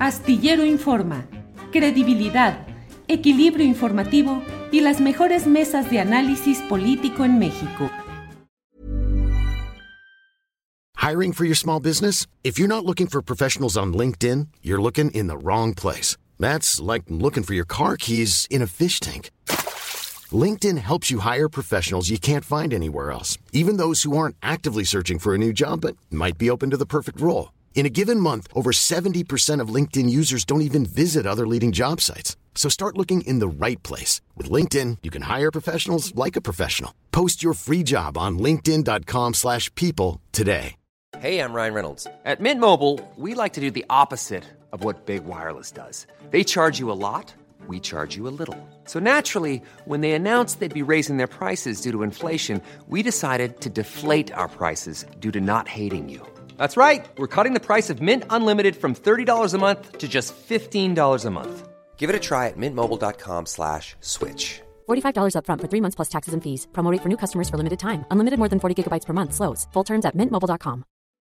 Astillero Informa, credibilidad, equilibrio informativo y las mejores mesas de análisis político en México. Hiring for your small business? If you're not looking for professionals on LinkedIn, you're looking in the wrong place. That's like looking for your car keys in a fish tank. LinkedIn helps you hire professionals you can't find anywhere else, even those who aren't actively searching for a new job but might be open to the perfect role. In a given month, over 70% of LinkedIn users don't even visit other leading job sites. So start looking in the right place. With LinkedIn, you can hire professionals like a professional. Post your free job on linkedin.com/people today. Hey, I'm Ryan Reynolds. At Mint Mobile, we like to do the opposite of what Big Wireless does. They charge you a lot, we charge you a little. So naturally, when they announced they'd be raising their prices due to inflation, we decided to deflate our prices due to not hating you. That's right. We're cutting the price of Mint Unlimited from $30 a month to just $15 a month. Give it a try at mintmobile.com/switch. $45 up front for 3 months plus taxes and fees. Promo rate for new customers for limited time. Unlimited more than 40 gigabytes per month. Slows full terms at mintmobile.com.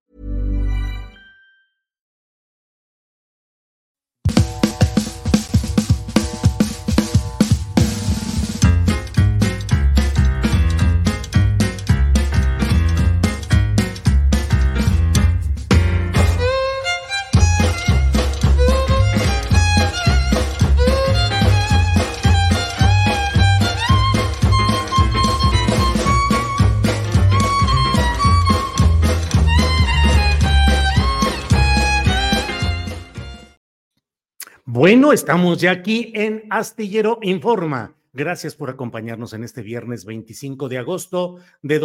Bueno, estamos ya aquí en Astillero Informa. Gracias por acompañarnos en este viernes 25 de agosto de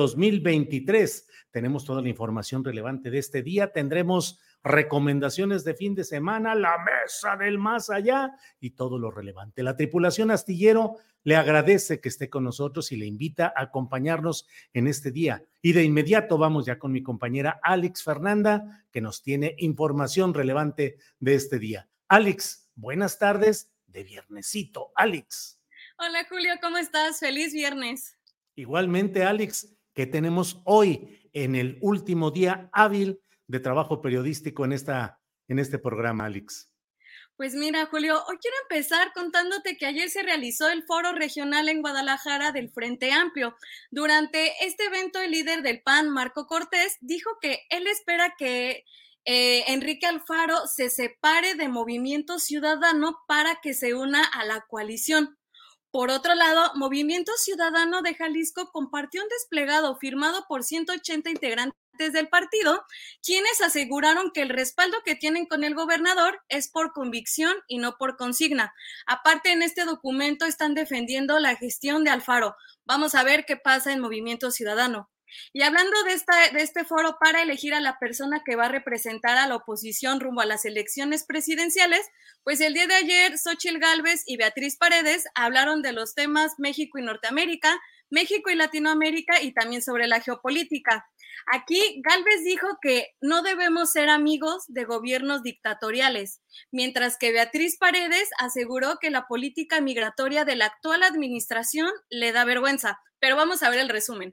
2023. Tenemos toda la información relevante de este día. Tendremos recomendaciones de fin de semana, la mesa del más allá y todo lo relevante. La tripulación Astillero le agradece que esté con nosotros y le invita a acompañarnos en este día. Y de inmediato vamos ya con mi compañera Alex Fernanda, que nos tiene información relevante de este día. Alex, buenas tardes de viernesito. Alex. Hola Julio, ¿cómo estás? Feliz viernes. Igualmente, Alex, ¿qué tenemos hoy en el último día hábil de trabajo periodístico en este programa, Alex? Pues mira, Julio, hoy quiero empezar contándote que ayer se realizó el foro regional en Guadalajara del Frente Amplio. Durante este evento, el líder del PAN, Marco Cortés, dijo que él espera que Enrique Alfaro se separe de Movimiento Ciudadano para que se una a la coalición. Por otro lado, Movimiento Ciudadano de Jalisco compartió un desplegado firmado por 180 integrantes del partido, quienes aseguraron que el respaldo que tienen con el gobernador es por convicción y no por consigna. Aparte, en este documento están defendiendo la gestión de Alfaro. Vamos a ver qué pasa en Movimiento Ciudadano. Y hablando de este foro para elegir a la persona que va a representar a la oposición rumbo a las elecciones presidenciales, pues el día de ayer Xóchitl Gálvez y Beatriz Paredes hablaron de los temas México y Norteamérica, México y Latinoamérica y también sobre la geopolítica. Aquí Gálvez dijo que no debemos ser amigos de gobiernos dictatoriales, mientras que Beatriz Paredes aseguró que la política migratoria de la actual administración le da vergüenza. Pero vamos a ver el resumen.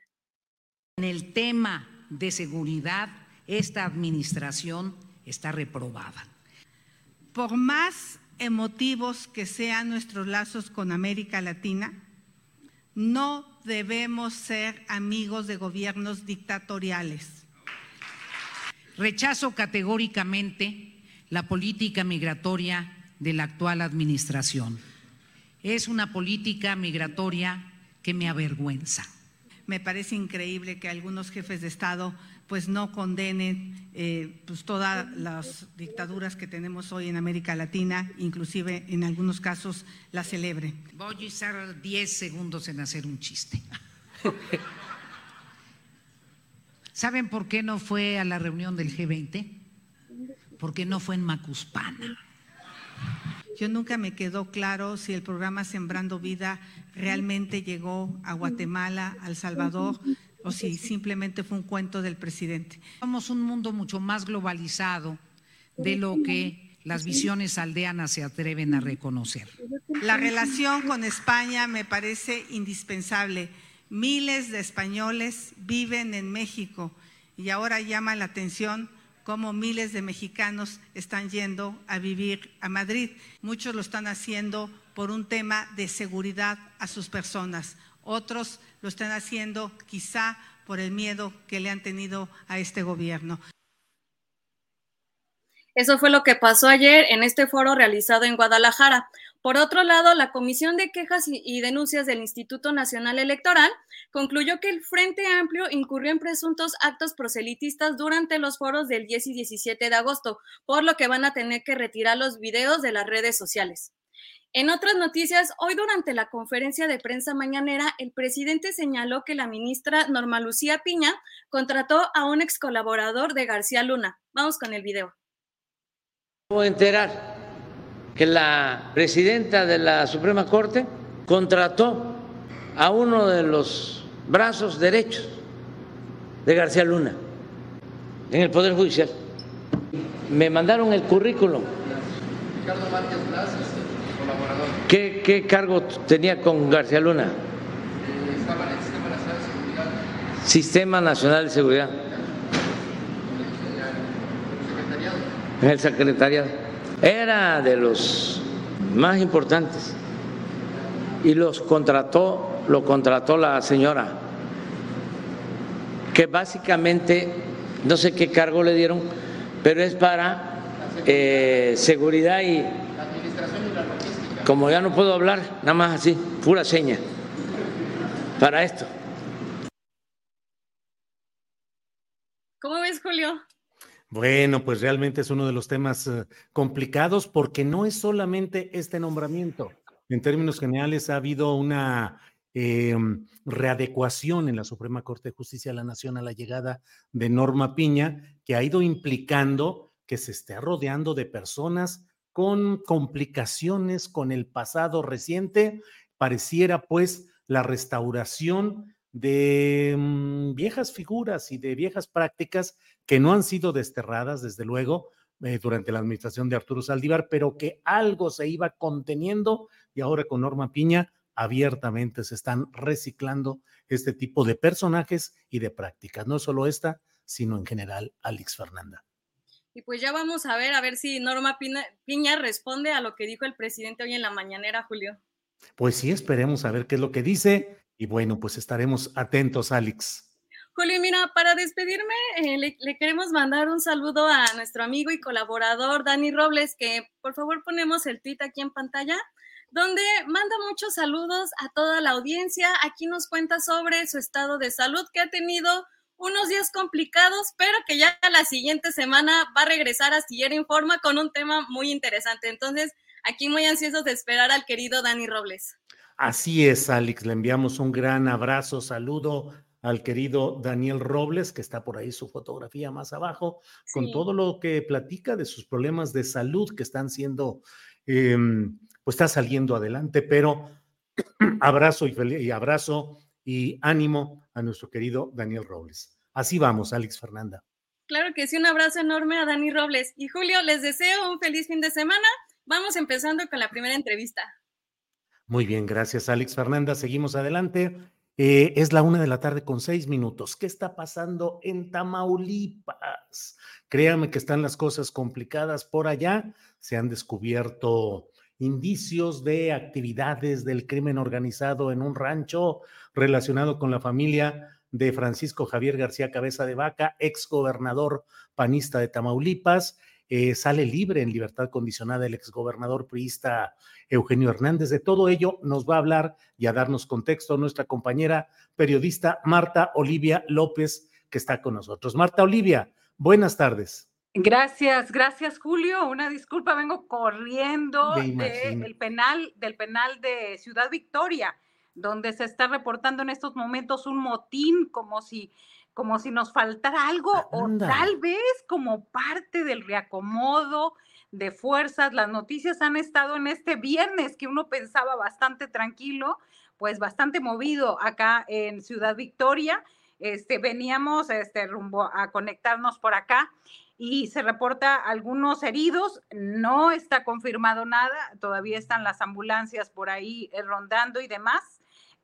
En el tema de seguridad, esta administración está reprobada. Por más emotivos que sean nuestros lazos con América Latina, no debemos ser amigos de gobiernos dictatoriales. Rechazo categóricamente la política migratoria de la actual administración. Es una política migratoria que me avergüenza. Me parece increíble que algunos jefes de Estado pues no condenen pues todas las dictaduras que tenemos hoy en América Latina, inclusive en algunos casos la celebren. Voy a usar 10 segundos en hacer un chiste. ¿Saben por qué no fue a la reunión del G20? Porque no fue en Macuspana. Yo nunca me quedó claro si el programa Sembrando Vida realmente llegó a Guatemala, a El Salvador, o si simplemente fue un cuento del presidente. Somos un mundo mucho más globalizado de lo que las visiones aldeanas se atreven a reconocer. La relación con España me parece indispensable. Miles de españoles viven en México y ahora llama la atención cómo miles de mexicanos están yendo a vivir a Madrid. Muchos lo están haciendo por un tema de seguridad a sus personas. Otros lo están haciendo quizá por el miedo que le han tenido a este gobierno. Eso fue lo que pasó ayer en este foro realizado en Guadalajara. Por otro lado, la Comisión de Quejas y Denuncias del Instituto Nacional Electoral concluyó que el Frente Amplio incurrió en presuntos actos proselitistas durante los foros del 10 y 17 de agosto, por lo que van a tener que retirar los videos de las redes sociales. En otras noticias, hoy durante la conferencia de prensa mañanera, el presidente señaló que la ministra Norma Lucía Piña contrató a un ex colaborador de García Luna. Vamos con el video. Acabo de enterar que la presidenta de la Suprema Corte contrató a uno de los brazos derechos de García Luna en el Poder Judicial. Me mandaron el currículum. Ricardo Márquez Blas, colaborador. ¿Qué cargo tenía con García Luna? Estaba en el Sistema Nacional de Seguridad. Sistema Nacional de Seguridad. En el secretariado. Era de los más importantes y lo contrató la señora, que básicamente no sé qué cargo le dieron, pero es para seguridad y la administración y la logística. Como ya no puedo hablar, nada más así, pura seña para esto. ¿Cómo ves, Julio? Bueno, pues realmente es uno de los temas complicados porque no es solamente este nombramiento. En términos generales ha habido una readecuación en la Suprema Corte de Justicia de la Nación a la llegada de Norma Piña, que ha ido implicando que se esté rodeando de personas con complicaciones con el pasado reciente. Pareciera pues la restauración de viejas figuras y de viejas prácticas que no han sido desterradas, desde luego, durante la administración de Arturo Saldívar, pero que algo se iba conteniendo y ahora con Norma Piña abiertamente se están reciclando este tipo de personajes y de prácticas. No solo esta, sino en general, Alex Fernanda. Y pues ya vamos a ver si Norma Piña responde a lo que dijo el presidente hoy en la mañanera, Julio. Pues sí, esperemos a ver qué es lo que dice y bueno, pues estaremos atentos, Alex. Julio, mira, para despedirme, le queremos mandar un saludo a nuestro amigo y colaborador Dani Robles, que por favor ponemos el tweet aquí en pantalla, donde manda muchos saludos a toda la audiencia. Aquí nos cuenta sobre su estado de salud, que ha tenido unos días complicados, pero que ya la siguiente semana va a regresar a Astillero Informa con un tema muy interesante. Entonces, aquí muy ansiosos de esperar al querido Dani Robles. Así es, Alex, le enviamos un gran abrazo, saludo al querido Daniel Robles, que está por ahí su fotografía más abajo, sí, con todo lo que platica de sus problemas de salud que están siendo, pues está saliendo adelante, pero abrazo y ánimo a nuestro querido Daniel Robles. Así vamos, Alex Fernanda. Claro que sí, un abrazo enorme a Dani Robles. Y Julio, les deseo un feliz fin de semana. Vamos empezando con la primera entrevista. Muy bien, gracias, Alex Fernanda. Seguimos adelante. Es la 1:06 p.m. ¿Qué está pasando en Tamaulipas? Créanme que están las cosas complicadas por allá. Se han descubierto indicios de actividades del crimen organizado en un rancho relacionado con la familia de Francisco Javier García Cabeza de Vaca, exgobernador panista de Tamaulipas. Sale libre en libertad condicionada el exgobernador priista Eugenio Hernández. De todo ello nos va a hablar y a darnos contexto nuestra compañera periodista Marta Olivia López, que está con nosotros. Marta Olivia, buenas tardes. Gracias Julio. Una disculpa, vengo corriendo del penal de Ciudad Victoria, donde se está reportando en estos momentos un motín como si nos faltara algo. Anda. O tal vez como parte del reacomodo de fuerzas. Las noticias han estado en este viernes que uno pensaba bastante tranquilo, pues bastante movido acá en Ciudad Victoria. Veníamos rumbo a conectarnos por acá y se reporta algunos heridos. No está confirmado nada, todavía están las ambulancias por ahí rondando y demás.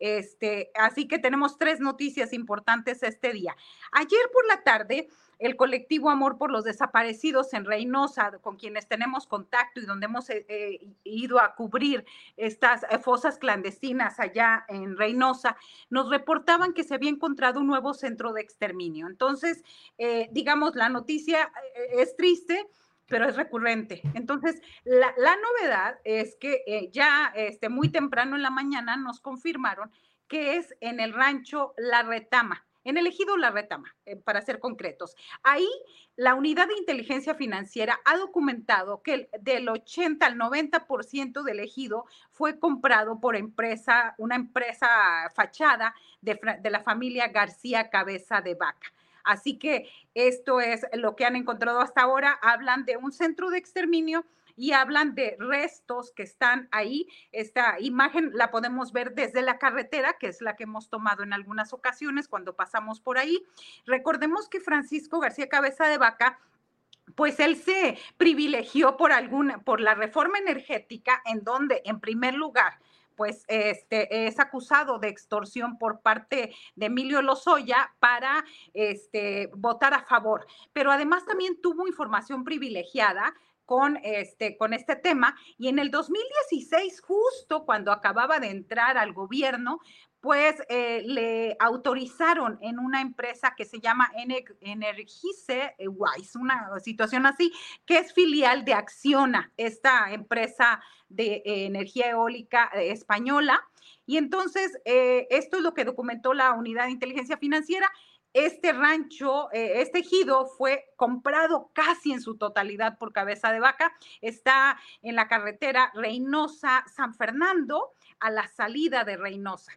Así que tenemos 3 noticias importantes este día. Ayer por la tarde, el colectivo Amor por los Desaparecidos en Reynosa, con quienes tenemos contacto y donde hemos ido a cubrir estas fosas clandestinas allá en Reynosa, nos reportaban que se había encontrado un nuevo centro de exterminio. Entonces, digamos, la noticia es triste, pero es recurrente. Entonces, la novedad es que ya muy temprano en la mañana nos confirmaron que es en el rancho La Retama, en el ejido La Retama, para ser concretos. Ahí la unidad de inteligencia financiera ha documentado que del 80 al 90% del ejido fue comprado por una empresa fachada de la familia García Cabeza de Vaca. Así que esto es lo que han encontrado hasta ahora. Hablan de un centro de exterminio y hablan de restos que están ahí. Esta imagen la podemos ver desde la carretera, que es la que hemos tomado en algunas ocasiones cuando pasamos por ahí. Recordemos que Francisco García Cabeza de Vaca, pues él se privilegió por la reforma energética, en donde, en primer lugar, pues es acusado de extorsión por parte de Emilio Lozoya para votar a favor. Pero además también tuvo información privilegiada con este tema, y en el 2016, justo cuando acababa de entrar al gobierno, pues le autorizaron en una empresa que se llama Energize Wise, una situación así, que es filial de Acciona, esta empresa de energía eólica española. Y entonces, esto es lo que documentó la Unidad de Inteligencia Financiera. Este rancho, este ejido fue comprado casi en su totalidad por Cabeza de Vaca. Está en la carretera Reynosa-San Fernando, a la salida de Reynosa.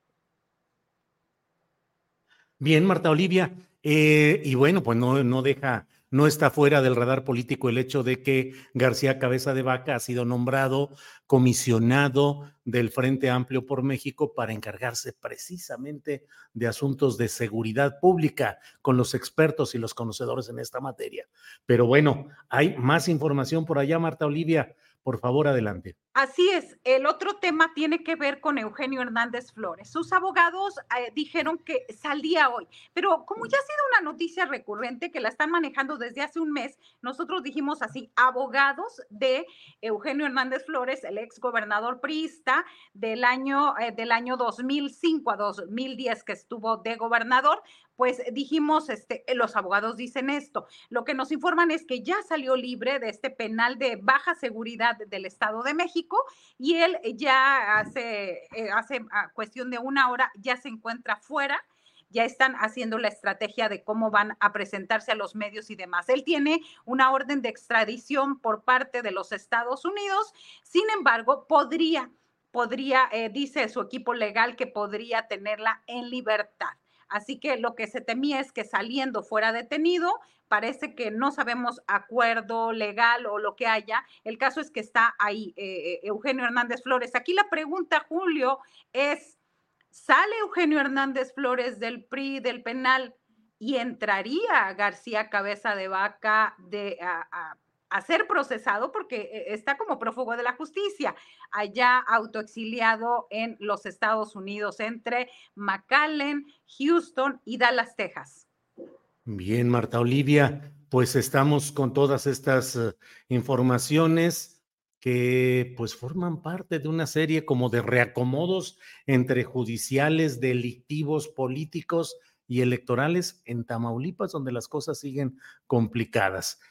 Bien, Marta Olivia. Y bueno, pues no está fuera del radar político el hecho de que García Cabeza de Vaca ha sido nombrado comisionado del Frente Amplio por México para encargarse precisamente de asuntos de seguridad pública con los expertos y los conocedores en esta materia. Pero bueno, hay más información por allá, Marta Olivia. Por favor, adelante. Así es, el otro tema tiene que ver con Eugenio Hernández Flores. Sus abogados dijeron que salía hoy, pero como ya ha sido una noticia recurrente que la están manejando desde hace un mes, nosotros dijimos así: abogados de Eugenio Hernández Flores, el ex gobernador priista del año 2005 a 2010 que estuvo de gobernador. Pues dijimos, los abogados dicen esto. Lo que nos informan es que ya salió libre de este penal de baja seguridad del Estado de México, y él ya hace cuestión de una hora ya se encuentra fuera. Ya están haciendo la estrategia de cómo van a presentarse a los medios y demás. Él tiene una orden de extradición por parte de los Estados Unidos. Sin embargo, podría, dice su equipo legal, que podría tenerla en libertad. Así que lo que se temía es que saliendo fuera detenido, parece que no sabemos acuerdo legal o lo que haya. El caso es que está ahí Eugenio Hernández Flores. Aquí la pregunta, Julio, es: ¿sale Eugenio Hernández Flores del PRI, del penal, y entraría García Cabeza de Vaca a ser procesado, porque está como prófugo de la justicia, allá autoexiliado en los Estados Unidos, entre McAllen, Houston y Dallas, Texas? Bien, Marta Olivia, pues estamos con todas estas informaciones que pues forman parte de una serie como de reacomodos entre judiciales, delictivos, políticos y electorales en Tamaulipas, donde las cosas siguen complicadas.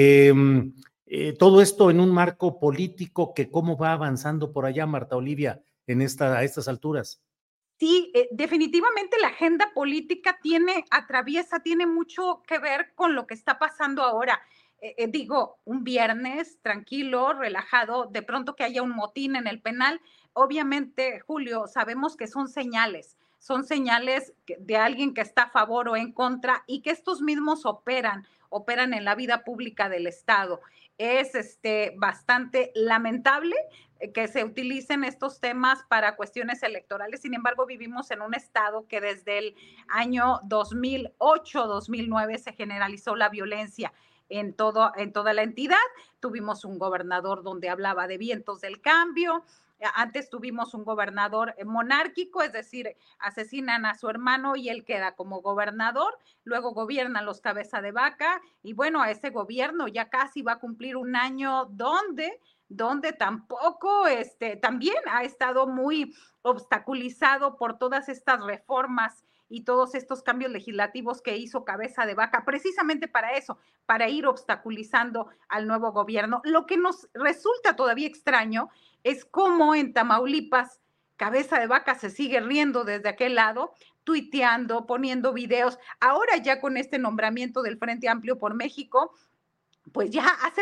Todo esto en un marco político que cómo va avanzando por allá, Marta Olivia, a estas alturas. Sí, definitivamente la agenda política tiene mucho que ver con lo que está pasando ahora. Un viernes tranquilo, relajado, de pronto que haya un motín en el penal. Obviamente, Julio, sabemos que son señales de alguien que está a favor o en contra, y que estos mismos operan en la vida pública del Estado. Es bastante lamentable que se utilicen estos temas para cuestiones electorales. Sin embargo, vivimos en un estado que desde el año 2008-2009 se generalizó la violencia en toda la entidad. Tuvimos un gobernador donde hablaba de vientos del cambio, Antes tuvimos un gobernador monárquico, es decir, asesinan a su hermano y él queda como gobernador, luego gobiernan los cabeza de vaca y bueno, a ese gobierno ya casi va a cumplir un año donde tampoco, también ha estado muy obstaculizado por todas estas reformas y todos estos cambios legislativos que hizo cabeza de vaca, precisamente para eso, para ir obstaculizando al nuevo gobierno. Lo que nos resulta todavía extraño es cómo en Tamaulipas cabeza de vaca se sigue riendo desde aquel lado, tuiteando, poniendo videos. Ahora ya con este nombramiento del Frente Amplio por México, pues ya hace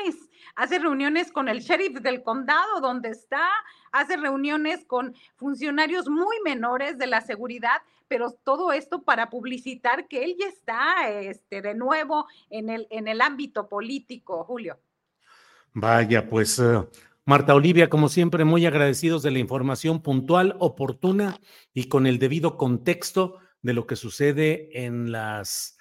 reuniones con el sheriff del condado donde está, hace reuniones con funcionarios muy menores de la seguridad, pero todo esto para publicitar que él ya está de nuevo en el ámbito político, Julio. Vaya, pues Marta Olivia, como siempre, muy agradecidos de la información puntual, oportuna y con el debido contexto de lo que sucede en las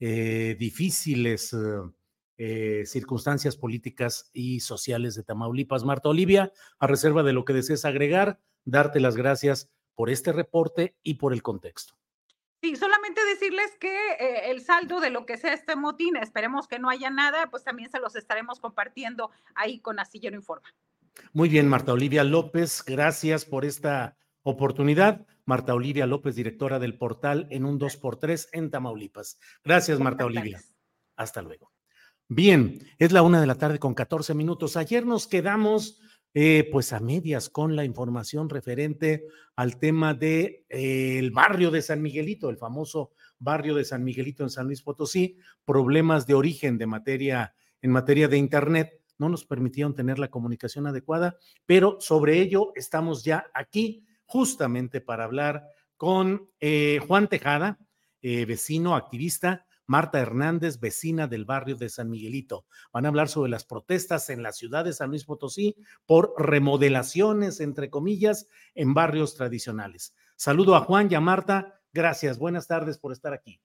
difíciles circunstancias políticas y sociales de Tamaulipas. Marta Olivia, a reserva de lo que desees agregar, darte las gracias por este reporte y por el contexto. Sí, solamente decirles que el saldo de lo que sea este motín, esperemos que no haya nada, pues también se los estaremos compartiendo ahí con Astillero Informa. Muy bien, Marta Olivia López, gracias por esta oportunidad. Marta Olivia López, directora del portal En un 2x3 en Tamaulipas. Gracias, Marta Olivia. Hasta luego. Bien, es la 1:14 p.m. Ayer nos quedamos pues a medias con la información referente al tema de el barrio de San Miguelito, el famoso barrio de San Miguelito en San Luis Potosí, problemas de origen en materia de internet. No nos permitieron tener la comunicación adecuada, pero sobre ello estamos ya aquí justamente para hablar con Juan Tejada, vecino, activista, Marta Hernández, vecina del barrio de San Miguelito. Van a hablar sobre las protestas en la ciudad de San Luis Potosí por remodelaciones, entre comillas, en barrios tradicionales. Saludo a Juan y a Marta. Gracias. Buenas tardes por estar aquí.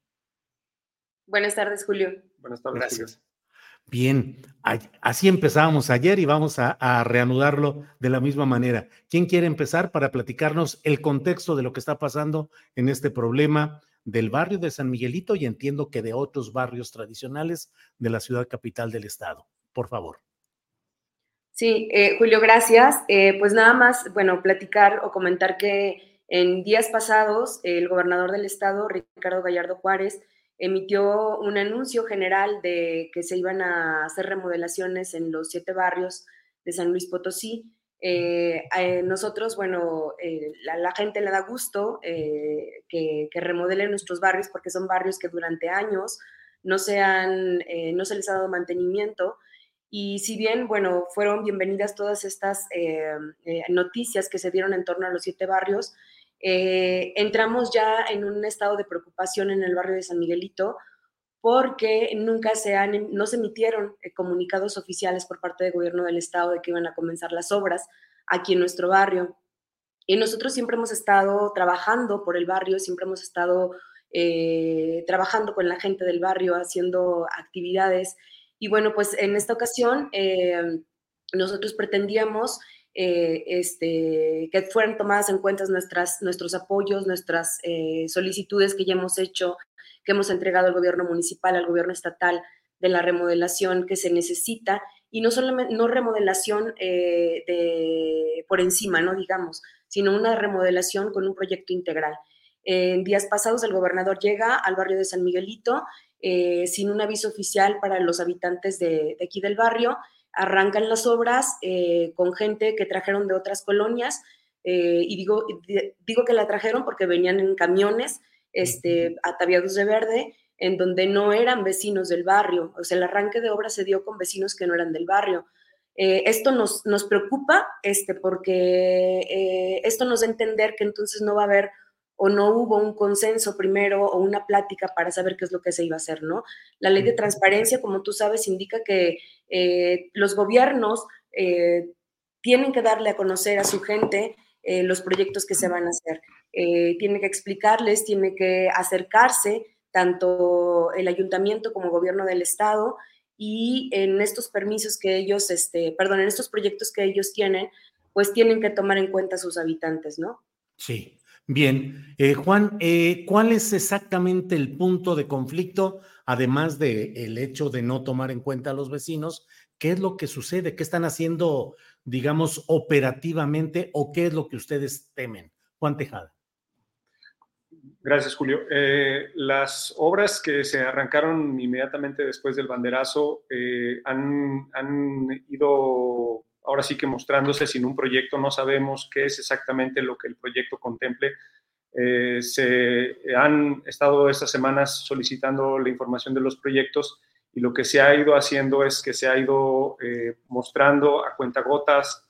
Buenas tardes, Julio. Buenas tardes, gracias. Julio. Bien, así empezábamos ayer y vamos a reanudarlo de la misma manera. ¿Quién quiere empezar para platicarnos el contexto de lo que está pasando en este problema del barrio de San Miguelito y entiendo que de otros barrios tradicionales de la ciudad capital del estado? Por favor. Sí, Julio, gracias. Pues nada más, bueno, platicar o comentar que en días pasados el gobernador del estado, Ricardo Gallardo Juárez, emitió un anuncio general de que se iban a hacer remodelaciones en los 7 barrios de San Luis Potosí. Nosotros, bueno, la gente le da gusto que remodelen nuestros barrios porque son barrios que durante años no se les ha dado mantenimiento. Y si bien, bueno, fueron bienvenidas todas estas noticias que se dieron en torno a los 7 barrios, entramos ya en un estado de preocupación en el barrio de San Miguelito porque no se emitieron comunicados oficiales por parte del gobierno del estado de que iban a comenzar las obras aquí en nuestro barrio. Y nosotros siempre hemos estado trabajando por el barrio, siempre hemos estado trabajando con la gente del barrio, haciendo actividades. Y bueno, pues en esta ocasión nosotros pretendíamos que fueran tomadas en cuenta nuestros apoyos, nuestras solicitudes que ya hemos hecho, que hemos entregado al gobierno municipal, al gobierno estatal, de la remodelación que se necesita, y no solamente remodelación por encima, no digamos, sino una remodelación con un proyecto integral. En días pasados el gobernador llega al barrio de San Miguelito sin un aviso oficial para los habitantes de aquí del barrio. Arrancan las obras con gente que trajeron de otras colonias, y digo que la trajeron porque venían en camiones ataviados de verde, en donde no eran vecinos del barrio. O sea, el arranque de obras se dio con vecinos que no eran del barrio. Esto nos preocupa porque esto nos da a entender que entonces no va a haber o no hubo un consenso primero o una plática para saber qué es lo que se iba a hacer, ¿no? La ley de transparencia, como tú sabes, indica que los gobiernos tienen que darle a conocer a su gente los proyectos que se van a hacer. Tiene que explicarles, tiene que acercarse tanto el ayuntamiento como el gobierno del estado, y en estos permisos que ellos, en estos proyectos que ellos tienen, pues tienen que tomar en cuenta sus habitantes, ¿no? Sí, bien. Juan, ¿cuál es exactamente el punto de conflicto, además del hecho de no tomar en cuenta a los vecinos? ¿Qué es lo que sucede? ¿Qué están haciendo, digamos, operativamente o qué es lo que ustedes temen? Juan Tejada. Gracias, Julio. Las obras que se arrancaron inmediatamente después del banderazo han ido ahora sí que mostrándose sin un proyecto. No sabemos qué es exactamente lo que el proyecto contemple. Se han estado estas semanas solicitando la información de los proyectos y lo que se ha ido haciendo es que se ha ido mostrando a cuentagotas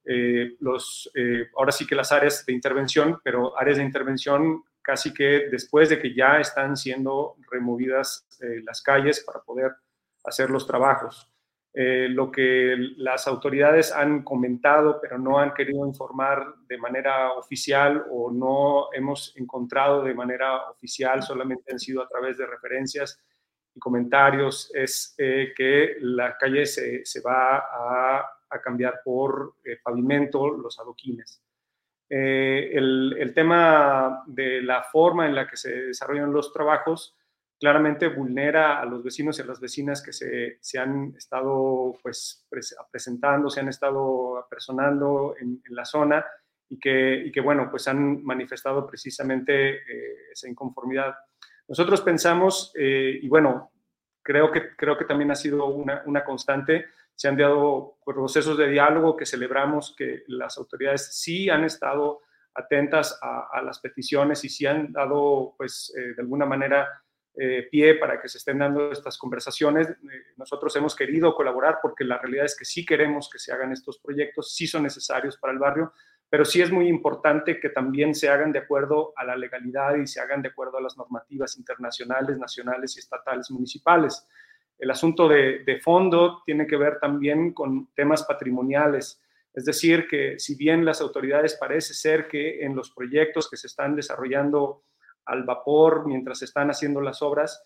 ahora sí que las áreas de intervención, pero áreas de intervención casi que después de que ya están siendo removidas las calles para poder hacer los trabajos. Lo que las autoridades han comentado, pero no han querido informar de manera oficial o no hemos encontrado de manera oficial, solamente han sido a través de referencias y comentarios, es que la calle se va a cambiar por pavimento, los adoquines. El tema de la forma en la que se desarrollan los trabajos claramente vulnera a los vecinos y a las vecinas que se han estado pues, presentando, se han estado apersonando en la zona y que bueno, pues han manifestado precisamente esa inconformidad. Nosotros pensamos, y bueno, creo que también ha sido una constante, se han dado procesos de diálogo que celebramos, que las autoridades sí han estado atentas a las peticiones y sí han dado, pues, de alguna manera, pie para que se estén dando estas conversaciones. Nosotros hemos querido colaborar porque la realidad es que sí queremos que se hagan estos proyectos, sí son necesarios para el barrio, pero sí es muy importante que también se hagan de acuerdo a la legalidad y se hagan de acuerdo a las normativas internacionales, nacionales y estatales municipales. El asunto de fondo tiene que ver también con temas patrimoniales, es decir, que si bien las autoridades parece ser que en los proyectos que se están desarrollando al vapor mientras se están haciendo las obras,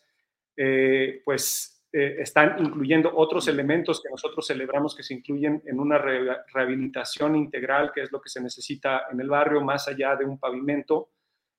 están incluyendo otros elementos que nosotros celebramos que se incluyen en una rehabilitación integral, que es lo que se necesita en el barrio, más allá de un pavimento,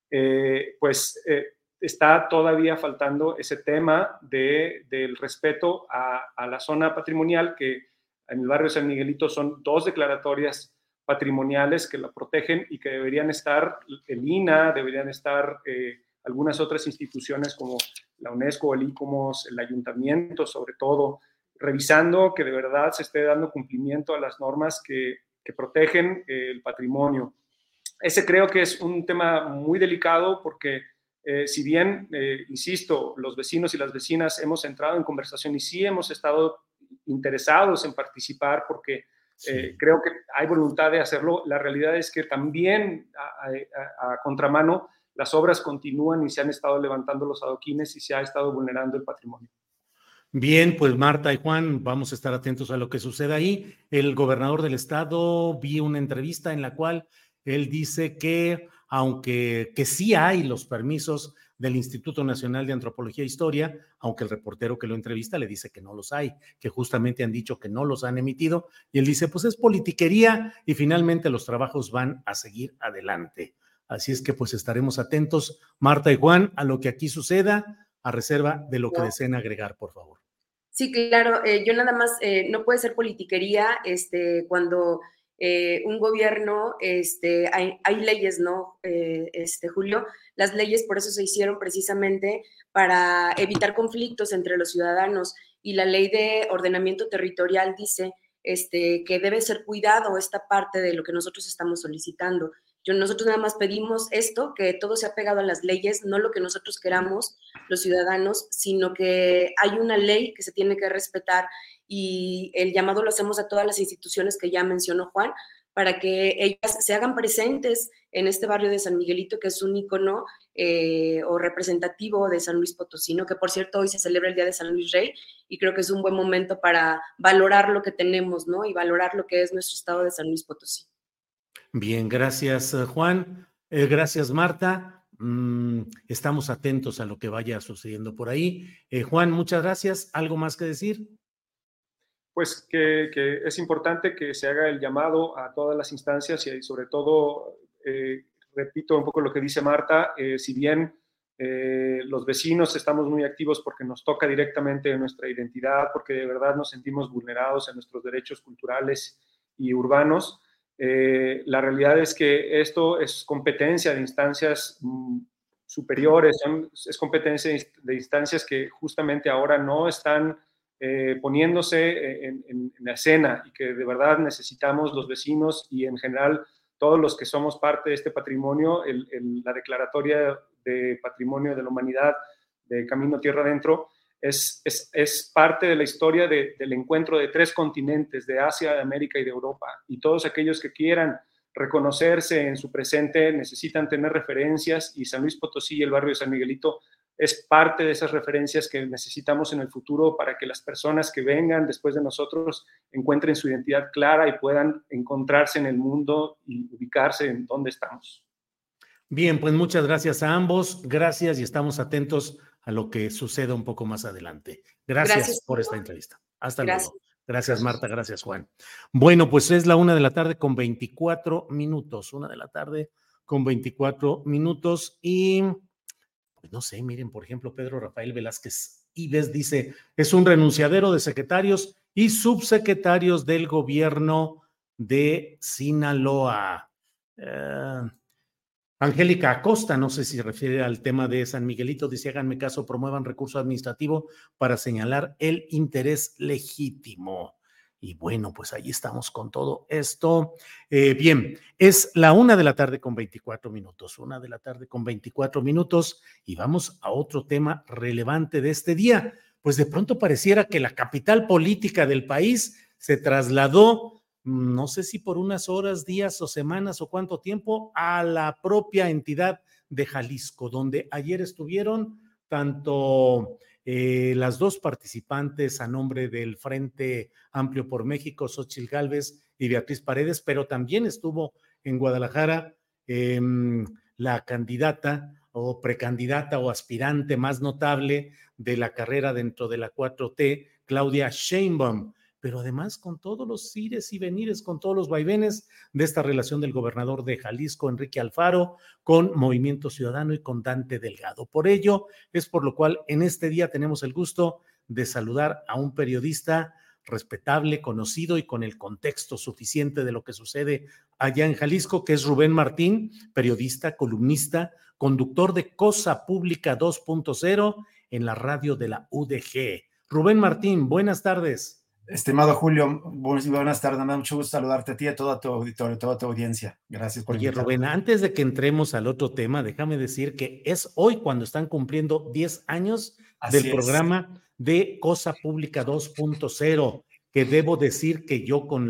está todavía faltando ese tema del respeto a la zona patrimonial, que en el barrio de San Miguelito son 2 declaratorias patrimoniales que la protegen y que deberían estar el INAH, deberían estar algunas otras instituciones como la UNESCO, el ICOMOS, el ayuntamiento, sobre todo, revisando que de verdad se esté dando cumplimiento a las normas que protegen el patrimonio. Ese creo que es un tema muy delicado porque si bien, insisto, los vecinos y las vecinas hemos entrado en conversación y sí hemos estado interesados en participar porque creo que hay voluntad de hacerlo, la realidad es que también a contramano las obras continúan y se han estado levantando los adoquines y se ha estado vulnerando el patrimonio. Bien, pues Marta y Juan, vamos a estar atentos a lo que suceda ahí. El gobernador del estado, vi una entrevista en la cual él dice que aunque sí hay los permisos del Instituto Nacional de Antropología e Historia, aunque el reportero que lo entrevista le dice que no los hay, que justamente han dicho que no los han emitido, y él dice, pues es politiquería y finalmente los trabajos van a seguir adelante. Así es que pues estaremos atentos, Marta y Juan, a lo que aquí suceda, a reserva de lo que deseen agregar, por favor. Sí, claro, yo nada más, no puede ser politiquería cuando un gobierno, hay leyes, ¿no? Julio, las leyes por eso se hicieron precisamente para evitar conflictos entre los ciudadanos y la ley de ordenamiento territorial dice que debe ser cuidado esta parte de lo que nosotros estamos solicitando. Nosotros nada más pedimos esto, que todo sea pegado a las leyes, no lo que nosotros queramos los ciudadanos, sino que hay una ley que se tiene que respetar y el llamado lo hacemos a todas las instituciones que ya mencionó Juan, para que ellas se hagan presentes en este barrio de San Miguelito, que es un ícono o representativo de San Luis Potosí, ¿no? Que por cierto hoy se celebra el Día de San Luis Rey y creo que es un buen momento para valorar lo que tenemos, ¿no? Y valorar lo que es nuestro estado de San Luis Potosí. Bien, gracias Juan, gracias Marta, estamos atentos a lo que vaya sucediendo por ahí. Juan, muchas gracias, ¿algo más que decir? pues que es importante que se haga el llamado a todas las instancias y sobre todo, repito un poco lo que dice Marta, si bien los vecinos estamos muy activos porque nos toca directamente en nuestra identidad, porque de verdad nos sentimos vulnerados en nuestros derechos culturales y urbanos, la realidad es que esto es competencia de instancias superiores, es competencia de instancias que justamente ahora no están poniéndose en la escena y que de verdad necesitamos los vecinos y en general todos los que somos parte de este patrimonio, la declaratoria de Patrimonio de la Humanidad de Camino Tierra Adentro es parte de la historia del encuentro de 3 continentes, de Asia, de América y de Europa, y todos aquellos que quieran reconocerse en su presente necesitan tener referencias, y San Luis Potosí y el barrio de San Miguelito es parte de esas referencias que necesitamos en el futuro para que las personas que vengan después de nosotros encuentren su identidad clara y puedan encontrarse en el mundo y ubicarse en dónde estamos. Bien, pues muchas gracias a ambos, gracias y estamos atentos a lo que suceda un poco más adelante. Gracias por esta entrevista. Hasta luego. Gracias, Marta, gracias, Juan. Bueno, pues es la 1:24 p.m, 1:24 p.m, y pues no sé, miren, por ejemplo, Pedro Rafael Velázquez Ives dice, es un renunciadero de secretarios y subsecretarios del gobierno de Sinaloa. Angélica Acosta, no sé si se refiere al tema de San Miguelito, dice, háganme caso, promuevan recurso administrativo para señalar el interés legítimo. Y bueno, pues ahí estamos con todo esto. Bien, es la 1:24 p.m, 1:24 p.m, y vamos a otro tema relevante de este día. Pues de pronto pareciera que la capital política del país se trasladó, no sé si por unas horas, días o semanas o cuánto tiempo, a la propia entidad de Jalisco, donde ayer estuvieron tanto las dos participantes a nombre del Frente Amplio por México, Xóchitl Gálvez y Beatriz Paredes, pero también estuvo en Guadalajara la candidata o precandidata o aspirante más notable de la carrera dentro de la 4T, Claudia Sheinbaum, pero además con todos los ires y venires, con todos los vaivenes de esta relación del gobernador de Jalisco, Enrique Alfaro, con Movimiento Ciudadano y con Dante Delgado. Por ello, es por lo cual en este día tenemos el gusto de saludar a un periodista respetable, conocido y con el contexto suficiente de lo que sucede allá en Jalisco, que es Rubén Martín, periodista, columnista, conductor de Cosa Pública 2.0 en la radio de la UDG. Rubén Martín, buenas tardes. Estimado Julio, buenas tardes, me da mucho gusto saludarte a ti y a todo tu auditorio, toda tu audiencia. Gracias por invitarme. Rubén, antes de que entremos al otro tema, déjame decir que es hoy cuando están cumpliendo 10 años del programa de Cosa Pública 2.0, que debo decir que yo con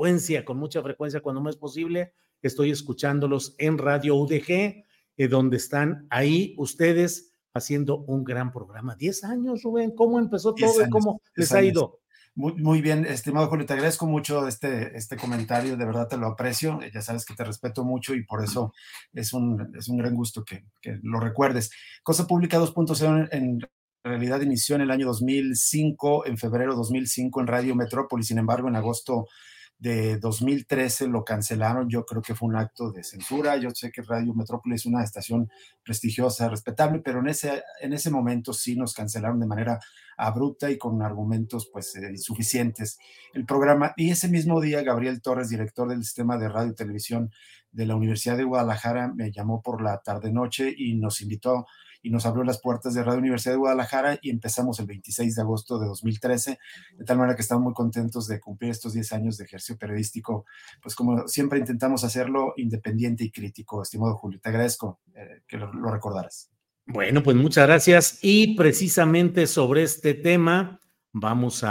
mucha frecuencia cuando me es posible, estoy escuchándolos en Radio UDG, donde están ahí ustedes haciendo un gran programa. 10 años, Rubén, ¿cómo empezó todo y cómo les ha ido? Muy bien, estimado Julio, te agradezco mucho este comentario, de verdad te lo aprecio, ya sabes que te respeto mucho y por eso es un gran gusto que lo recuerdes. Cosa Pública 2.0 en realidad inició en el año 2005, en febrero de 2005 en Radio Metrópolis, sin embargo en agosto de 2013 lo cancelaron. Yo creo que fue un acto de censura. Yo sé que Radio Metrópolis es una estación prestigiosa, respetable, pero en ese momento sí nos cancelaron de manera abrupta y con argumentos pues insuficientes el programa. Y ese mismo día Gabriel Torres, director del sistema de radio y televisión de la Universidad de Guadalajara, me llamó por la tarde-noche y nos invitó y nos abrió las puertas de Radio Universidad de Guadalajara y empezamos el 26 de agosto de 2013, de tal manera que estamos muy contentos de cumplir estos 10 años de ejercicio periodístico, pues como siempre intentamos hacerlo, independiente y crítico, estimado Julio. Te agradezco que lo recordaras. Bueno, pues muchas gracias y precisamente sobre este tema vamos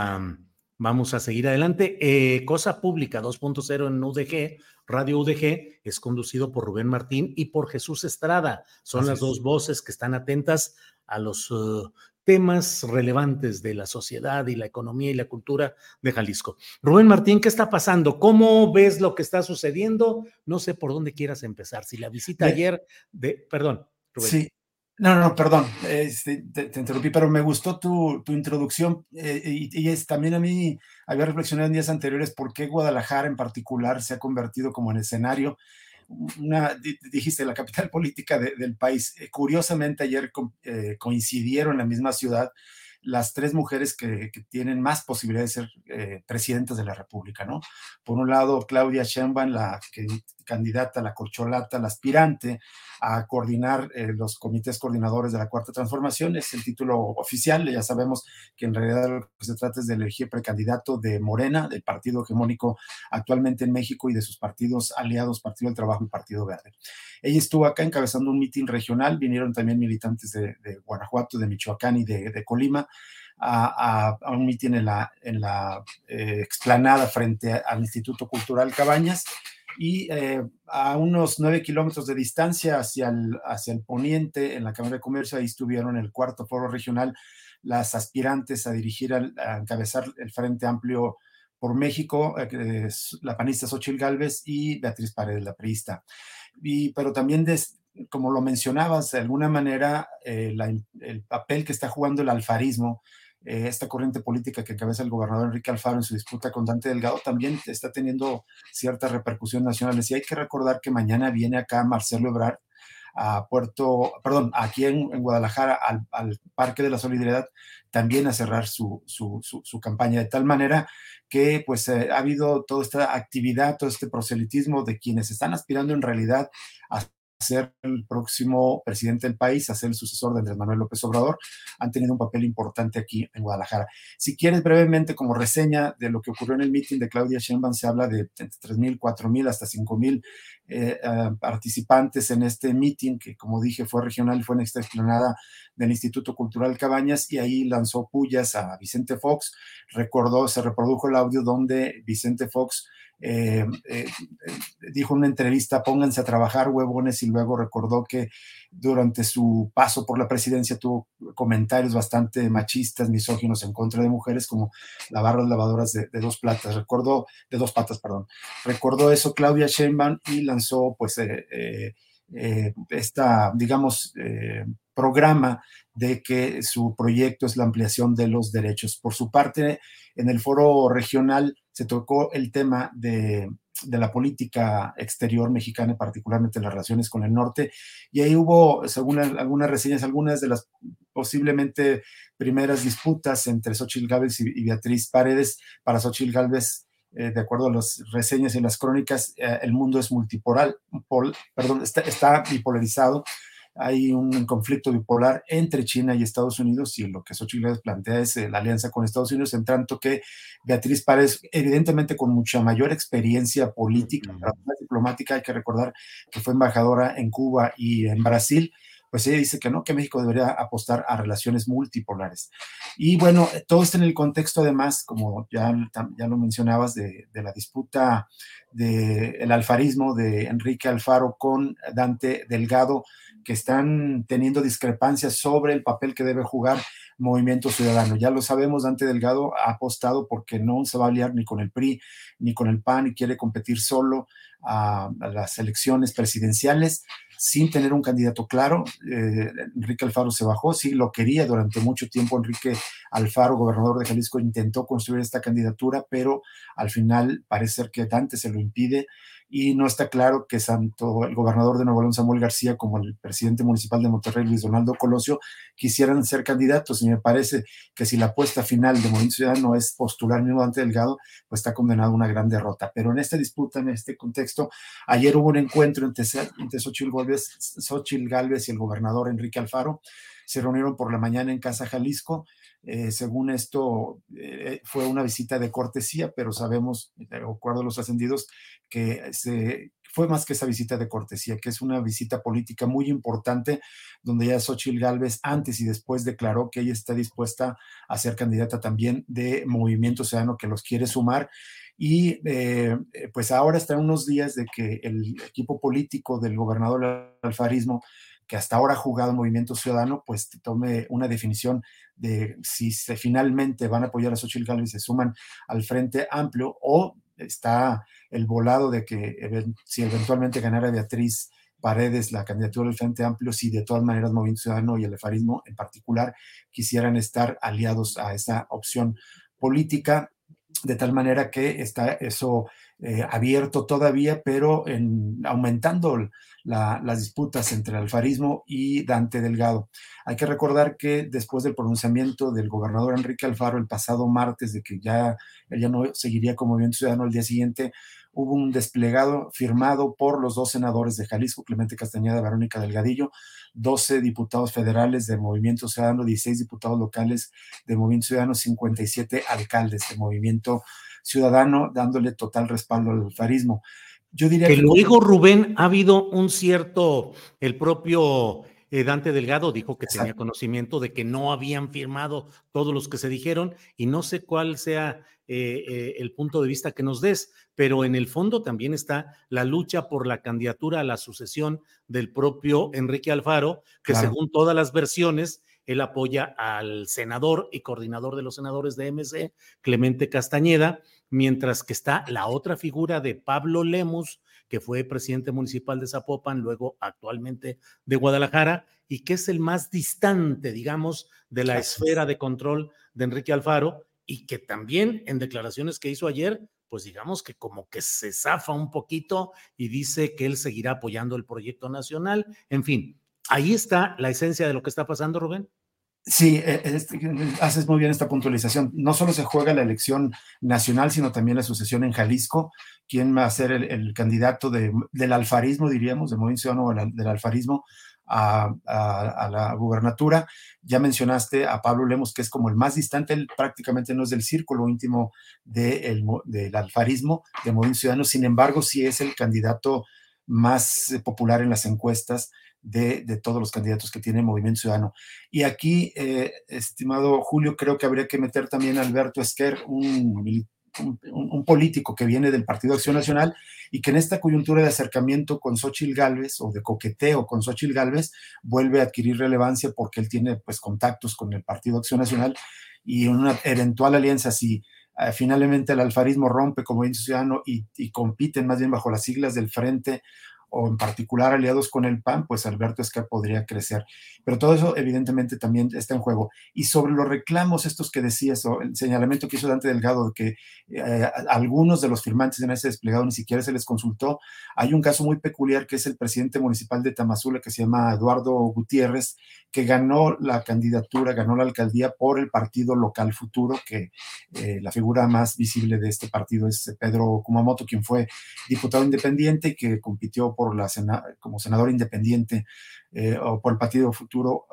a seguir adelante. Cosa Pública 2.0 en UDG, Radio UDG, es conducido por Rubén Martín y por Jesús Estrada. Son las dos voces que están atentas a los temas relevantes de la sociedad y la economía y la cultura de Jalisco. Rubén Martín, ¿qué está pasando? ¿Cómo ves lo que está sucediendo? No sé por dónde quieras empezar. Si la visita ayer de... Perdón, Rubén. Sí. No, perdón, te interrumpí, pero me gustó tu introducción y es también a mí, había reflexionado en días anteriores por qué Guadalajara en particular se ha convertido como en escenario, dijiste, la capital política del país. Curiosamente, ayer coincidieron en la misma ciudad las tres mujeres que tienen más posibilidades de ser presidentas de la República, ¿no? Por un lado, Claudia Sheinbaum, la candidata, la corcholata, la aspirante a coordinar los comités coordinadores de la Cuarta Transformación, es el título oficial. Ya sabemos que en realidad lo que se trata es de elegir precandidato de Morena, del partido hegemónico actualmente en México, y de sus partidos aliados, Partido del Trabajo y Partido Verde. Ella estuvo acá encabezando un mitin regional, vinieron también militantes de Guanajuato, de Michoacán y de Colima, a un mitin en la explanada frente al Instituto Cultural Cabañas, y a unos 9 kilómetros de distancia hacia el poniente, en la Cámara de Comercio, ahí estuvieron en el cuarto foro regional las aspirantes a dirigir, a encabezar el Frente Amplio por México, la panista Xóchitl Gálvez y Beatriz Paredes, la priista. Pero también, como lo mencionabas, de alguna manera, el papel que está jugando el alfarismo, esta corriente política que encabeza el gobernador Enrique Alfaro en su disputa con Dante Delgado, también está teniendo cierta repercusión nacional. Y hay que recordar que mañana viene acá Marcelo Ebrard aquí en Guadalajara, al Parque de la Solidaridad, también a cerrar su campaña, de tal manera que pues ha habido toda esta actividad, todo este proselitismo de quienes están aspirando en realidad a ser el próximo presidente del país, a ser el sucesor de Andrés Manuel López Obrador. Han tenido un papel importante aquí en Guadalajara. Si quieres, brevemente, como reseña de lo que ocurrió en el meeting de Claudia Sheinbaum, se habla de 3,000, 4,000, hasta 5,000 participantes en este meeting, que, como dije, fue regional y fue en esta explanada del Instituto Cultural Cabañas, y ahí lanzó pullas a Vicente Fox. Se reprodujo el audio donde Vicente Fox dijo en una entrevista: pónganse a trabajar, huevones, y luego recordó que durante su paso por la presidencia tuvo comentarios bastante machistas, misóginos en contra de mujeres, como lavar las lavadoras de dos patas. Recordó eso Claudia Sheinbaum y lanzó pues programa de que su proyecto es la ampliación de los derechos. Por su parte, en el foro regional se tocó el tema de la política exterior mexicana, particularmente las relaciones con el norte, y ahí hubo, según algunas reseñas, algunas de las posiblemente primeras disputas entre Xóchitl Gálvez y Beatriz Paredes. Para Xóchitl Gálvez, de acuerdo a las reseñas y las crónicas, el mundo es está bipolarizado. Hay un conflicto bipolar entre China y Estados Unidos, y lo que Xóchitl Gálvez plantea es la alianza con Estados Unidos, en tanto que Beatriz Paredes, evidentemente con mucha mayor experiencia política, pero más diplomática, hay que recordar que fue embajadora en Cuba y en Brasil, pues ella dice que no, que México debería apostar a relaciones multipolares. Y bueno, todo esto en el contexto, además, como ya lo mencionabas, de la disputa del alfarismo de Enrique Alfaro con Dante Delgado, que están teniendo discrepancias sobre el papel que debe jugar Movimiento Ciudadano. Ya lo sabemos, Dante Delgado ha apostado porque no se va a aliar ni con el PRI ni con el PAN, y quiere competir solo a las elecciones presidenciales sin tener un candidato claro. Enrique Alfaro se bajó, sí lo quería durante mucho tiempo. Enrique Alfaro, gobernador de Jalisco, intentó construir esta candidatura, pero al final parece ser que Dante se lo impide, y no está claro que tanto el gobernador de Nuevo León, Samuel García, como el presidente municipal de Monterrey, Luis Donaldo Colosio, quisieran ser candidatos. Y me parece que si la apuesta final de Movimiento Ciudadano es postular mismo Dante Delgado, pues está condenado a una gran derrota. Pero en esta disputa, en este contexto, ayer hubo un encuentro entre Xóchitl Gálvez y el gobernador Enrique Alfaro. Se reunieron por la mañana en Casa Jalisco. Según esto, fue una visita de cortesía, pero sabemos, de acuerdo a los ascendidos, que fue más que esa visita de cortesía, que es una visita política muy importante, donde ya Xóchitl Gálvez antes y después declaró que ella está dispuesta a ser candidata también de Movimiento Ciudadano, que los quiere sumar. Y pues ahora están unos días de que el equipo político del gobernador del alfarismo, que hasta ahora ha jugado Movimiento Ciudadano, pues tome una definición de si finalmente van a apoyar a Xóchitl Gálvez y se suman al Frente Amplio, o está el volado de que si eventualmente ganara Beatriz Paredes la candidatura del Frente Amplio, si de todas maneras Movimiento Ciudadano y el alfarismo en particular quisieran estar aliados a esa opción política, de tal manera que está eso abierto todavía, pero aumentando las disputas entre el alfarismo y Dante Delgado. Hay que recordar que después del pronunciamiento del gobernador Enrique Alfaro el pasado martes de que él ya no seguiría como Movimiento Ciudadano, al día siguiente hubo un desplegado firmado por los 2 senadores de Jalisco, Clemente Castañeda y Verónica Delgadillo, 12 diputados federales de Movimiento Ciudadano, 16 diputados locales de Movimiento Ciudadano, 57 alcaldes de Movimiento Ciudadano, dándole total respaldo al alfarismo. Yo diría que luego, Rubén, ha habido un cierto, el propio Dante Delgado dijo que tenía conocimiento de que no habían firmado todos los que se dijeron, y no sé cuál sea el punto de vista que nos des, pero en el fondo también está la lucha por la candidatura a la sucesión del propio Enrique Alfaro, que según todas las versiones, él apoya al senador y coordinador de los senadores de MC, Clemente Castañeda, mientras que está la otra figura de Pablo Lemus, que fue presidente municipal de Zapopan, luego actualmente de Guadalajara, y que es el más distante, digamos, de la esfera de control de Enrique Alfaro, y que también en declaraciones que hizo ayer, pues digamos que como que se zafa un poquito y dice que él seguirá apoyando el proyecto nacional. En fin, ahí está la esencia de lo que está pasando, Rubén. Sí, haces muy bien esta puntualización. No solo se juega la elección nacional, sino también la sucesión en Jalisco. ¿Quién va a ser el candidato del alfarismo, diríamos, de Movimiento Ciudadano, del alfarismo a la gubernatura? Ya mencionaste a Pablo Lemus, que es como el más distante, él prácticamente no es del círculo íntimo del alfarismo, de Movimiento Ciudadano. Sin embargo, sí es el candidato más popular en las encuestas de todos los candidatos que tiene Movimiento Ciudadano. Y aquí, estimado Julio, creo que habría que meter también a Alberto Esquer, un político que viene del Partido Acción Nacional y que en esta coyuntura de acercamiento con Xóchitl Gálvez o de coqueteo con Xóchitl Gálvez vuelve a adquirir relevancia porque él tiene pues contactos con el Partido Acción Nacional, y una eventual alianza, si finalmente el alfarismo rompe con Movimiento Ciudadano y compiten más bien bajo las siglas del Frente, o en particular aliados con el PAN, pues Alberto Esquer podría crecer. Pero todo eso evidentemente también está en juego. Y sobre los reclamos estos que decías, o el señalamiento que hizo Dante Delgado de que algunos de los firmantes en ese desplegado ni siquiera se les consultó, hay un caso muy peculiar que es el presidente municipal de Tamazula, que se llama Eduardo Gutiérrez, que ganó la candidatura, ganó la alcaldía por el partido Local Futuro, que la figura más visible de este partido es Pedro Kumamoto, quien fue diputado independiente y que compitió como senador independiente o por el Partido Futuro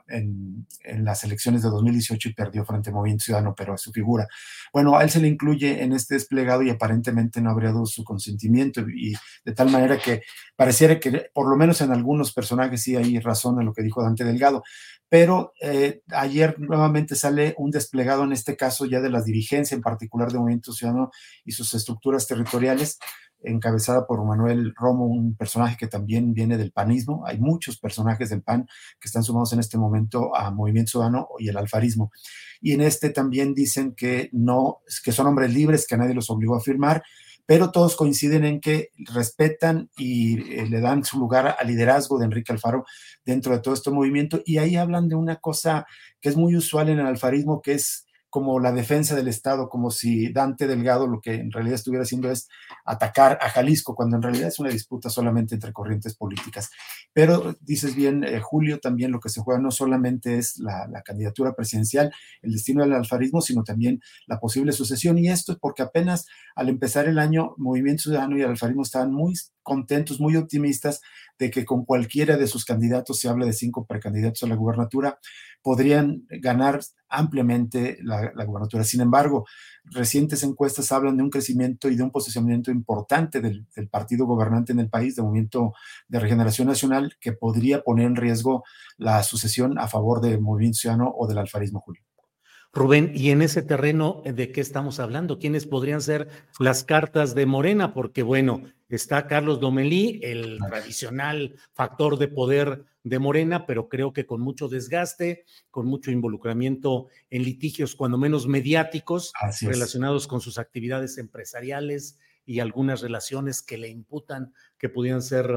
en las elecciones de 2018 y perdió frente a Movimiento Ciudadano, pero a su figura. Bueno, a él se le incluye en este desplegado y aparentemente no habría dado su consentimiento, y de tal manera que pareciera que por lo menos en algunos personajes sí hay razón en lo que dijo Dante Delgado. Pero ayer nuevamente sale un desplegado, en este caso ya de la dirigencia, en particular de Movimiento Ciudadano y sus estructuras territoriales, encabezada por Manuel Romo, un personaje que también viene del panismo. Hay muchos personajes del PAN que están sumados en este momento a Movimiento Ciudadano y el alfarismo. Y en este también dicen que son hombres libres, que nadie los obligó a firmar, pero todos coinciden en que respetan y le dan su lugar al liderazgo de Enrique Alfaro dentro de todo este movimiento. Y ahí hablan de una cosa que es muy usual en el alfarismo, que es como la defensa del Estado, como si Dante Delgado lo que en realidad estuviera haciendo es atacar a Jalisco, cuando en realidad es una disputa solamente entre corrientes políticas. Pero dices bien, Julio, también lo que se juega no solamente es la candidatura presidencial, el destino del alfarismo, sino también la posible sucesión. Y esto es porque apenas al empezar el año, Movimiento Ciudadano y el alfarismo estaban muy contentos, muy optimistas de que con cualquiera de sus candidatos, se habla de 5 precandidatos a la gubernatura, podrían ganar ampliamente la gubernatura. Sin embargo, recientes encuestas hablan de un crecimiento y de un posicionamiento importante del partido gobernante en el país, de Movimiento de Regeneración Nacional, que podría poner en riesgo la sucesión a favor de Movimiento Ciudadano o del alfarismo, Julio. Rubén, y en ese terreno, ¿de qué estamos hablando? ¿Quiénes podrían ser las cartas de Morena? Porque, bueno, está Carlos Lomelí, el tradicional factor de poder de Morena, pero creo que con mucho desgaste, con mucho involucramiento en litigios, cuando menos mediáticos, relacionados con sus actividades empresariales y algunas relaciones que le imputan que pudieran ser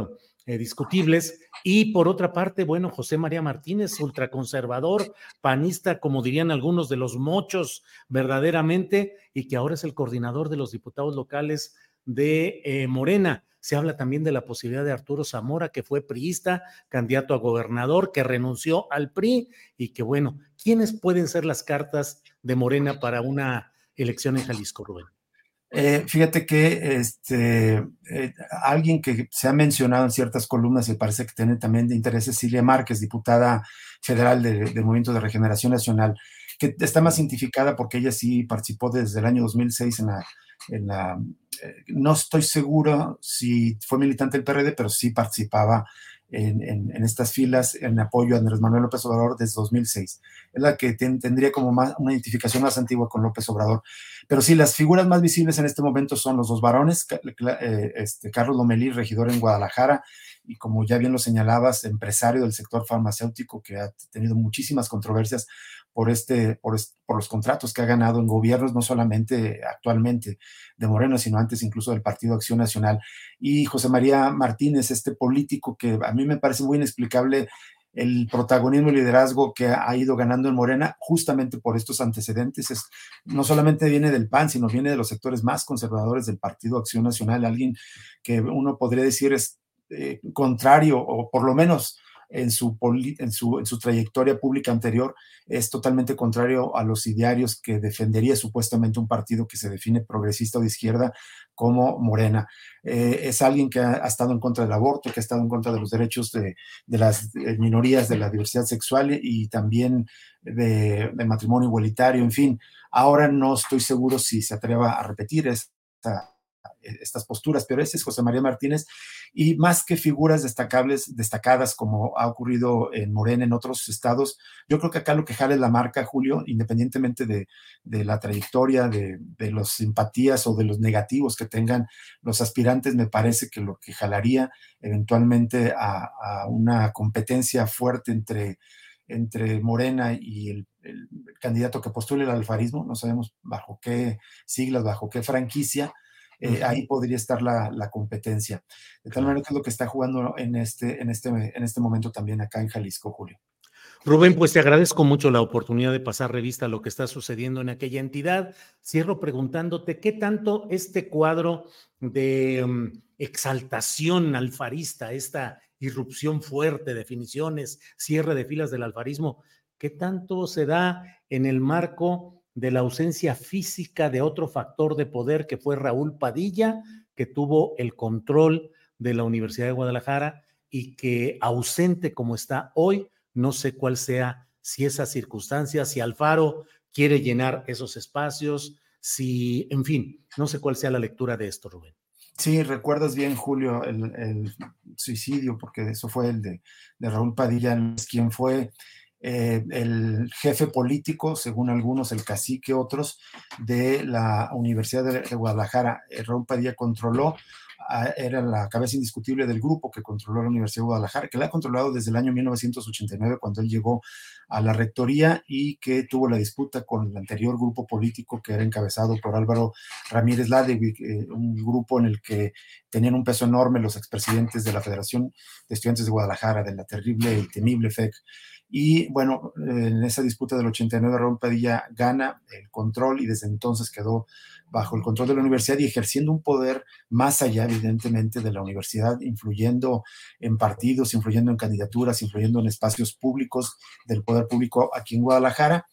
discutibles. Y por otra parte, bueno, José María Martínez, ultraconservador, panista, como dirían algunos, de los mochos verdaderamente, y que ahora es el coordinador de los diputados locales de Morena. Se habla también de la posibilidad de Arturo Zamora, que fue priista, candidato a gobernador, que renunció al PRI, y que bueno, ¿quiénes pueden ser las cartas de Morena para una elección en Jalisco, Rubén? Fíjate que alguien que se ha mencionado en ciertas columnas y parece que tiene también de interés es Silvia Márquez, diputada federal del Movimiento de Regeneración Nacional, que está más identificada porque ella sí participó desde el año 2006 no estoy seguro si fue militante del PRD, pero sí participaba en estas filas en apoyo a Andrés Manuel López Obrador desde 2006. Es la que tendría como una identificación más antigua con López Obrador. Pero sí, las figuras más visibles en este momento son los dos varones, Carlos Lomelí, regidor en Guadalajara, y como ya bien lo señalabas, empresario del sector farmacéutico que ha tenido muchísimas controversias por los contratos que ha ganado en gobiernos, no solamente actualmente de Moreno, sino antes incluso del Partido Acción Nacional. Y José María Martínez, este político que a mí me parece muy inexplicable el protagonismo y liderazgo que ha ido ganando en Morena justamente por estos antecedentes. No solamente viene del PAN, sino viene de los sectores más conservadores del Partido Acción Nacional, alguien que uno podría decir es contrario, o por lo menos en su trayectoria pública anterior, es totalmente contrario a los idearios que defendería supuestamente un partido que se define progresista o de izquierda como Morena. Es alguien que ha estado en contra del aborto, que ha estado en contra de los derechos de las minorías, de la diversidad sexual y también de matrimonio igualitario, en fin. Ahora no estoy seguro si se atreva a repetir estas posturas, pero ese es José María Martínez, y más que figuras destacadas como ha ocurrido en Morena en otros estados, yo creo que acá lo que jala es la marca, Julio, independientemente de la trayectoria, de las simpatías o de los negativos que tengan los aspirantes. Me parece que lo que jalaría eventualmente a una competencia fuerte entre Morena y el candidato que postule el alfarismo, no sabemos bajo qué siglas, bajo qué franquicia. Ahí podría estar la competencia. De tal manera que es lo que está jugando en este momento también acá en Jalisco, Julio. Rubén, pues te agradezco mucho la oportunidad de pasar revista a lo que está sucediendo en aquella entidad. Cierro preguntándote qué tanto este cuadro de exaltación alfarista, esta irrupción fuerte, definiciones, cierre de filas del alfarismo, qué tanto se da en el marco de la ausencia física de otro factor de poder que fue Raúl Padilla, que tuvo el control de la Universidad de Guadalajara y que, ausente como está hoy, no sé cuál sea, si esa circunstancia, si Alfaro quiere llenar esos espacios, si, en fin, no sé cuál sea la lectura de esto, Rubén. Sí, recuerdas bien, Julio, el suicidio, porque eso fue el de Raúl Padilla, quien fue el jefe político, según algunos, el cacique, otros, de la Universidad de Guadalajara. Raúl Padilla era la cabeza indiscutible del grupo que controló la Universidad de Guadalajara, que la ha controlado desde el año 1989, cuando él llegó a la rectoría, y que tuvo la disputa con el anterior grupo político que era encabezado por Álvaro Ramírez Ladegui, un grupo en el que tenían un peso enorme los expresidentes de la Federación de Estudiantes de Guadalajara, de la terrible y temible FEC. Y bueno, en esa disputa del 89, Raúl Padilla gana el control y desde entonces quedó bajo el control de la universidad y ejerciendo un poder más allá, evidentemente, de la universidad, influyendo en partidos, influyendo en candidaturas, influyendo en espacios públicos del poder público aquí en Guadalajara.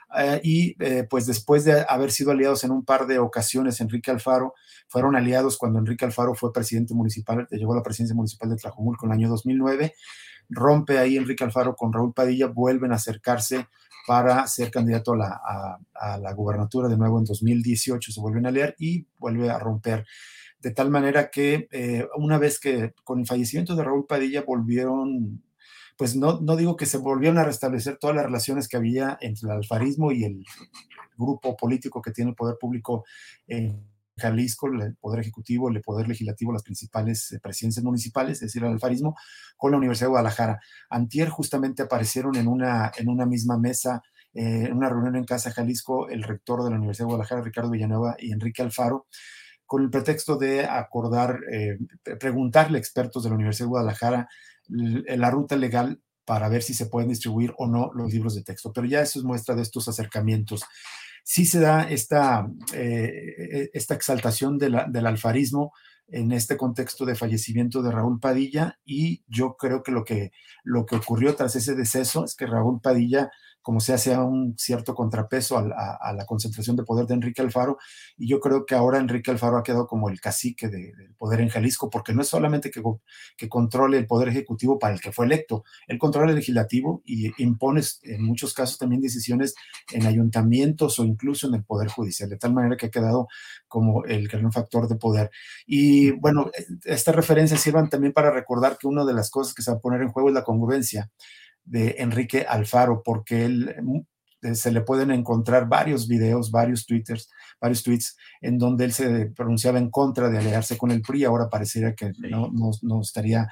Pues después de haber sido aliados en un par de ocasiones, Enrique Alfaro, fueron aliados cuando Enrique Alfaro fue presidente municipal, llegó a la presidencia municipal de Tlajomulco en el año 2009, rompe ahí Enrique Alfaro con Raúl Padilla, vuelven a acercarse para ser candidato a la gubernatura de nuevo en 2018, se vuelven a aliar y vuelve a romper. De tal manera que una vez que con el fallecimiento de Raúl Padilla volvieron, pues no digo que se volvieron a restablecer todas las relaciones que había entre el alfarismo y el grupo político que tiene el poder público en Jalisco, el poder ejecutivo, el poder legislativo, las principales presidencias municipales, es decir, el alfarismo, con la Universidad de Guadalajara. Antier justamente aparecieron en una misma mesa, en una reunión en Casa Jalisco, el rector de la Universidad de Guadalajara, Ricardo Villanueva, y Enrique Alfaro, con el pretexto de preguntarle a expertos de la Universidad de Guadalajara la ruta legal para ver si se pueden distribuir o no los libros de texto. Pero ya eso es muestra de estos acercamientos. Sí se da esta exaltación del alfarismo en este contexto de fallecimiento de Raúl Padilla, y yo creo que lo que ocurrió tras ese deceso es que Raúl Padilla, como se hace un cierto contrapeso a la concentración de poder de Enrique Alfaro, y yo creo que ahora Enrique Alfaro ha quedado como el cacique del poder en Jalisco, porque no es solamente que controle el poder ejecutivo para el que fue electo, él controla el legislativo y impone en muchos casos también decisiones en ayuntamientos o incluso en el poder judicial, de tal manera que ha quedado como el gran factor de poder. Y bueno, estas referencias sirvan también para recordar que una de las cosas que se va a poner en juego es la congruencia de Enrique Alfaro, porque se le pueden encontrar varios videos, varios tweets en donde él se pronunciaba en contra de aliarse con el PRI. Ahora pareciera que no estaría,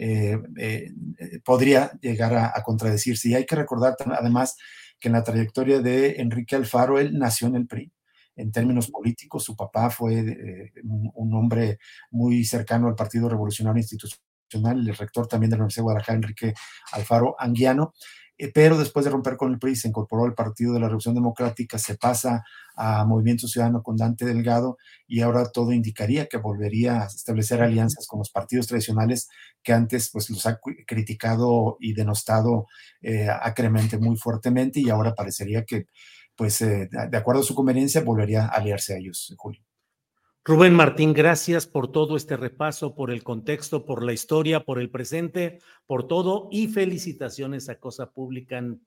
podría llegar a contradecirse. Y hay que recordar además que en la trayectoria de Enrique Alfaro, él nació en el PRI. En términos políticos, su papá fue un hombre muy cercano al Partido Revolucionario Institucional, el rector también de la Universidad de Guadalajara, Enrique Alfaro Anguiano, pero después de romper con el PRI se incorporó al Partido de la Revolución Democrática, se pasa a Movimiento Ciudadano con Dante Delgado, y ahora todo indicaría que volvería a establecer alianzas con los partidos tradicionales que antes pues los ha criticado y denostado acremente, muy fuertemente, y ahora parecería que pues de acuerdo a su conveniencia volvería a aliarse a ellos, Julio. Rubén Martín, gracias por todo este repaso, por el contexto, por la historia, por el presente, por todo, y felicitaciones a Cosa Pública en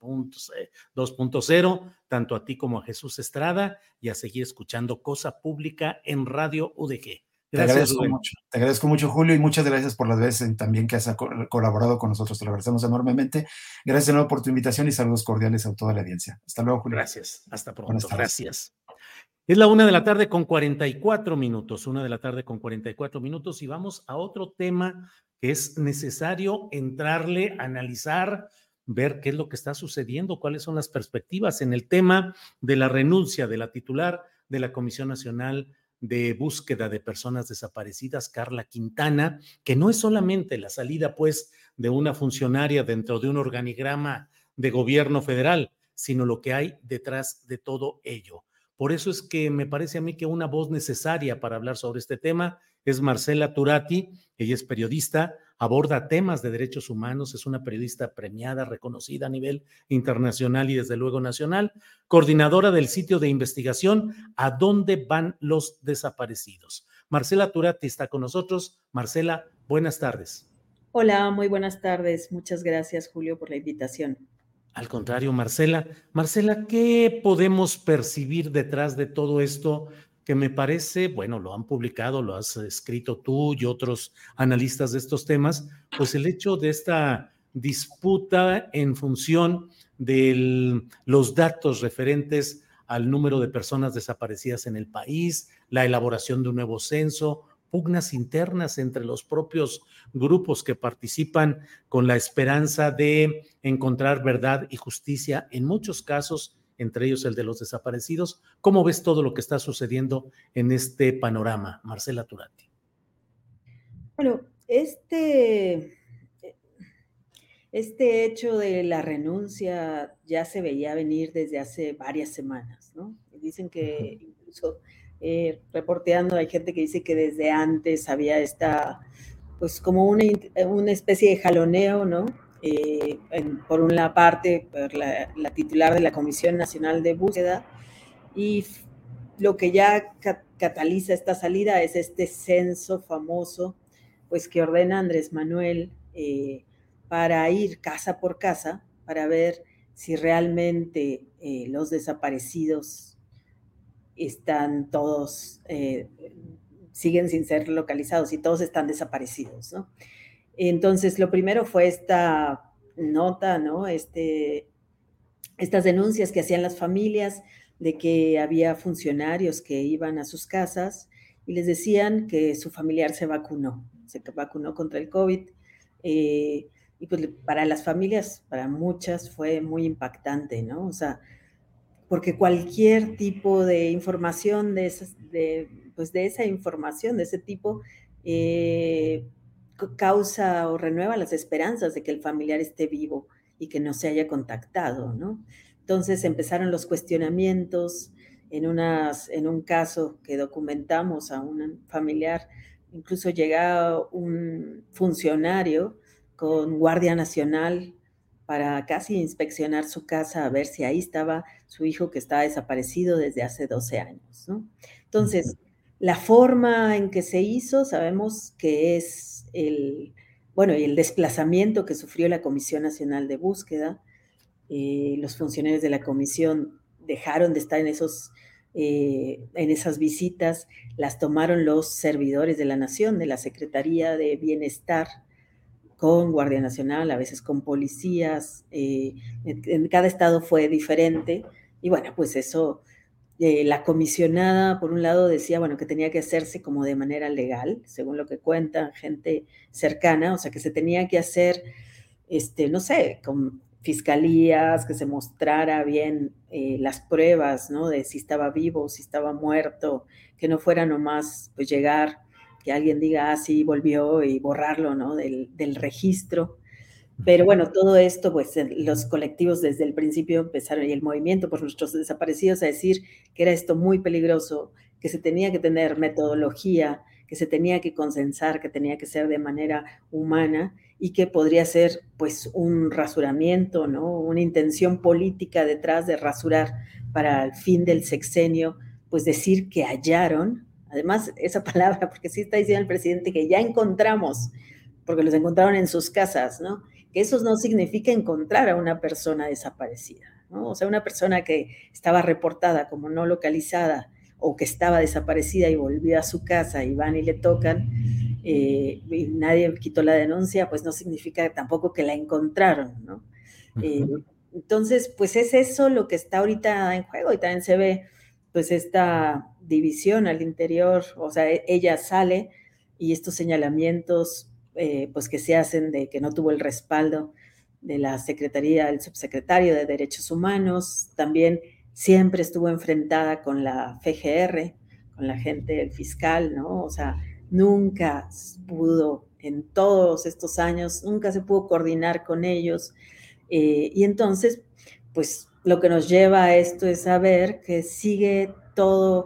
2.0, tanto a ti como a Jesús Estrada, y a seguir escuchando Cosa Pública en Radio UDG. Gracias, Rubén. Te agradezco mucho, Julio, y muchas gracias por las veces también que has colaborado con nosotros. Te lo agradecemos enormemente. Gracias de nuevo por tu invitación y saludos cordiales a toda la audiencia. Hasta luego, Julio. Gracias. Hasta pronto. Gracias. Es la 1:44 p.m. 1:44 p.m, y vamos a otro tema que es necesario entrarle, analizar, ver qué es lo que está sucediendo, cuáles son las perspectivas en el tema de la renuncia de la titular de la Comisión Nacional de Búsqueda de Personas Desaparecidas, Carla Quintana, que no es solamente la salida, pues, de una funcionaria dentro de un organigrama de gobierno federal, sino lo que hay detrás de todo ello. Por eso es que me parece a mí que una voz necesaria para hablar sobre este tema es Marcela Turati. Ella es periodista, aborda temas de derechos humanos, es una periodista premiada, reconocida a nivel internacional y desde luego nacional, coordinadora del sitio de investigación ¿A dónde van los desaparecidos? Marcela Turati está con nosotros. Marcela, buenas tardes. Hola, muy buenas tardes. Muchas gracias, Julio, por la invitación. Al contrario, Marcela. Marcela, ¿qué podemos percibir detrás de todo esto que me parece, bueno, lo han publicado, lo has escrito tú y otros analistas de estos temas, pues el hecho de esta disputa en función de los datos referentes al número de personas desaparecidas en el país, la elaboración de un nuevo censo, pugnas internas entre los propios grupos que participan con la esperanza de encontrar verdad y justicia en muchos casos, entre ellos el de los desaparecidos. ¿Cómo ves todo lo que está sucediendo en este panorama, Marcela Turati? Bueno, este hecho de la renuncia ya se veía venir desde hace varias semanas, ¿no? Dicen que incluso reporteando, hay gente que dice que desde antes había pues como una especie de jaloneo, ¿no? Por una parte, por la titular de la Comisión Nacional de Búsqueda, y lo que ya cataliza esta salida es este censo famoso, pues que ordena Andrés Manuel para ir casa por casa para ver si realmente los desaparecidos están todos, siguen sin ser localizados y todos están desaparecidos, ¿no? Entonces, lo primero fue esta nota, ¿no? Estas denuncias que hacían las familias de que había funcionarios que iban a sus casas y les decían que su familiar se vacunó contra el COVID. Y pues para las familias, para muchas, fue muy impactante, ¿no? O sea, porque cualquier tipo de información de esa información, de ese tipo, causa o renueva las esperanzas de que el familiar esté vivo y que no se haya contactado, ¿no? Entonces empezaron los cuestionamientos. En un caso que documentamos a un familiar, incluso llega un funcionario con Guardia Nacional para casi inspeccionar su casa a ver si ahí estaba su hijo que estaba desaparecido desde hace 12 años, ¿no? Entonces, la forma en que se hizo, sabemos que es el desplazamiento que sufrió la Comisión Nacional de Búsqueda. Los funcionarios de la comisión dejaron de estar en esas visitas, las tomaron los servidores de la Nación, de la Secretaría de Bienestar, con Guardia Nacional, a veces con policías. En cada estado fue diferente, y bueno, pues eso, la comisionada, por un lado, decía, bueno, que tenía que hacerse como de manera legal, según lo que cuenta gente cercana, o sea, que se tenía que hacer, no sé, con fiscalías, que se mostrara bien las pruebas, ¿no? De si estaba vivo, si estaba muerto, que no fuera nomás, pues, llegar, que alguien diga, sí, volvió, y borrarlo, ¿no? Del registro. Pero bueno, todo esto, pues los colectivos desde el principio empezaron, y el movimiento por nuestros desaparecidos, a decir que era esto muy peligroso, que se tenía que tener metodología, que se tenía que consensar, que tenía que ser de manera humana, y que podría ser pues un rasuramiento, ¿no? Una intención política detrás de rasurar para el fin del sexenio, pues decir que hallaron, además esa palabra, porque sí está diciendo el presidente que ya encontramos, porque los encontraron en sus casas, ¿no? Que eso no significa encontrar a una persona desaparecida, ¿no? O sea, una persona que estaba reportada como no localizada o que estaba desaparecida y volvió a su casa y van y le tocan, y nadie quitó la denuncia, pues no significa tampoco que la encontraron, ¿no? Entonces, pues es eso lo que está ahorita en juego, y también se ve pues esta división al interior, o sea, ella sale y estos señalamientos pues que se hacen de que no tuvo el respaldo de la Secretaría, del subsecretario de Derechos Humanos, también siempre estuvo enfrentada con la FGR, con la gente del fiscal, ¿no? O sea, nunca pudo, en todos estos años, nunca se pudo coordinar con ellos, y entonces, pues lo que nos lleva a esto es saber que sigue todo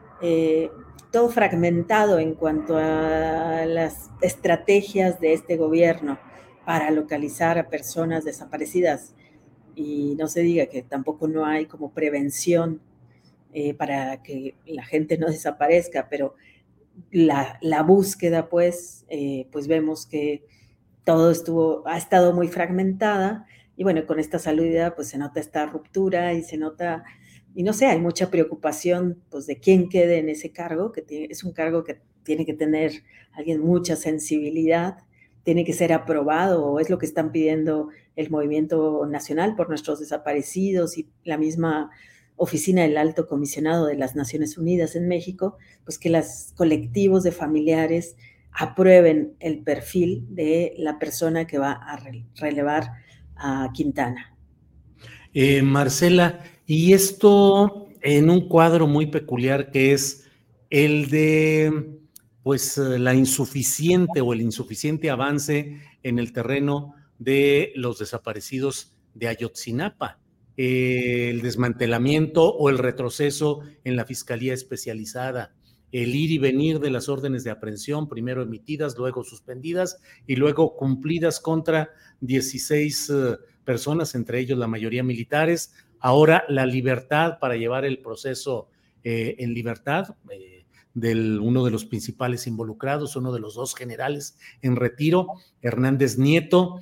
fragmentado en cuanto a las estrategias de este gobierno para localizar a personas desaparecidas. Y no se diga que tampoco no hay como prevención para que la gente no desaparezca, pero la búsqueda, pues vemos que todo ha estado muy fragmentada, y bueno, con esta salida pues se nota esta ruptura, y se nota, y no sé, hay mucha preocupación pues de quién quede en ese cargo, es un cargo que tiene que tener alguien mucha sensibilidad, tiene que ser aprobado, o es lo que están pidiendo el Movimiento Nacional por Nuestros Desaparecidos y la misma Oficina del Alto Comisionado de las Naciones Unidas en México, pues que los colectivos de familiares aprueben el perfil de la persona que va a relevar a Quintana. Marcela, y esto en un cuadro muy peculiar que es el de pues la insuficiente o el insuficiente avance en el terreno de los desaparecidos de Ayotzinapa, el desmantelamiento o el retroceso en la Fiscalía Especializada, el ir y venir de las órdenes de aprehensión, primero emitidas, luego suspendidas y luego cumplidas contra 16 personas, entre ellos la mayoría militares. Ahora la libertad para llevar el proceso en libertad de uno de los principales involucrados, uno de los dos generales en retiro, Hernández Nieto.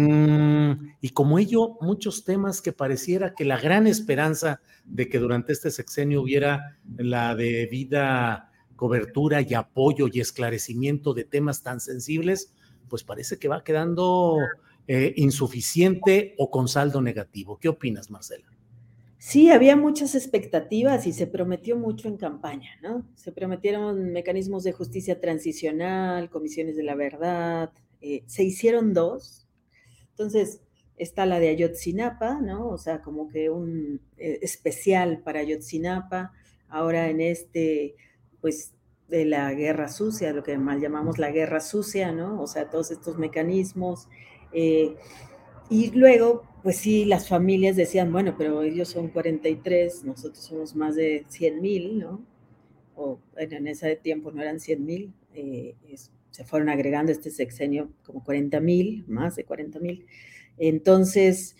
Y como ello, muchos temas que pareciera que la gran esperanza de que durante este sexenio hubiera la debida cobertura y apoyo y esclarecimiento de temas tan sensibles, pues parece que va quedando insuficiente o con saldo negativo. ¿Qué opinas, Marcela? Sí, había muchas expectativas y se prometió mucho en campaña, ¿no? Se prometieron mecanismos de justicia transicional, comisiones de la verdad, se hicieron 2. Entonces, está la de Ayotzinapa, ¿no? O sea, como que un especial para Ayotzinapa, ahora en pues, de la guerra sucia, lo que mal llamamos la guerra sucia, ¿no? O sea, todos estos mecanismos. Y luego, pues sí, las familias decían, bueno, pero ellos son 43, nosotros somos más de 100,000, ¿no? O en ese tiempo no eran 100,000, se fueron agregando este sexenio como 40,000, más de 40,000. Entonces,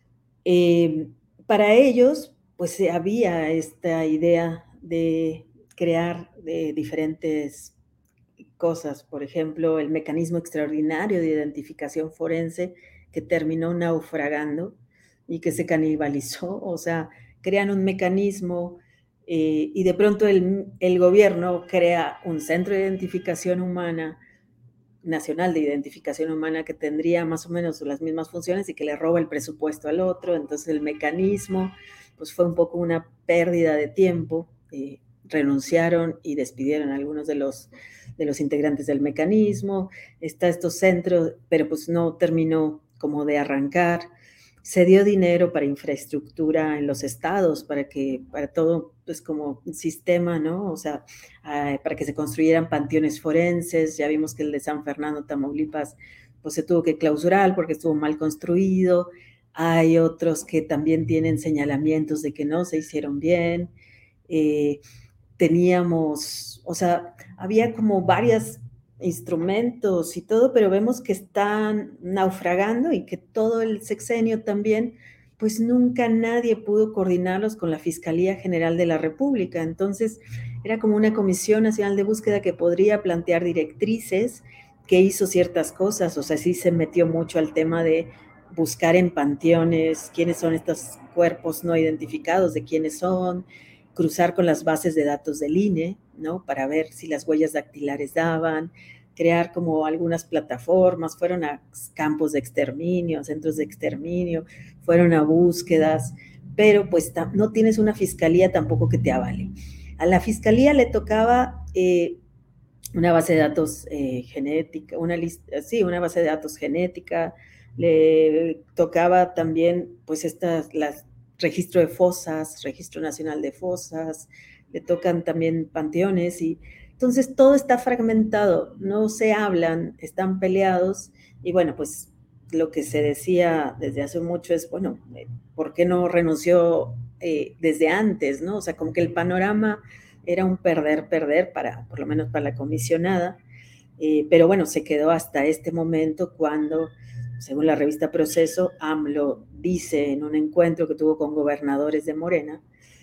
para ellos, pues había esta idea de crear diferentes cosas, por ejemplo, el mecanismo extraordinario de identificación forense que terminó naufragando y que se canibalizó, o sea, crean un mecanismo y de pronto el gobierno crea un centro de identificación humana, nacional de identificación humana, que tendría más o menos las mismas funciones y que le roba el presupuesto al otro. Entonces el mecanismo pues fue un poco una pérdida de tiempo, renunciaron y despidieron a algunos de los integrantes del mecanismo. Está estos centros, pero pues no terminó como de arrancar. Se dio dinero para infraestructura en los estados, para todo, pues como un sistema, ¿no? O sea, para que se construyeran panteones forenses. Ya vimos que el de San Fernando, Tamaulipas, pues se tuvo que clausurar porque estuvo mal construido. Hay otros que también tienen señalamientos de que no se hicieron bien. Teníamos, o sea, había como varios instrumentos y todo, pero vemos que están naufragando y que todo el sexenio también, pues nunca nadie pudo coordinarlos con la Fiscalía General de la República. Entonces, era como una Comisión Nacional de Búsqueda que podría plantear directrices, que hizo ciertas cosas, o sea, sí se metió mucho al tema de buscar en panteones quiénes son estos cuerpos no identificados, de quiénes son, cruzar con las bases de datos del INE, ¿no? Para ver si las huellas dactilares daban, crear como algunas plataformas, fueron a campos de exterminio, centros de exterminio, fueron a búsquedas, pero pues no tienes una fiscalía tampoco que te avale. A la fiscalía le tocaba una base de datos genética, una base de datos genética, le tocaba también pues registro de fosas, Registro Nacional de Fosas, le tocan también panteones y entonces todo está fragmentado, no se hablan, están peleados y bueno, pues lo que se decía desde hace mucho es, bueno, ¿por qué no renunció desde antes, no? O sea, como que el panorama era un perder, por lo menos para la comisionada, pero bueno, se quedó hasta este momento cuando, según la revista Proceso, AMLO dice en un encuentro que tuvo con gobernadores de Morena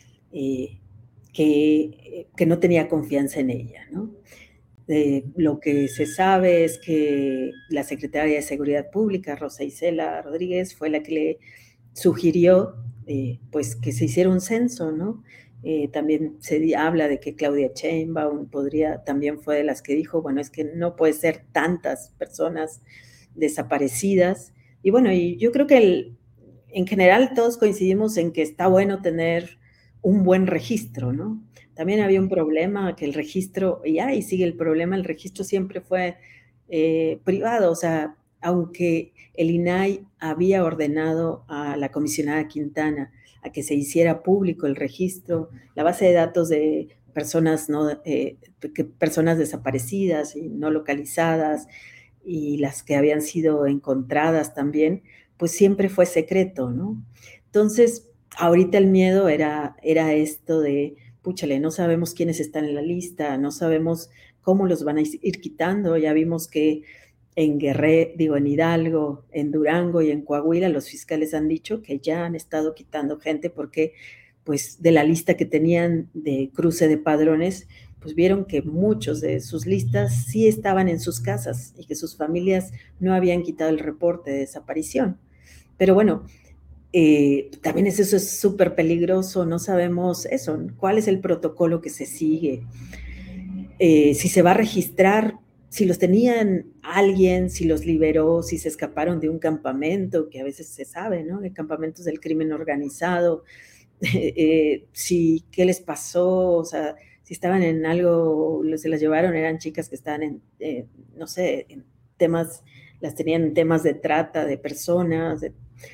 que no tenía confianza en ella, ¿no? Lo que se sabe es que la secretaria de Seguridad Pública, Rosa Isela Rodríguez, fue la que le sugirió pues que se hiciera un censo, ¿no? También se habla de que Claudia Sheinbaum también fue de las que dijo, bueno, es que no puede ser tantas personas desaparecidas. Y bueno, y yo creo que en general todos coincidimos en que está bueno tener un buen registro, ¿no? También había un problema que el registro, y sigue el problema, el registro siempre fue privado, o sea, aunque el INAI había ordenado a la comisionada Quintana a que se hiciera público el registro, la base de datos de personas, personas desaparecidas y no localizadas, y las que habían sido encontradas también, pues siempre fue secreto, ¿no? Entonces, ahorita el miedo era esto de, púchale, no sabemos quiénes están en la lista, no sabemos cómo los van a ir quitando. Ya vimos que en Hidalgo, en Durango y en Coahuila, los fiscales han dicho que ya han estado quitando gente porque, pues, de la lista que tenían de cruce de padrones, pues vieron que muchos de sus listas sí estaban en sus casas y que sus familias no habían quitado el reporte de desaparición. Pero bueno, también eso es súper peligroso, no sabemos eso, cuál es el protocolo que se sigue, si se va a registrar, si los tenían alguien, si los liberó, si se escaparon de un campamento, que a veces se sabe, ¿no? De campamentos del crimen organizado, qué les pasó, o sea, si estaban en algo, se las llevaron, eran chicas que estaban en temas, las tenían en temas de trata de personas,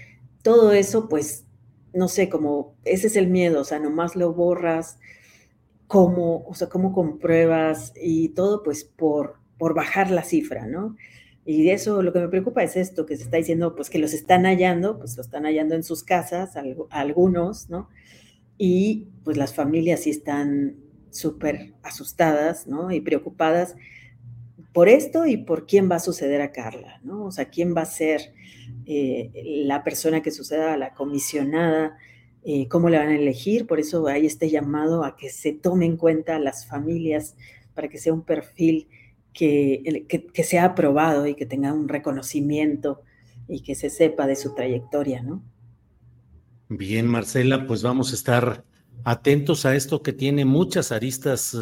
todo eso, pues, no sé, como ese es el miedo, o sea, nomás lo borras, ¿cómo compruebas? Y todo, pues, por bajar la cifra, ¿no? Y de eso lo que me preocupa es esto, que se está diciendo, pues, que los están hallando, pues, lo están hallando en sus casas, algunos, ¿no? Y, pues, las familias sí están súper asustadas, ¿no? Y preocupadas por esto y por quién va a suceder a Carla, ¿no? O sea, quién va a ser la persona que suceda a la comisionada, cómo le van a elegir. Por eso hay este llamado a que se tome en cuenta a las familias para que sea un perfil que sea aprobado y que tenga un reconocimiento y que se sepa de su trayectoria, ¿no? Bien, Marcela, pues vamos a estar atentos a esto que tiene muchas aristas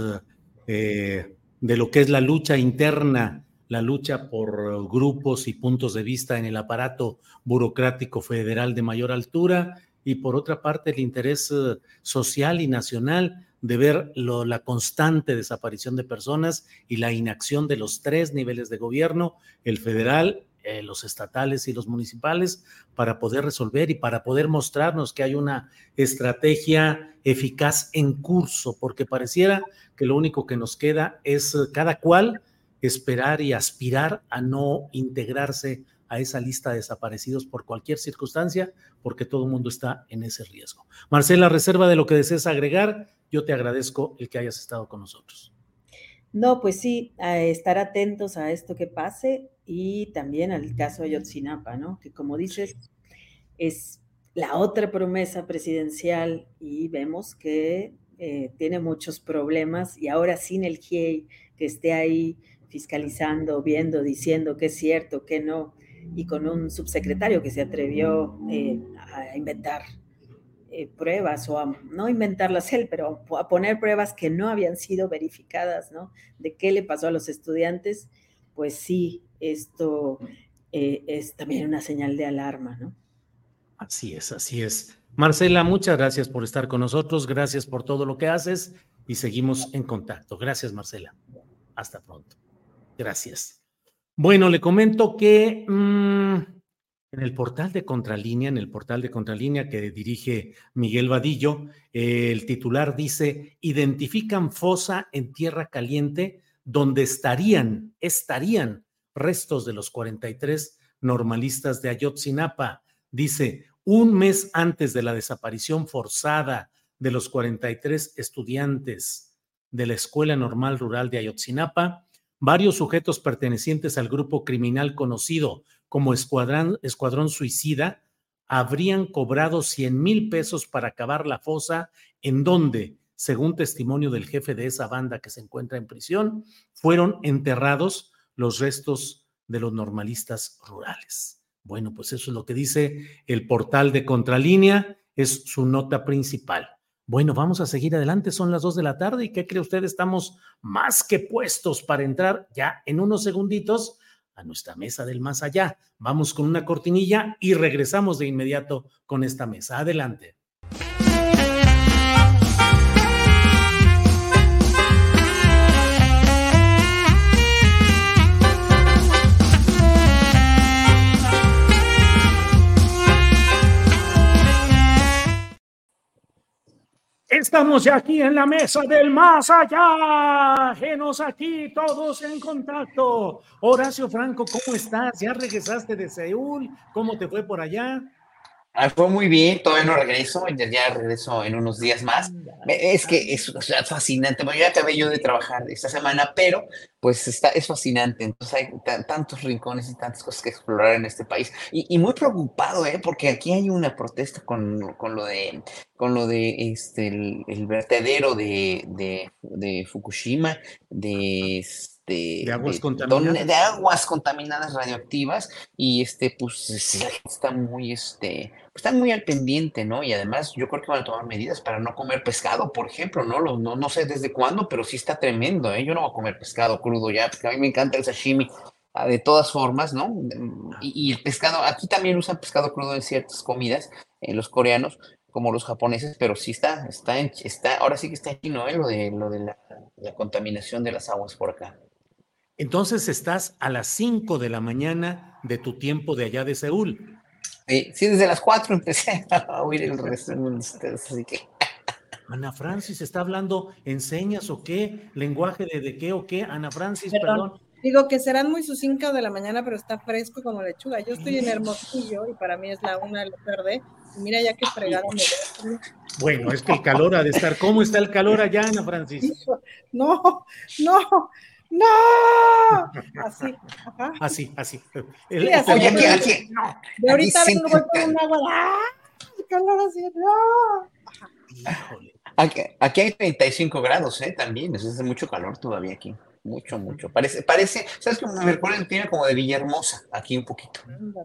de lo que es la lucha interna, la lucha por grupos y puntos de vista en el aparato burocrático federal de mayor altura, y por otra parte el interés social y nacional de ver la constante desaparición de personas y la inacción de los 3 niveles de gobierno, el federal, los estatales y los municipales, para poder resolver y para poder mostrarnos que hay una estrategia eficaz en curso, porque pareciera que lo único que nos queda es cada cual esperar y aspirar a no integrarse a esa lista de desaparecidos por cualquier circunstancia, porque todo el mundo está en ese riesgo. Marcela, reserva de lo que desees agregar, yo te agradezco el que hayas estado con nosotros. No, pues sí, a estar atentos a esto que pase y también al caso Ayotzinapa, ¿no? Que como dices, es la otra promesa presidencial y vemos que tiene muchos problemas, y ahora sin el GIEI que esté ahí fiscalizando, viendo, diciendo qué es cierto, qué no, y con un subsecretario que se atrevió a inventar pruebas, o a no inventarlas él, pero a poner pruebas que no habían sido verificadas, ¿no? De qué le pasó a los estudiantes, pues sí, esto es también una señal de alarma, ¿no? Así es, así es. Marcela, muchas gracias por estar con nosotros, gracias por todo lo que haces y seguimos en contacto. Gracias, Marcela. Hasta pronto. Gracias. Bueno, le comento que en el portal de Contralínea que dirige Miguel Vadillo, el titular dice: identifican fosa en Tierra Caliente donde estarían restos de los 43 normalistas de Ayotzinapa. Dice, un mes antes de la desaparición forzada de los 43 estudiantes de la Escuela Normal Rural de Ayotzinapa, varios sujetos pertenecientes al grupo criminal conocido como Escuadrón Suicida habrían cobrado 100,000 pesos para cavar la fosa en donde, según testimonio del jefe de esa banda que se encuentra en prisión, fueron enterrados los restos de los normalistas rurales. Bueno, pues eso es lo que dice el portal de Contralínea, es su nota principal. Bueno, vamos a seguir adelante, son las 2 de la tarde y ¿qué cree usted? Estamos más que puestos para entrar ya en unos segunditos a nuestra mesa del más allá. Vamos con una cortinilla y regresamos de inmediato con esta mesa. Adelante. Estamos ya aquí en la mesa del más allá, ajenos aquí, todos en contacto. Horacio Franco, ¿cómo estás? ¿Ya regresaste de Seúl? ¿Cómo te fue por allá? Fue muy bien, todavía no regreso, ya regreso en unos días más. Es que es fascinante. Bueno, ya acabé yo de trabajar esta semana, pero pues es fascinante. Entonces hay tantos rincones y tantas cosas que explorar en este país. Y muy preocupado, porque aquí hay una protesta con lo de el vertedero de Fukushima, de aguas contaminadas. De aguas contaminadas radioactivas, y pues la gente está muy están muy al pendiente, ¿no? Y además yo creo que van a tomar medidas para no comer pescado, por ejemplo, no sé desde cuándo, pero sí está tremendo, ¿eh? Yo no voy a comer pescado crudo ya, porque a mí me encanta el sashimi, de todas formas, ¿no? Y el pescado, aquí también usan pescado crudo en ciertas comidas, los coreanos, como los japoneses, pero sí está, ahora sí que está chino, lo de la contaminación de las aguas por acá. Entonces estás a las 5 de la mañana de tu tiempo de allá de Seúl. Sí, desde las 4 empecé a oír el resumen de ustedes, así que... Ana Francis, ¿está hablando en señas o qué? ¿Lenguaje de qué o qué? Ana Francis, Perdón. perdón. Digo que serán muy sus 5 de la mañana, pero está fresco como lechuga. Yo estoy en Hermosillo y para mí es la 1 de la tarde. Y mira ya que fregada me veo. Bueno, es que el calor ha de estar. ¿Cómo está el calor allá, Ana Francis? No. Así, ajá. Así. Sí, así. Oye, aquí, no. De ahorita vengo, voy por un agua. El calor así, no. Híjole. Aquí hay 35 grados, también, eso es mucho calor todavía aquí, mucho. Parece, ¿sabes cómo me recuerda el clima como de Villahermosa, aquí un poquito?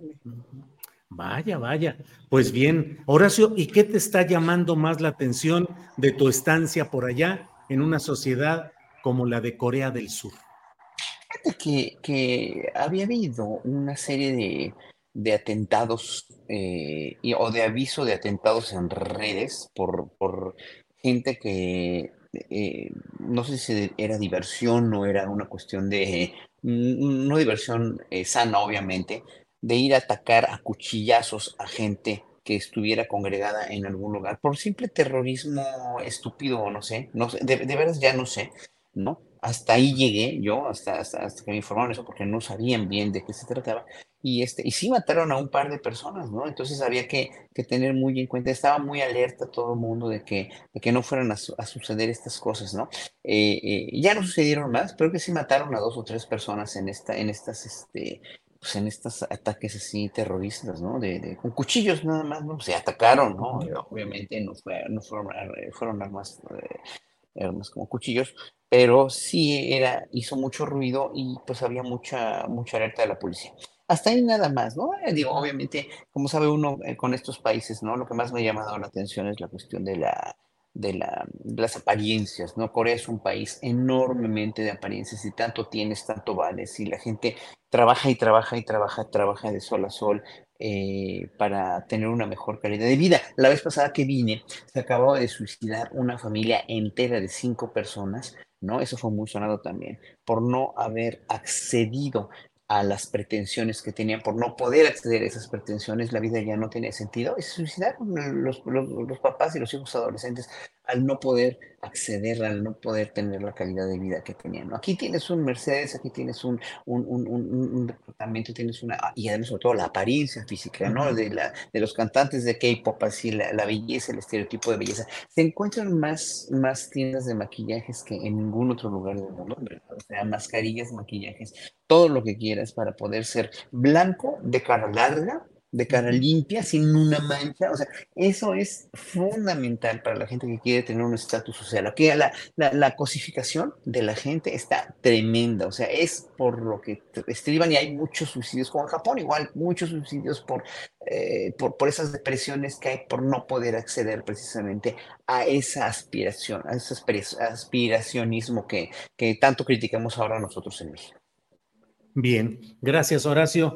Vaya. Pues bien, Horacio, ¿y qué te está llamando más la atención de tu estancia por allá en una sociedad como la de Corea del Sur? Fíjate que había habido una serie de atentados o de aviso de atentados en redes por gente que no sé si era diversión o era una cuestión de, no diversión sana, obviamente, de ir a atacar a cuchillazos a gente que estuviera congregada en algún lugar por simple terrorismo estúpido o no sé, de veras ya no sé, ¿no? Hasta ahí llegué yo, hasta que me informaron eso, porque no sabían bien de qué se trataba. Y sí mataron a un par de personas, ¿no? Entonces había que tener muy en cuenta, estaba muy alerta todo el mundo de que no fueran a suceder estas cosas, ¿no? Ya no sucedieron más, pero que sí mataron a 2 o 3 personas pues en estos ataques así terroristas, ¿no? Con cuchillos nada más, ¿no? Se atacaron, ¿no? Obviamente fueron armas como cuchillos, pero sí hizo mucho ruido y pues había mucha alerta de la policía. Hasta ahí nada más, ¿no? Digo, obviamente, como sabe uno con estos países, ¿no? Lo que más me ha llamado la atención es la cuestión de las apariencias, ¿no? Corea es un país enormemente de apariencias y tanto tienes, tanto vales y la gente trabaja de sol a sol para tener una mejor calidad de vida. La vez pasada que vine, se acababa de suicidar una familia entera de 5 personas, ¿no? Eso fue muy sonado también, por no haber accedido a las pretensiones que tenían, por no poder acceder a esas pretensiones, la vida ya no tenía sentido y se suicidaron los papás y los hijos adolescentes al no poder acceder, al no poder tener la calidad de vida que tenían, ¿no? Aquí tienes un Mercedes, aquí tienes un departamento, tienes y además sobre todo la apariencia física, ¿no? De los cantantes de K-pop, así la belleza, el estereotipo de belleza. Se encuentran más tiendas de maquillajes que en ningún otro lugar del mundo, ¿verdad? O sea, mascarillas, maquillajes, todo lo que quieras para poder ser blanco, de cara larga, de cara limpia, sin una mancha. O sea, eso es fundamental para la gente que quiere tener un estatus social. Aquí la cosificación de la gente está tremenda. O sea, es por lo que estriban y hay muchos suicidios, como en Japón, igual, muchos suicidios por esas depresiones que hay por no poder acceder precisamente a esa aspiración, a ese aspiracionismo que tanto criticamos ahora nosotros en México. Bien, gracias, Horacio.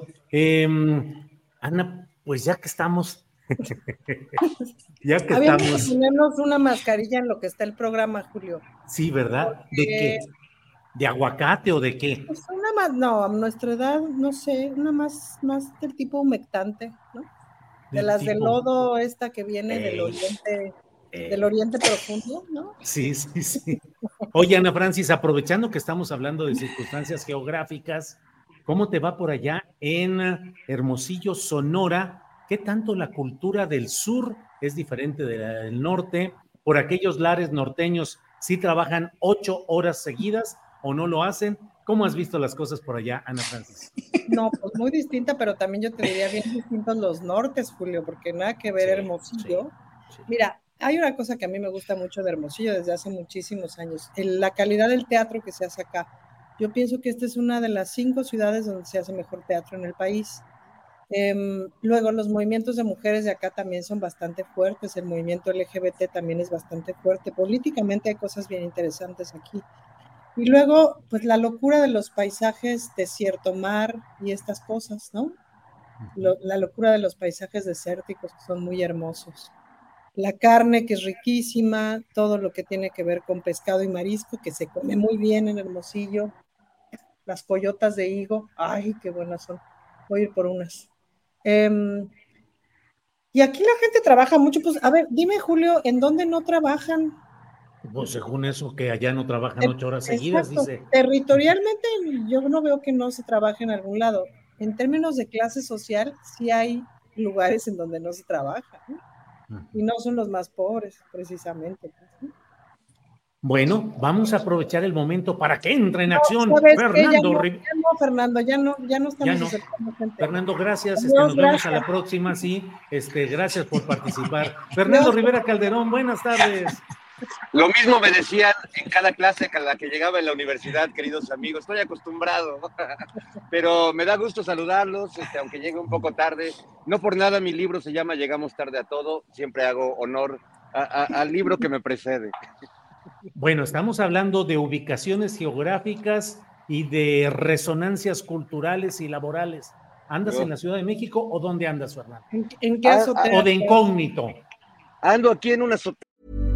Ana, pues ya que estamos, Había que ponernos una mascarilla en lo que está el programa, Julio. Sí, ¿verdad? ¿De qué? ¿De aguacate o de qué? Pues una más, no, a nuestra edad, no sé, una más del tipo humectante, ¿no? De las de lodo, esta que viene del oriente profundo, ¿no? Sí. Oye, Ana Francis, aprovechando que estamos hablando de circunstancias geográficas, ¿cómo te va por allá en Hermosillo, Sonora? ¿Qué tanto la cultura del sur es diferente de la del norte? Por aquellos lares norteños, ¿sí trabajan 8 horas seguidas o no lo hacen? ¿Cómo has visto las cosas por allá, Ana Francis? No, pues muy distinta, pero también yo te diría bien distintos los nortes, Julio, porque nada que ver Hermosillo. Sí. Mira, hay una cosa que a mí me gusta mucho de Hermosillo desde hace muchísimos años, la calidad del teatro que se hace acá. Yo pienso que esta es una de las 5 ciudades donde se hace mejor teatro en el país. Luego, los movimientos de mujeres de acá también son bastante fuertes, el movimiento LGBT también es bastante fuerte, políticamente hay cosas bien interesantes aquí. Y luego, pues la locura de los paisajes, desierto, mar y estas cosas, ¿no? La locura de los paisajes desérticos que son muy hermosos. La carne que es riquísima, todo lo que tiene que ver con pescado y marisco, que se come muy bien en Hermosillo. Las coyotas de higo, ay, qué buenas son. Voy a ir por unas. Y aquí la gente trabaja mucho, pues, a ver, dime, Julio, ¿en dónde no trabajan? Pues según eso, que allá no trabajan 8 horas seguidas, Exacto. dice. Territorialmente, yo no veo que no se trabaje en algún lado. En términos de clase social, sí hay lugares en donde no se trabaja, ¿no? Y no son los más pobres, precisamente. Bueno, vamos a aprovechar el momento para que entre en acción Fernando, ya no estamos acercando gente. Fernando, gracias, Adiós, nos vemos a la próxima, sí, gracias por participar. Fernando Rivera Calderón, buenas tardes. Lo mismo me decían en cada clase a la que llegaba en la universidad, queridos amigos. Estoy acostumbrado, pero me da gusto saludarlos, aunque llegue un poco tarde. No por nada mi libro se llama Llegamos tarde a todo. Siempre hago honor al libro que me precede. Bueno, estamos hablando de ubicaciones geográficas y de resonancias culturales y laborales. ¿Andas en la Ciudad de México o dónde andas, Fernando? ¿En qué azotea? O de incógnito. Ando aquí en una azotea.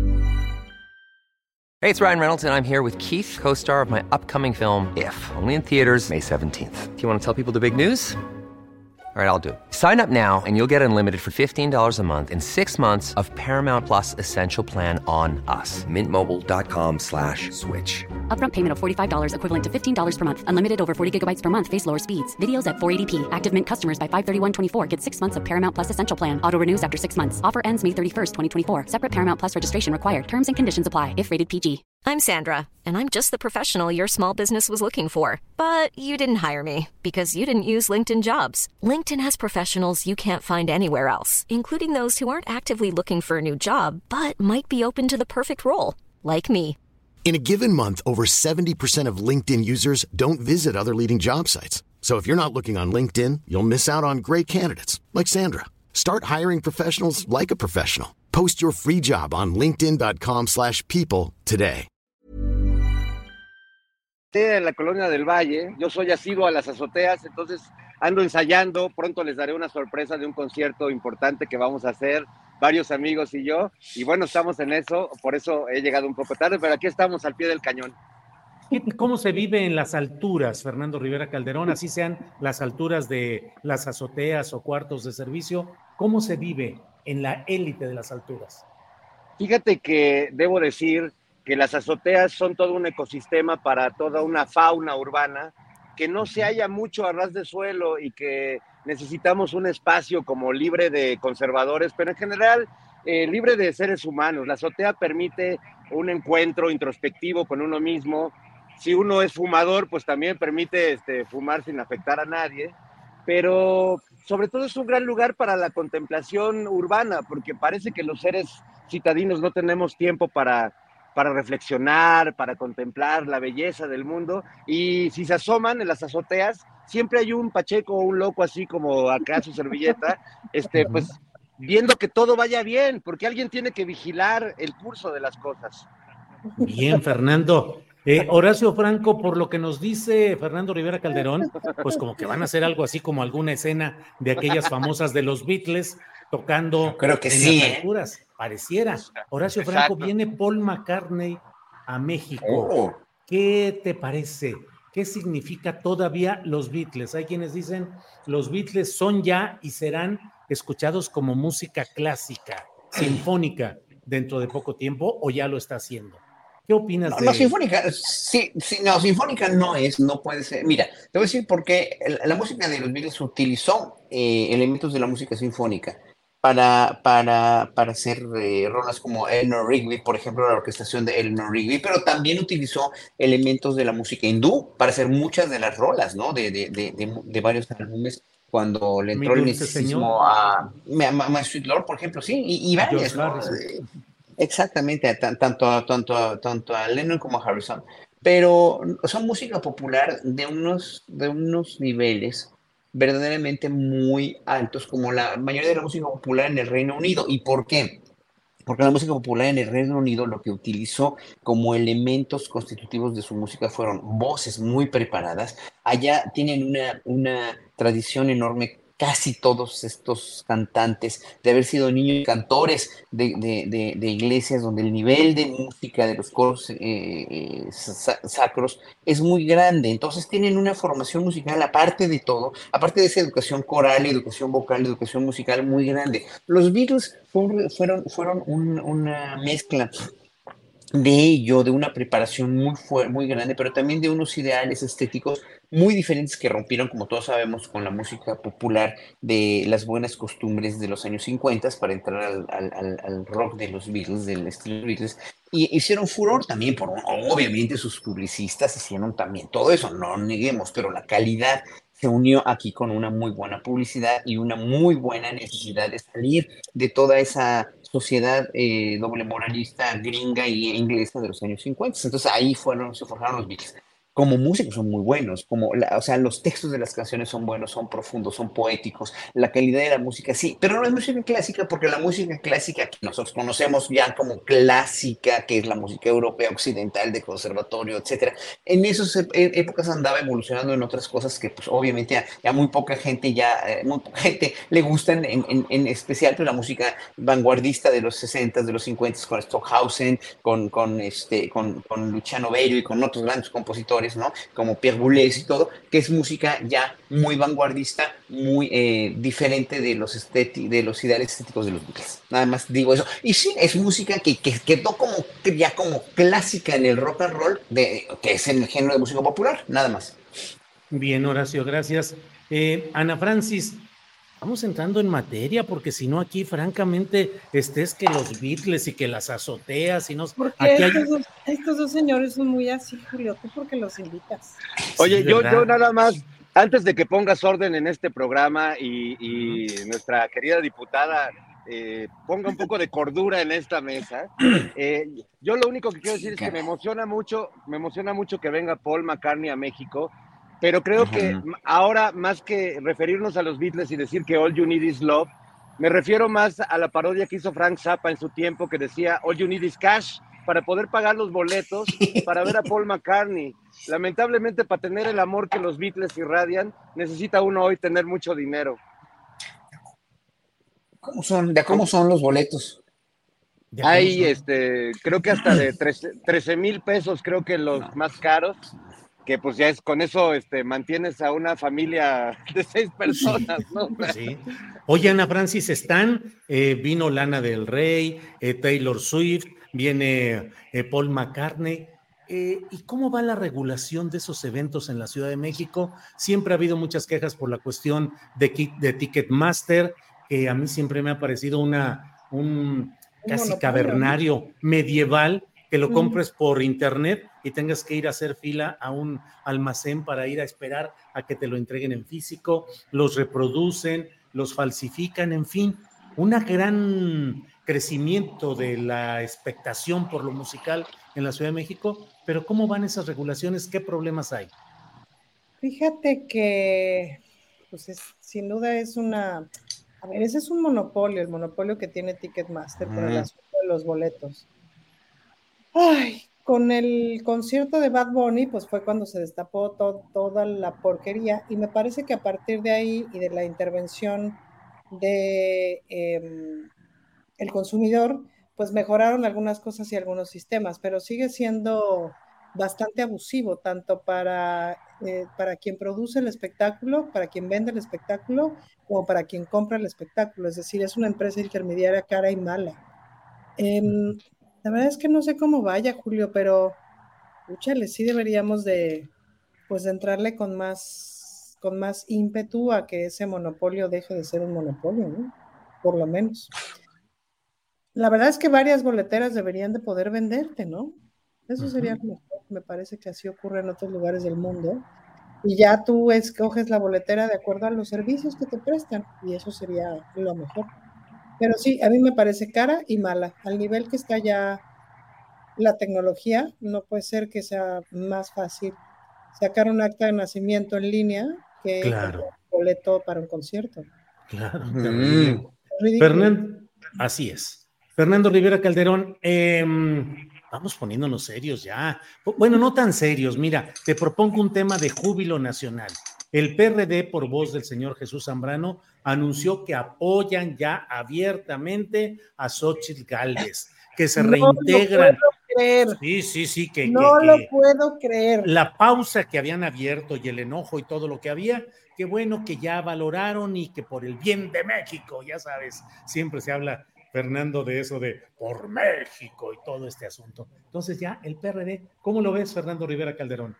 Hey, it's Ryan Reynolds, and I'm here with Keith, co-star of my upcoming film, If, only in theaters May 17th. Do you want to tell people the big news? All right, I'll do it. Sign up now and you'll get unlimited for $15 a month and 6 months of Paramount Plus Essential Plan on us. MintMobile.com/switch. Upfront payment of $45 equivalent to $15 per month. Unlimited over 40 gigabytes per month. Face lower speeds. Videos at 480p. Active Mint customers by 531.24 get 6 months of Paramount Plus Essential Plan. Auto renews after 6 months. Offer ends May 31st, 2024. Separate Paramount Plus registration required. Terms and conditions apply if rated PG. I'm Sandra, and I'm just the professional your small business was looking for. But you didn't hire me because you didn't use LinkedIn Jobs. LinkedIn has professionals you can't find anywhere else, including those who aren't actively looking for a new job, but might be open to the perfect role, like me. In a given month, over 70% of LinkedIn users don't visit other leading job sites. So if you're not looking on LinkedIn, you'll miss out on great candidates like Sandra. Start hiring professionals like a professional. Post your free job on linkedin.com/people today. En la Colonia del Valle, yo soy asiduo a las azoteas, entonces ando ensayando. Pronto les daré una sorpresa de un concierto importante que vamos a hacer, varios amigos y yo. Y bueno, estamos en eso, por eso he llegado un poco tarde, pero aquí estamos al pie del cañón. ¿Cómo se vive en las alturas, Fernando Rivera Calderón? Así sean las alturas de las azoteas o cuartos de servicio. ¿Cómo se vive en la élite de las alturas? Fíjate que debo decir que las azoteas son todo un ecosistema para toda una fauna urbana, que no se halla mucho a ras de suelo y que necesitamos un espacio como libre de conservadores, pero en general libre de seres humanos. La azotea permite un encuentro introspectivo con uno mismo. Si uno es fumador, pues también permite fumar sin afectar a nadie, pero sobre todo es un gran lugar para la contemplación urbana, porque parece que los seres citadinos no tenemos tiempo para reflexionar, para contemplar la belleza del mundo, y si se asoman en las azoteas, siempre hay un pacheco o un loco así como acá su servilleta, pues viendo que todo vaya bien, porque alguien tiene que vigilar el curso de las cosas. Bien, Fernando. Horacio Franco, por lo que nos dice Fernando Rivera Calderón, pues como que van a hacer algo así como alguna escena de aquellas famosas de los Beatles tocando creo que en sí, las alturas. Pareciera. Horacio Franco, viene Paul McCartney a México. Oh. ¿Qué te parece? ¿Qué significa todavía los Beatles? Hay quienes dicen los Beatles son ya y serán escuchados como música clásica, sinfónica, dentro de poco tiempo, o ya lo está haciendo. ¿Qué opinas de eso? Sinfónica, sí, no, sinfónica no puede ser. Mira, te voy a decir por qué la música de los Beatles utilizó elementos de la música sinfónica para hacer rolas como Eleanor Rigby, por ejemplo, la orquestación de Eleanor Rigby, pero también utilizó elementos de la música hindú para hacer muchas de las rolas, ¿no? De varios álbumes, cuando le entró el misticismo a My Sweet Lord, por ejemplo, sí, y varias, ¿no? Exactamente, tanto a Lennon como a Harrison, pero son música popular de unos niveles verdaderamente muy altos, como la mayoría de la música popular en el Reino Unido. ¿Y por qué? Porque la música popular en el Reino Unido lo que utilizó como elementos constitutivos de su música fueron voces muy preparadas. Allá tienen una tradición enorme casi todos estos cantantes, de haber sido niños cantores de iglesias donde el nivel de música de los coros sacros es muy grande. Entonces tienen una formación musical, aparte de todo, aparte de esa educación coral, educación vocal, educación musical muy grande. Los Beatles fueron una mezcla de ello, de una preparación muy grande, pero también de unos ideales estéticos muy diferentes que rompieron, como todos sabemos, con la música popular de las buenas costumbres de los años 50 para entrar al rock de los Beatles, del estilo Beatles, y hicieron furor también obviamente sus publicistas hicieron también todo eso, no neguemos, pero la calidad se unió aquí con una muy buena publicidad y una muy buena necesidad de salir de toda esa sociedad doble moralista gringa y inglesa de los años 50. Entonces ahí se forjaron los Beatles. Como músicos son muy buenos, o sea, los textos de las canciones son buenos, son profundos, son poéticos, la calidad de la música sí, pero no es música clásica porque la música clásica que nosotros conocemos ya como clásica, que es la música europea occidental de conservatorio, etcétera, en esas épocas andaba evolucionando en otras cosas que pues obviamente a muy poca gente le gustan, en especial pues, la música vanguardista de los 60s, de los 50s, con Stockhausen, con Luciano Berio y con otros grandes compositores, ¿no? Como Pierre Boulez y todo, que es música ya muy vanguardista, muy diferente de los ideales estéticos de los Beatles. Nada más digo eso. Y sí, es música que quedó ya como clásica en el rock and roll, que es en el género de música popular, nada más. Bien, Horacio, gracias. Ana Francis, vamos entrando en materia, porque si no aquí, francamente, es que los Beatles y que las azoteas y no... Porque aquí estos dos señores son muy así, Julio, ¿tú por qué los invitas? Oye, sí, yo nada más, antes de que pongas orden en este programa y nuestra querida diputada ponga un poco de cordura en esta mesa, yo lo único que quiero decir es que me emociona mucho que venga Paul McCartney a México, pero creo que ahora, más que referirnos a los Beatles y decir que All You Need Is Love, me refiero más a la parodia que hizo Frank Zappa en su tiempo, que decía All You Need Is Cash, para poder pagar los boletos para ver a Paul McCartney. Lamentablemente, para tener el amor que los Beatles irradian, necesita uno hoy tener mucho dinero. ¿Cómo son los boletos? Hay, creo que hasta de 13,000 pesos, creo que los más caros, que pues ya es con eso mantienes a una familia de 6 personas, ¿no? Sí. Oye, Ana Francis, vino Lana del Rey, Taylor Swift, viene Paul McCartney. ¿Y cómo va la regulación de esos eventos en la Ciudad de México? Siempre ha habido muchas quejas por la cuestión de Ticketmaster, que a mí siempre me ha parecido un casi cavernario medieval, que lo compres por internet y tengas que ir a hacer fila a un almacén para ir a esperar a que te lo entreguen en físico, los reproducen, los falsifican, en fin, un gran crecimiento de la expectación por lo musical en la Ciudad de México, pero ¿cómo van esas regulaciones? ¿Qué problemas hay? Fíjate que, pues sin duda ese es un monopolio, el monopolio que tiene Ticketmaster por el asunto de los boletos. Ay, con el concierto de Bad Bunny, pues fue cuando se destapó toda la porquería, y me parece que a partir de ahí y de la intervención de el consumidor, pues mejoraron algunas cosas y algunos sistemas, pero sigue siendo bastante abusivo, tanto para quien produce el espectáculo, para quien vende el espectáculo, como para quien compra el espectáculo. Es decir, es una empresa intermediaria cara y mala. La verdad es que no sé cómo vaya, Julio, pero úchale, sí deberíamos de entrarle con más ímpetu a que ese monopolio deje de ser un monopolio, ¿no? Por lo menos. La verdad es que varias boleteras deberían de poder venderte, ¿no? Eso sería lo mejor. Me parece que así ocurre en otros lugares del mundo. Y ya tú escoges la boletera de acuerdo a los servicios que te prestan, y eso sería lo mejor. Pero sí, a mí me parece cara y mala. Al nivel que está ya la tecnología, no puede ser que sea más fácil sacar un acta de nacimiento en línea que un boleto para un concierto. Claro, terrible. Así es. Fernando Rivera Calderón, vamos poniéndonos serios ya. Bueno, no tan serios. Mira, te propongo un tema de júbilo nacional. El PRD, por voz del señor Jesús Zambrano, anunció que apoyan ya abiertamente a Xóchitl Gálvez, que se reintegran. No lo puedo creer. Sí, no lo puedo creer. La pausa que habían abierto y el enojo y todo lo que había, qué bueno que ya valoraron y que por el bien de México, ya sabes, siempre se habla, Fernando, de eso de por México y todo este asunto. Entonces ya el PRD, ¿cómo lo ves, Fernando Rivera Calderón?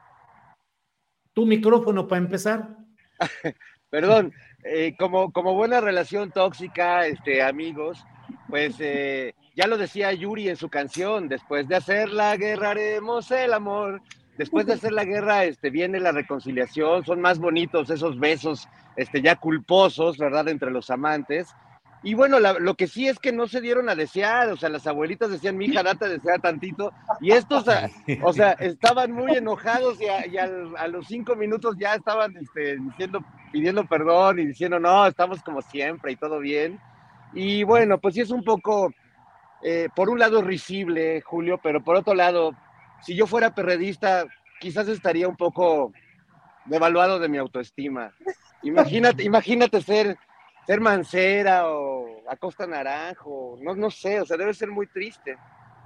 Tu micrófono para empezar. Perdón, como buena relación tóxica, amigos, pues ya lo decía Yuri en su canción, después de hacer la guerra haremos el amor. Después de hacer la guerra viene la reconciliación, son más bonitos esos besos ya culposos, ¿verdad?, entre los amantes. Y bueno, lo que sí es que no se dieron a desear, o sea, las abuelitas decían, mi hija, date a desear tantito, y estos, o sea, estaban muy enojados y a los 5 minutos ya estaban pidiendo perdón y diciendo, no, estamos como siempre y todo bien. Y bueno, pues sí es un poco, por un lado risible, Julio, pero por otro lado, si yo fuera perredista, quizás estaría un poco devaluado de mi autoestima. Imagínate ser Mancera o Acosta Naranjo, no sé, o sea, debe ser muy triste.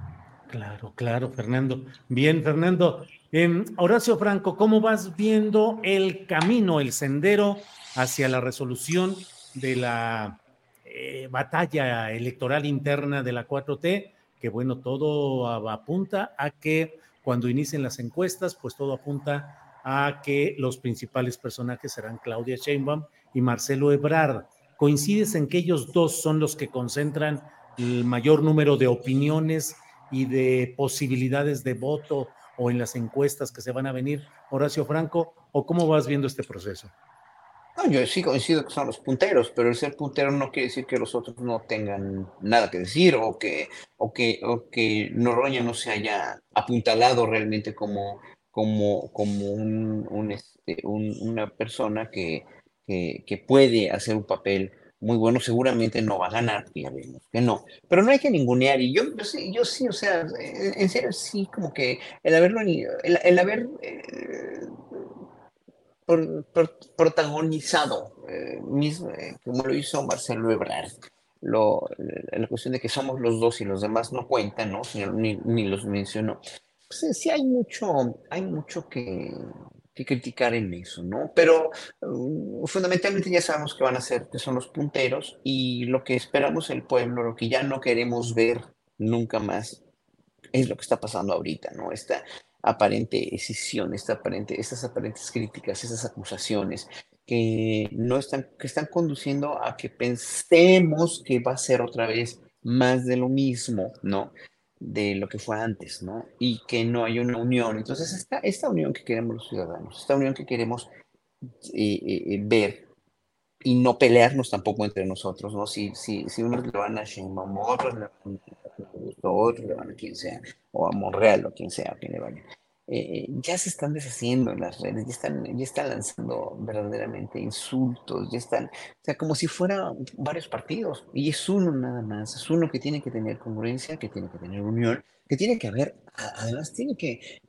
Claro, Fernando. Bien, Fernando. Horacio Franco, ¿cómo vas viendo el camino, el sendero hacia la resolución de la batalla electoral interna de la 4T? Que bueno, todo apunta a que cuando inicien las encuestas, pues todo apunta a que los principales personajes serán Claudia Sheinbaum y Marcelo Ebrard. ¿Coincides en que ellos dos son los que concentran el mayor número de opiniones y de posibilidades de voto o en las encuestas que se van a venir, Horacio Franco, o cómo vas viendo este proceso? No, yo sí coincido que son los punteros, pero el ser puntero no quiere decir que los otros no tengan nada que decir o que Noroña no se haya apuntalado realmente como una persona que puede hacer un papel muy bueno. Seguramente no va a ganar, ya vemos que no, pero no hay que ningunear. Y yo sí, o sea, en serio, sí, como que el haber protagonizado, como lo hizo Marcelo Ebrard, la cuestión de que somos los dos y los demás no cuentan, ¿no? Ni los mencionó. Pues sí hay mucho que criticar en eso, ¿no? Pero fundamentalmente ya sabemos que van a ser, que son los punteros, y lo que esperamos el pueblo, lo que ya no queremos ver nunca más, es lo que está pasando ahorita, ¿no? Esta aparente escisión, estas aparentes críticas, estas acusaciones que están conduciendo a que pensemos que va a ser otra vez más de lo mismo, ¿no? De lo que fue antes, ¿no? Y que no hay una unión. Entonces, esta unión que queremos los ciudadanos, esta unión que queremos ver y no pelearnos tampoco entre nosotros, ¿no? Si unos le van a Sheinbaum, otros le van a otros le van a quien sea, o a Monreal, o quien sea, a quien le vaya. Ya se están deshaciendo en las redes, ya están lanzando verdaderamente insultos, ya están, o sea, como si fueran varios partidos, y es uno nada más, es uno que tiene que tener congruencia, que tiene que tener unión, que tiene que haber, además tiene que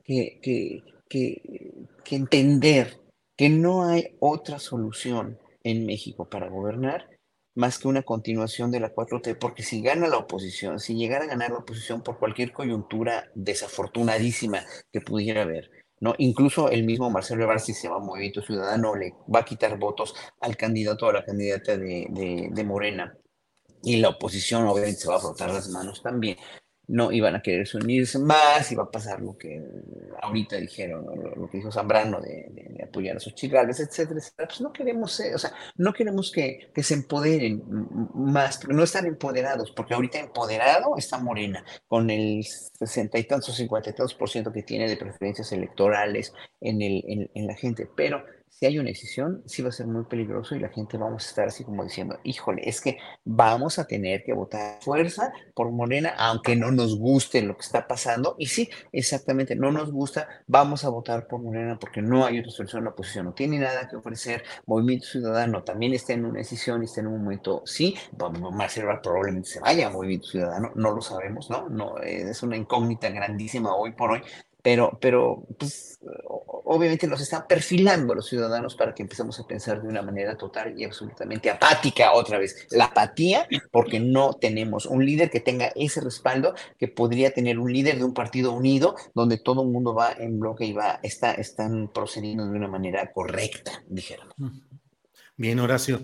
entender que no hay otra solución en México para gobernar más que una continuación de la 4T, porque si gana la oposición, si llegara a ganar la oposición por cualquier coyuntura desafortunadísima que pudiera haber, ¿no? Incluso el mismo Marcelo Ebrard, si se llama Movimiento Ciudadano, le va a quitar votos al candidato o a la candidata de Morena, y la oposición obviamente se va a frotar las manos también. No iban a querer unirse más, y va a pasar lo que ahorita dijeron, ¿no? Lo que dijo Zambrano de apoyar a sus chigales, etcétera, etcétera. Pues no queremos, o sea, no queremos que se empoderen más, porque no están empoderados, porque ahorita empoderado está Morena, con el 60 y tantos, 50 y tantos % que tiene de preferencias electorales en la gente, pero si hay una decisión, sí va a ser muy peligroso y la gente vamos a estar así como diciendo, híjole, es que vamos a tener que votar fuerza por Morena, aunque no nos guste lo que está pasando. Y sí, exactamente, no nos gusta, vamos a votar por Morena porque no hay otra solución. La oposición no tiene nada que ofrecer. Movimiento Ciudadano también está en una decisión y está en un momento, sí, Marcelo Ebrard probablemente se vaya a Movimiento Ciudadano, no lo sabemos, ¿no? No, es una incógnita grandísima hoy por hoy. Pero pues, obviamente nos están perfilando a los ciudadanos para que empecemos a pensar de una manera total y absolutamente apática otra vez. La apatía, porque no tenemos un líder que tenga ese respaldo que podría tener un líder de un partido unido, donde todo el mundo va en bloque y están procediendo de una manera correcta, dijéramos. Bien, Horacio.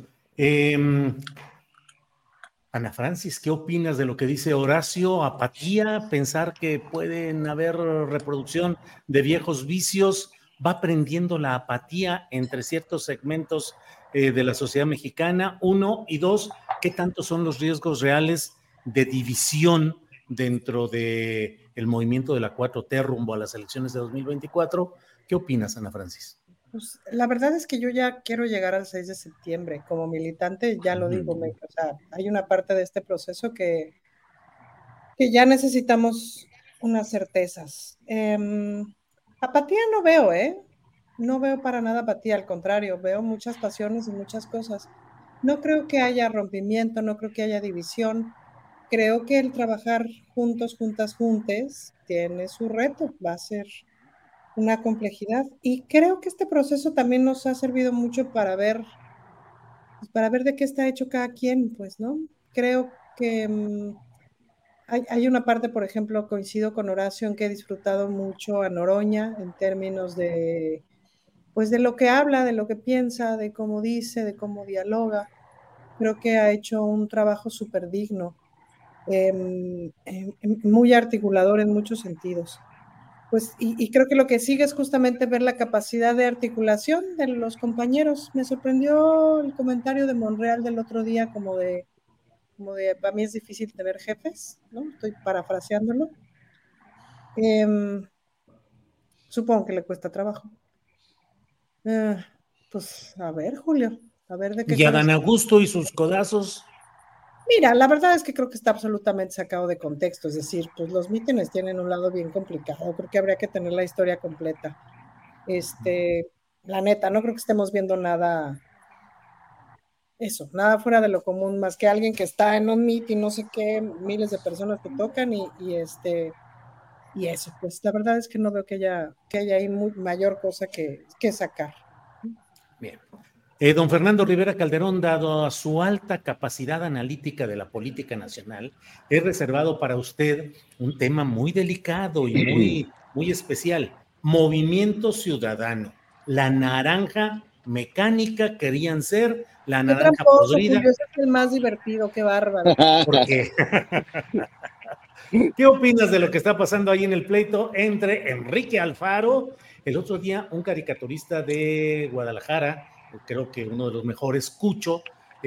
Ana Francis, ¿qué opinas de lo que dice Horacio? ¿Apatía? ¿Pensar que pueden haber reproducción de viejos vicios? ¿Va aprendiendo la apatía entre ciertos segmentos de la sociedad mexicana? 1, y 2, ¿qué tanto son los riesgos reales de división dentro del movimiento de la 4T rumbo a las elecciones de 2024? ¿Qué opinas, Ana Francis? Pues la verdad es que yo ya quiero llegar al 6 de septiembre. Como militante, ya lo digo, o sea, hay una parte de este proceso que ya necesitamos unas certezas. Apatía no veo, no veo para nada apatía, al contrario, veo muchas pasiones y muchas cosas. No creo que haya rompimiento, no creo que haya división. Creo que el trabajar juntos, juntes, tiene su reto, va a ser una complejidad. Y creo que este proceso también nos ha servido mucho para ver de qué está hecho cada quien, pues, ¿no? Creo que hay una parte, por ejemplo, coincido con Horacio en que he disfrutado mucho a Noroña en términos de, pues, de lo que habla, de lo que piensa, de cómo dice, de cómo dialoga. Creo que ha hecho un trabajo súper digno, muy articulador en muchos sentidos. Pues, y creo que lo que sigue es justamente ver la capacidad de articulación de los compañeros. Me sorprendió el comentario de Monreal del otro día, como de para mí es difícil tener jefes, ¿no? Estoy parafraseándolo. Supongo que le cuesta trabajo. Pues a ver, Julio, a ver de qué. ¿Y a Dan Augusto y sus codazos? Mira, la verdad es que creo que está absolutamente sacado de contexto, es decir, pues los mítines tienen un lado bien complicado, creo que habría que tener la historia completa. La neta, no creo que estemos viendo nada fuera de lo común, más que alguien que está en un mitin, no sé qué, miles de personas que tocan y eso, pues la verdad es que no veo que haya ahí mayor cosa que sacar. Bien. Don Fernando Rivera Calderón, dado a su alta capacidad analítica de la política nacional, he reservado para usted un tema muy delicado y muy especial. Movimiento Ciudadano. La naranja mecánica querían ser, la naranja podrida. Ese es el más divertido, qué bárbaro. ¿Por qué? ¿Qué opinas de lo que está pasando ahí en el pleito entre Enrique Alfaro? El otro día un caricaturista de Guadalajara, creo que uno de los mejores, Cucho,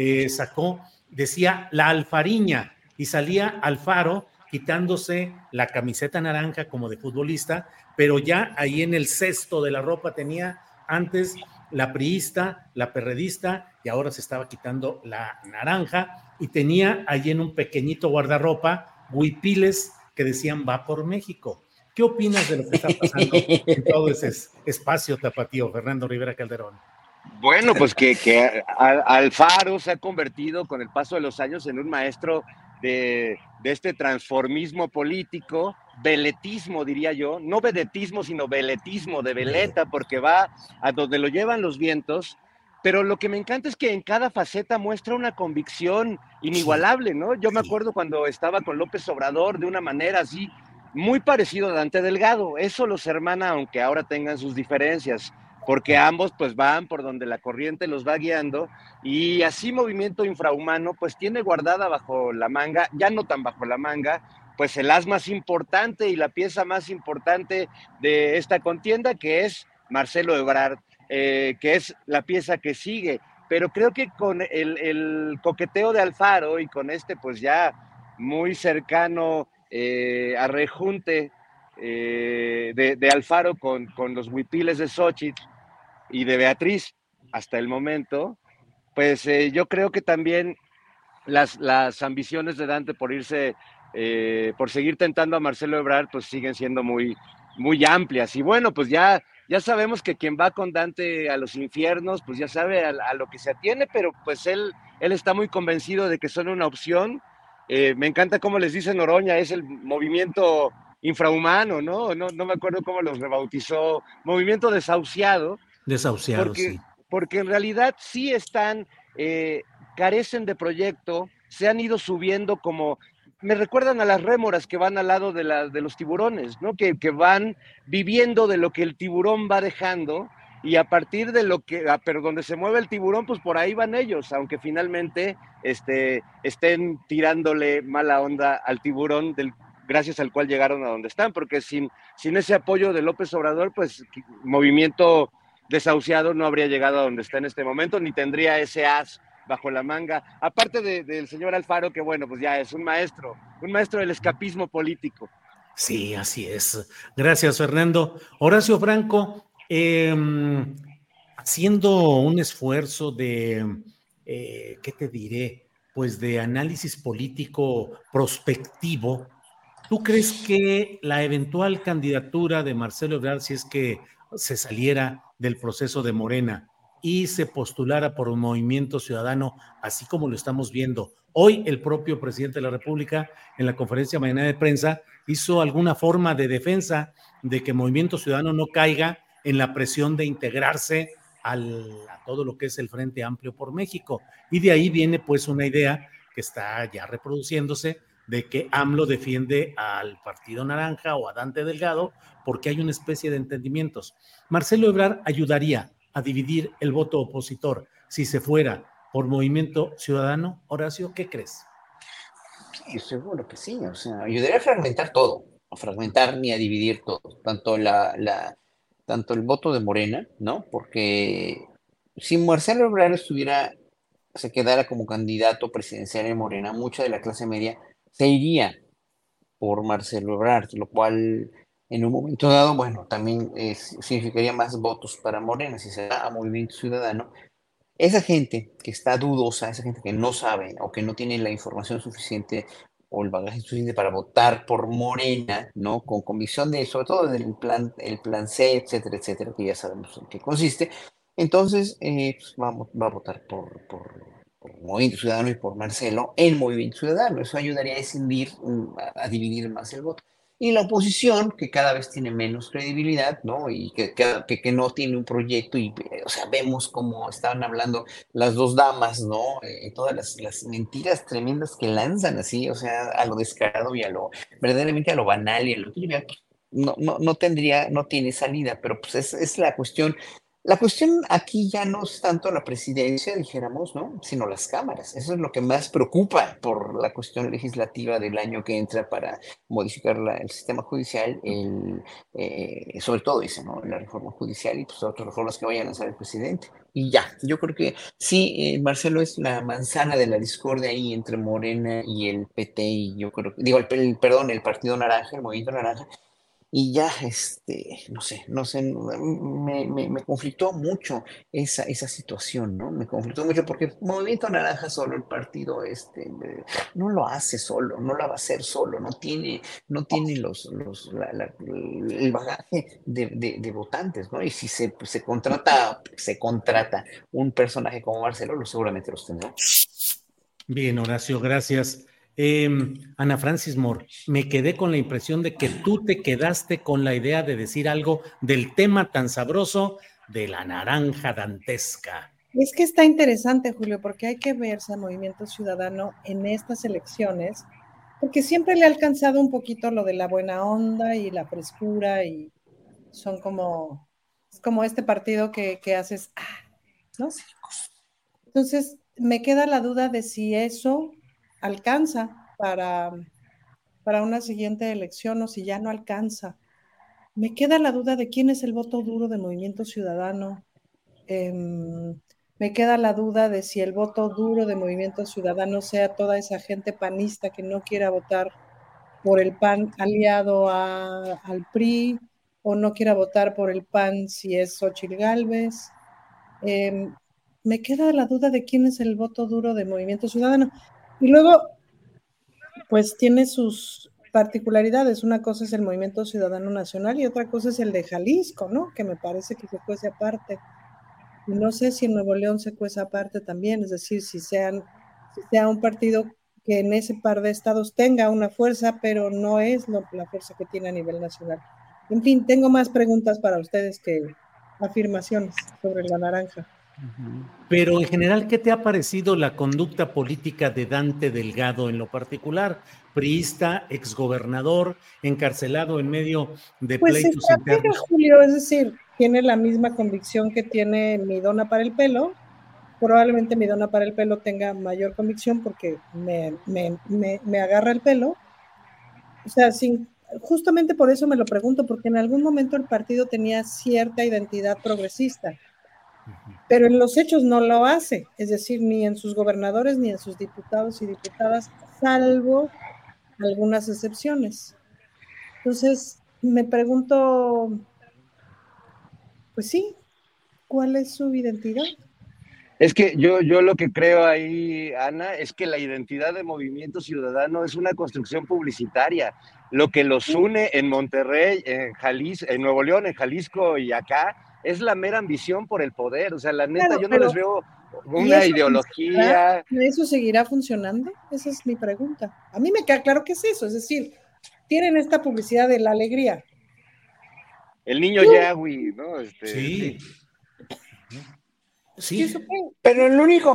decía la Alfariña, y salía Alfaro quitándose la camiseta naranja como de futbolista, pero ya ahí en el cesto de la ropa tenía antes la priista, la perredista, y ahora se estaba quitando la naranja, y tenía ahí en un pequeñito guardarropa huipiles que decían va por México. ¿Qué opinas de lo que está pasando en todo ese espacio tapatío, Fernando Rivera Calderón? Bueno, pues que Alfaro se ha convertido con el paso de los años en un maestro de este transformismo político, veletismo diría yo, no vedetismo sino veletismo, de veleta, porque va a donde lo llevan los vientos, pero lo que me encanta es que en cada faceta muestra una convicción inigualable, ¿no? Yo me acuerdo cuando estaba con López Obrador de una manera así, muy parecido a Dante Delgado, eso los hermana aunque ahora tengan sus diferencias, porque ambos pues van por donde la corriente los va guiando, y así Movimiento Infrahumano pues tiene guardada bajo la manga, ya no tan bajo la manga, pues el as más importante y la pieza más importante de esta contienda, que es Marcelo Ebrard, que es la pieza que sigue, pero creo que con el coqueteo de Alfaro y con pues ya muy cercano arrejunte de Alfaro con los huipiles de Xóchitl y de Beatriz hasta el momento, pues yo creo que también las ambiciones de Dante por seguir tentando a Marcelo Ebrard, pues siguen siendo muy, muy amplias. Y bueno, pues ya sabemos que quien va con Dante a los infiernos, pues ya sabe a lo que se atiene, pero pues él está muy convencido de que son una opción. Me encanta cómo les dice Noroña, es el movimiento infrahumano, ¿no? No me acuerdo cómo los rebautizó, movimiento desahuciado. Desahuciado, sí. Porque en realidad sí están, carecen de proyecto, se han ido subiendo como, me recuerdan a las rémoras que van al lado de los tiburones, ¿no? Que van viviendo de lo que el tiburón va dejando, y a partir de lo que, pero donde se mueve el tiburón, pues por ahí van ellos, aunque finalmente estén tirándole mala onda al tiburón gracias al cual llegaron a donde están, porque sin ese apoyo de López Obrador, pues movimiento desahuciado no habría llegado a donde está en este momento, ni tendría ese as bajo la manga, aparte del señor Alfaro, que bueno, pues ya es un maestro del escapismo político. Sí, así es. Gracias, Fernando. Horacio Franco, haciendo un esfuerzo de, ¿qué te diré? Pues de análisis político prospectivo, ¿tú crees que la eventual candidatura de Marcelo Ebrard, si es que se saliera del proceso de Morena y se postulara por un Movimiento Ciudadano, así como lo estamos viendo hoy, el propio presidente de la República en la conferencia mañana de prensa hizo alguna forma de defensa de que Movimiento Ciudadano no caiga en la presión de integrarse a todo lo que es el Frente Amplio por México? Y de ahí viene pues una idea que está ya reproduciéndose de que AMLO defiende al Partido Naranja o a Dante Delgado porque hay una especie de entendimientos. Marcelo Ebrard ayudaría a dividir el voto opositor si se fuera por Movimiento Ciudadano. Horacio, ¿qué crees? Sí, seguro que sí, o sea, ayudaría a fragmentar todo, a fragmentar ni a dividir todo, tanto tanto el voto de Morena, ¿no? Porque si Marcelo Ebrard se quedara como candidato presidencial en Morena, mucha de la clase media se iría por Marcelo Ebrard, lo cual en un momento dado, bueno, también significaría más votos para Morena si se da a Movimiento Ciudadano. Esa gente que está dudosa, esa gente que no sabe o que no tiene la información suficiente o el bagaje suficiente para votar por Morena, ¿no? Con convicción sobre todo del el plan C, etcétera, que ya sabemos en qué consiste. Entonces, pues va a votar por Movimiento Ciudadano y por Marcelo en Movimiento Ciudadano. Eso ayudaría a dividir más el voto. Y la oposición, que cada vez tiene menos credibilidad, ¿no? Y que no tiene un proyecto, y, o sea, vemos cómo estaban hablando las dos damas, ¿no? Todas las mentiras tremendas que lanzan así, o sea, a lo descarado y verdaderamente a lo banal y a lo trivial, pues, no tiene salida, pero pues es la cuestión. La cuestión aquí ya no es tanto la presidencia, dijéramos, ¿no? Sino las cámaras. Eso es lo que más preocupa por la cuestión legislativa del año que entra para modificar el sistema judicial, sobre todo ese, ¿no? La reforma judicial y pues otras reformas que vayan a lanzar el presidente. Y ya, yo creo que sí, Marcelo es la manzana de la discordia ahí entre Morena y el PT, y yo creo que, el Partido Naranja, el Movimiento Naranja. Y ya, no sé, me conflictó mucho esa situación, ¿no? Me conflictó mucho porque Movimiento Naranja solo, el partido, no lo hace solo, no la va a hacer solo, no tiene el bagaje de votantes, ¿no? Y si se contrata un personaje como Marcelo, seguramente los tendrá. Bien, Horacio, gracias. Ana Francis Moore, me quedé con la impresión de que tú te quedaste con la idea de decir algo del tema tan sabroso de la naranja dantesca. Es que está interesante, Julio, porque hay que verse a Movimiento Ciudadano en estas elecciones, porque siempre le ha alcanzado un poquito lo de la buena onda y la frescura, y son es como este partido que haces, ¿no? Entonces, me queda la duda de si eso alcanza para una siguiente elección o si ya no alcanza. Me queda la duda de quién es el voto duro de Movimiento Ciudadano. Me queda la duda de si el voto duro de Movimiento Ciudadano sea toda esa gente panista que no quiera votar por el PAN aliado al PRI, o no quiera votar por el PAN si es Xóchitl Gálvez. Me queda la duda de quién es el voto duro de Movimiento Ciudadano. Y luego, pues tiene sus particularidades. Una cosa es el Movimiento Ciudadano Nacional y otra cosa es el de Jalisco, ¿no? Que me parece que se cuece aparte. Y no sé si en Nuevo León se cuece aparte también, es decir, si sea un partido que en ese par de estados tenga una fuerza, pero no es la fuerza que tiene a nivel nacional. En fin, tengo más preguntas para ustedes que afirmaciones sobre la naranja. Pero en general, ¿qué te ha parecido la conducta política de Dante Delgado en lo particular? Priista, exgobernador, encarcelado en medio de pleitos internos. Julio, es decir, tiene la misma convicción que tiene mi dona para el pelo. Probablemente mi dona para el pelo tenga mayor convicción porque me agarra el pelo. O sea, justamente por eso me lo pregunto, porque en algún momento el partido tenía cierta identidad progresista, pero en los hechos no lo hace, es decir, ni en sus gobernadores ni en sus diputados y diputadas, salvo algunas excepciones. Entonces, me pregunto, pues sí, ¿cuál es su identidad? Es que yo lo que creo ahí, Ana, es que la identidad de Movimiento Ciudadano es una construcción publicitaria. Lo que los une en Monterrey, en Jalisco, en Nuevo León, en Jalisco y acá, es la mera ambición por el poder. O sea, la neta, claro, yo no les veo una ideología. ¿Eso seguirá funcionando? Esa es mi pregunta. A mí me queda claro que es eso, es decir, tienen esta publicidad de la alegría. El niño Yahweh, ¿no? Sí. Sí, pero el único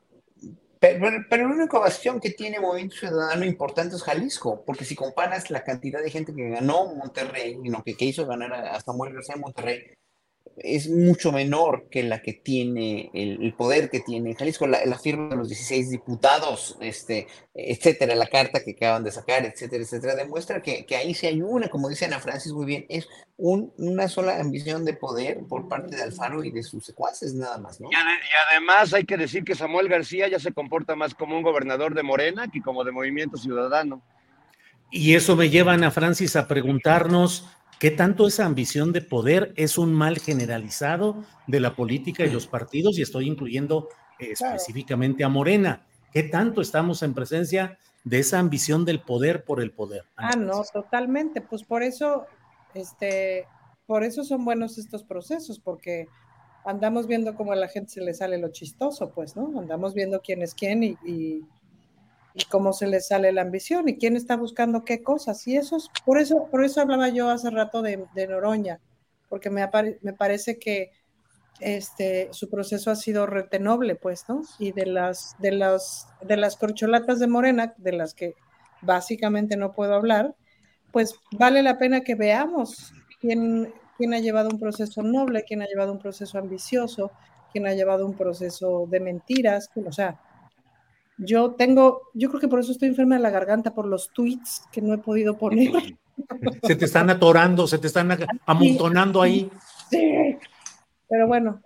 bastión que tiene Movimiento Ciudadano importante es Jalisco, porque si comparas la cantidad de gente que ganó Monterrey, que hizo ganar a Samuel García en Monterrey, es mucho menor que la que tiene el poder que tiene Jalisco, la firma de los 16 diputados, etcétera, la carta que acaban de sacar, etcétera, etcétera, demuestra que ahí sí hay como dice Ana Francis muy bien, es una sola ambición de poder por parte de Alfaro y de sus secuaces, nada más, ¿no? Y además hay que decir que Samuel García ya se comporta más como un gobernador de Morena que como de Movimiento Ciudadano. Y eso me lleva, Ana Francis, a preguntarnos ¿qué tanto esa ambición de poder es un mal generalizado de la política y los partidos? Y estoy incluyendo específicamente a Morena. ¿Qué tanto estamos en presencia de esa ambición del poder por el poder? No, totalmente. Pues por eso son buenos estos procesos, porque andamos viendo cómo a la gente se le sale lo chistoso, pues, ¿no? Andamos viendo quién es quién y cómo se les sale la ambición y quién está buscando qué cosas. Y por eso hablaba yo hace rato de Noroña, porque me parece que su proceso ha sido retenoble, pues, ¿no? Y de las corcholatas de Morena, de las que básicamente no puedo hablar, pues vale la pena que veamos quién ha llevado un proceso noble, quién ha llevado un proceso ambicioso, quién ha llevado un proceso de mentiras, o sea, yo creo que por eso estoy enferma de la garganta, por los tweets que no he podido poner. Se te están atorando, se te están amontonando ahí. Sí, pero bueno,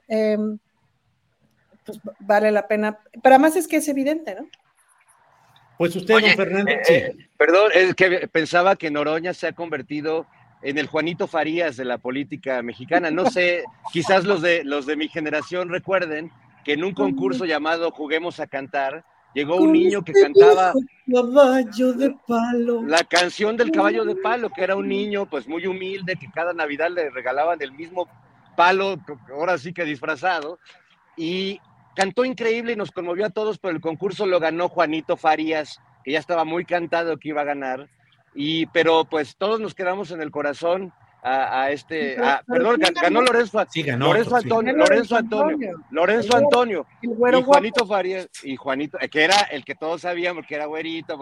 pues vale la pena. Pero además es que es evidente, ¿no? Pues usted, don Fernando. Perdón, es que pensaba que Noroña se ha convertido en el Juanito Farías de la política mexicana. No sé, quizás los de mi generación recuerden que en un concurso llamado Juguemos a Cantar, llegó un niño que cantaba Caballo de Palo. La canción del Caballo de Palo, que era un niño pues muy humilde, que cada Navidad le regalaban el mismo palo, ahora sí que disfrazado, y cantó increíble y nos conmovió a todos, pero el concurso lo ganó Juanito Farías, que ya estaba muy cantado que iba a ganar, pero pues todos nos quedamos en el corazón perdón, ganó Lorenzo, sí, ganó, Lorenzo Antonio y Juanito Farías, que era el que todos sabíamos que era güerito,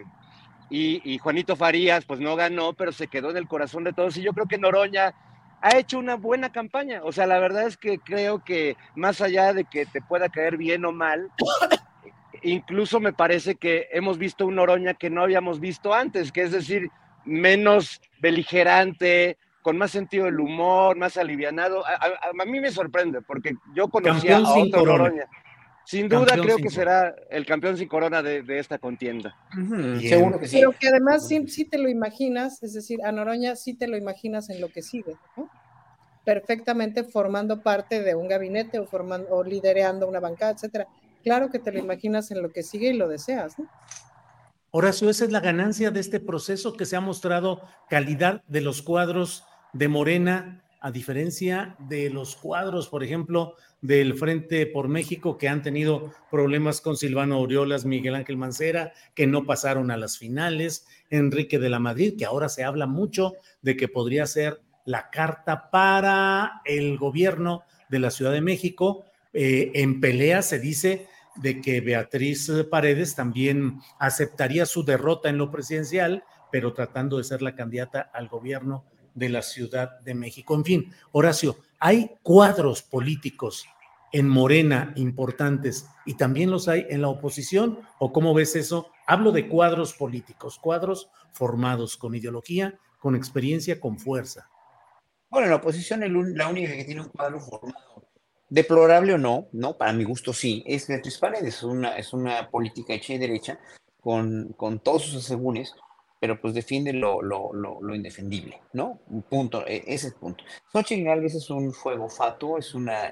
y Juanito Farías pues no ganó, pero se quedó en el corazón de todos, y yo creo que Noroña ha hecho una buena campaña. O sea, la verdad es que creo que más allá de que te pueda caer bien o mal, incluso me parece que hemos visto un Noroña que no habíamos visto antes, que es decir, menos beligerante, con más sentido del humor, más alivianado. A mí me sorprende, porque yo conocía a otro Noroña. Sin duda creo que será el campeón sin corona de esta contienda. Seguro que sí. Pero que además sí te lo imaginas, es decir, a Noroña sí te lo imaginas en lo que sigue, ¿no? Perfectamente formando parte de un gabinete o liderando una bancada, etcétera. Claro que te lo imaginas en lo que sigue y lo deseas, ¿no? Horacio, esa es la ganancia de este proceso, que se ha mostrado calidad de los cuadros de Morena a diferencia de los cuadros, por ejemplo, del Frente por México, que han tenido problemas con Silvano Aureolas, Miguel Ángel Mancera, que no pasaron a las finales, Enrique de la Madrid, que ahora se habla mucho de que podría ser la carta para el gobierno de la Ciudad de México. En pelea se dice de que Beatriz Paredes también aceptaría su derrota en lo presidencial, pero tratando de ser la candidata al gobierno de la Ciudad de México. En fin, Horacio, hay cuadros políticos en Morena importantes y también los hay en la oposición, ¿o cómo ves eso? Hablo de cuadros políticos, cuadros formados con ideología, con experiencia, con fuerza. Bueno, la oposición la única que tiene un cuadro formado, deplorable o no, para mi gusto sí, es Beatriz Paredes, es una política hecha y derecha con todos sus asegúnes, pero pues defiende lo indefendible, ¿no? Un punto, ese es el punto. Xochitl Gálvez es un fuego fatuo, es una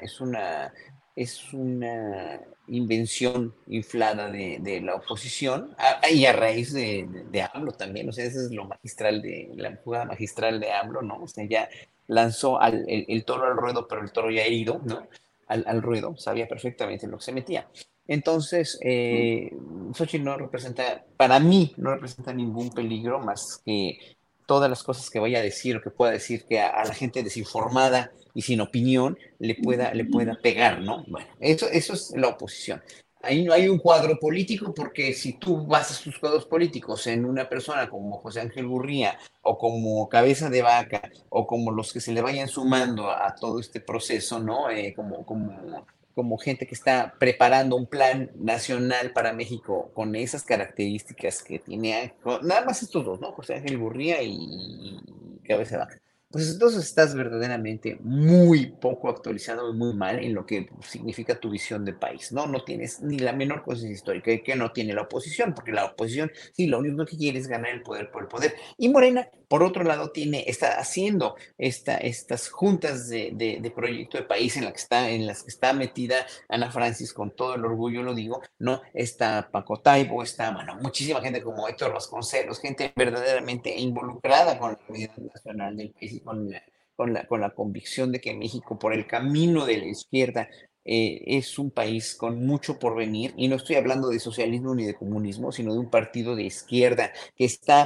invención inflada de la oposición, y a raíz de AMLO también, o sea, ese es lo magistral la jugada magistral de AMLO, ¿no? O sea, ya lanzó el toro al ruedo, pero el toro ya herido, ¿no? Al ruedo, sabía perfectamente lo que se metía. Entonces, Xochitl para mí, no representa ningún peligro más que todas las cosas que vaya a decir o que pueda decir que a la gente desinformada y sin opinión le pueda pegar, ¿no? Bueno, eso es la oposición. Ahí no hay un cuadro político, porque si tú basas tus cuadros políticos en una persona como José Ángel Gurría o como Cabeza de Vaca o como los que se le vayan sumando a todo este proceso, ¿no? Como gente que está preparando un plan nacional para México con esas características que tiene, nada más estos dos, ¿no? José Ángel Gurría y Cabeza de Vaca. Pues entonces estás verdaderamente muy poco actualizado y muy mal en lo que significa tu visión de país, ¿no? No tienes ni la menor conciencia histórica que no tiene la oposición, porque la oposición, sí, lo único que quiere es ganar el poder por el poder. Y Morena, por otro lado, está haciendo estas juntas de proyecto de país en las que está metida Ana Francis, con todo el orgullo lo digo, ¿no? Está Paco Taibo, bueno, muchísima gente como Héctor Vasconcelos, gente verdaderamente involucrada con la unidad nacional del país, con la convicción de que México, por el camino de la izquierda, es un país con mucho por venir, y no estoy hablando de socialismo ni de comunismo, sino de un partido de izquierda que está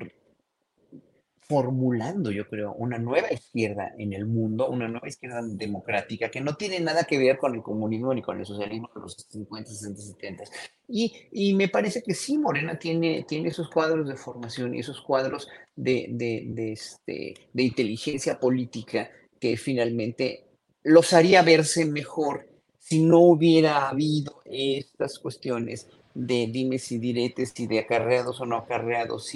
formulando, yo creo, una nueva izquierda en el mundo, una nueva izquierda democrática que no tiene nada que ver con el comunismo ni con el socialismo de los 50, 60, 70. Y me parece que sí, Morena tiene esos cuadros de formación y esos cuadros de inteligencia política que finalmente los haría verse mejor si no hubiera habido estas cuestiones de dimes y diretes y de acarreados o no acarreados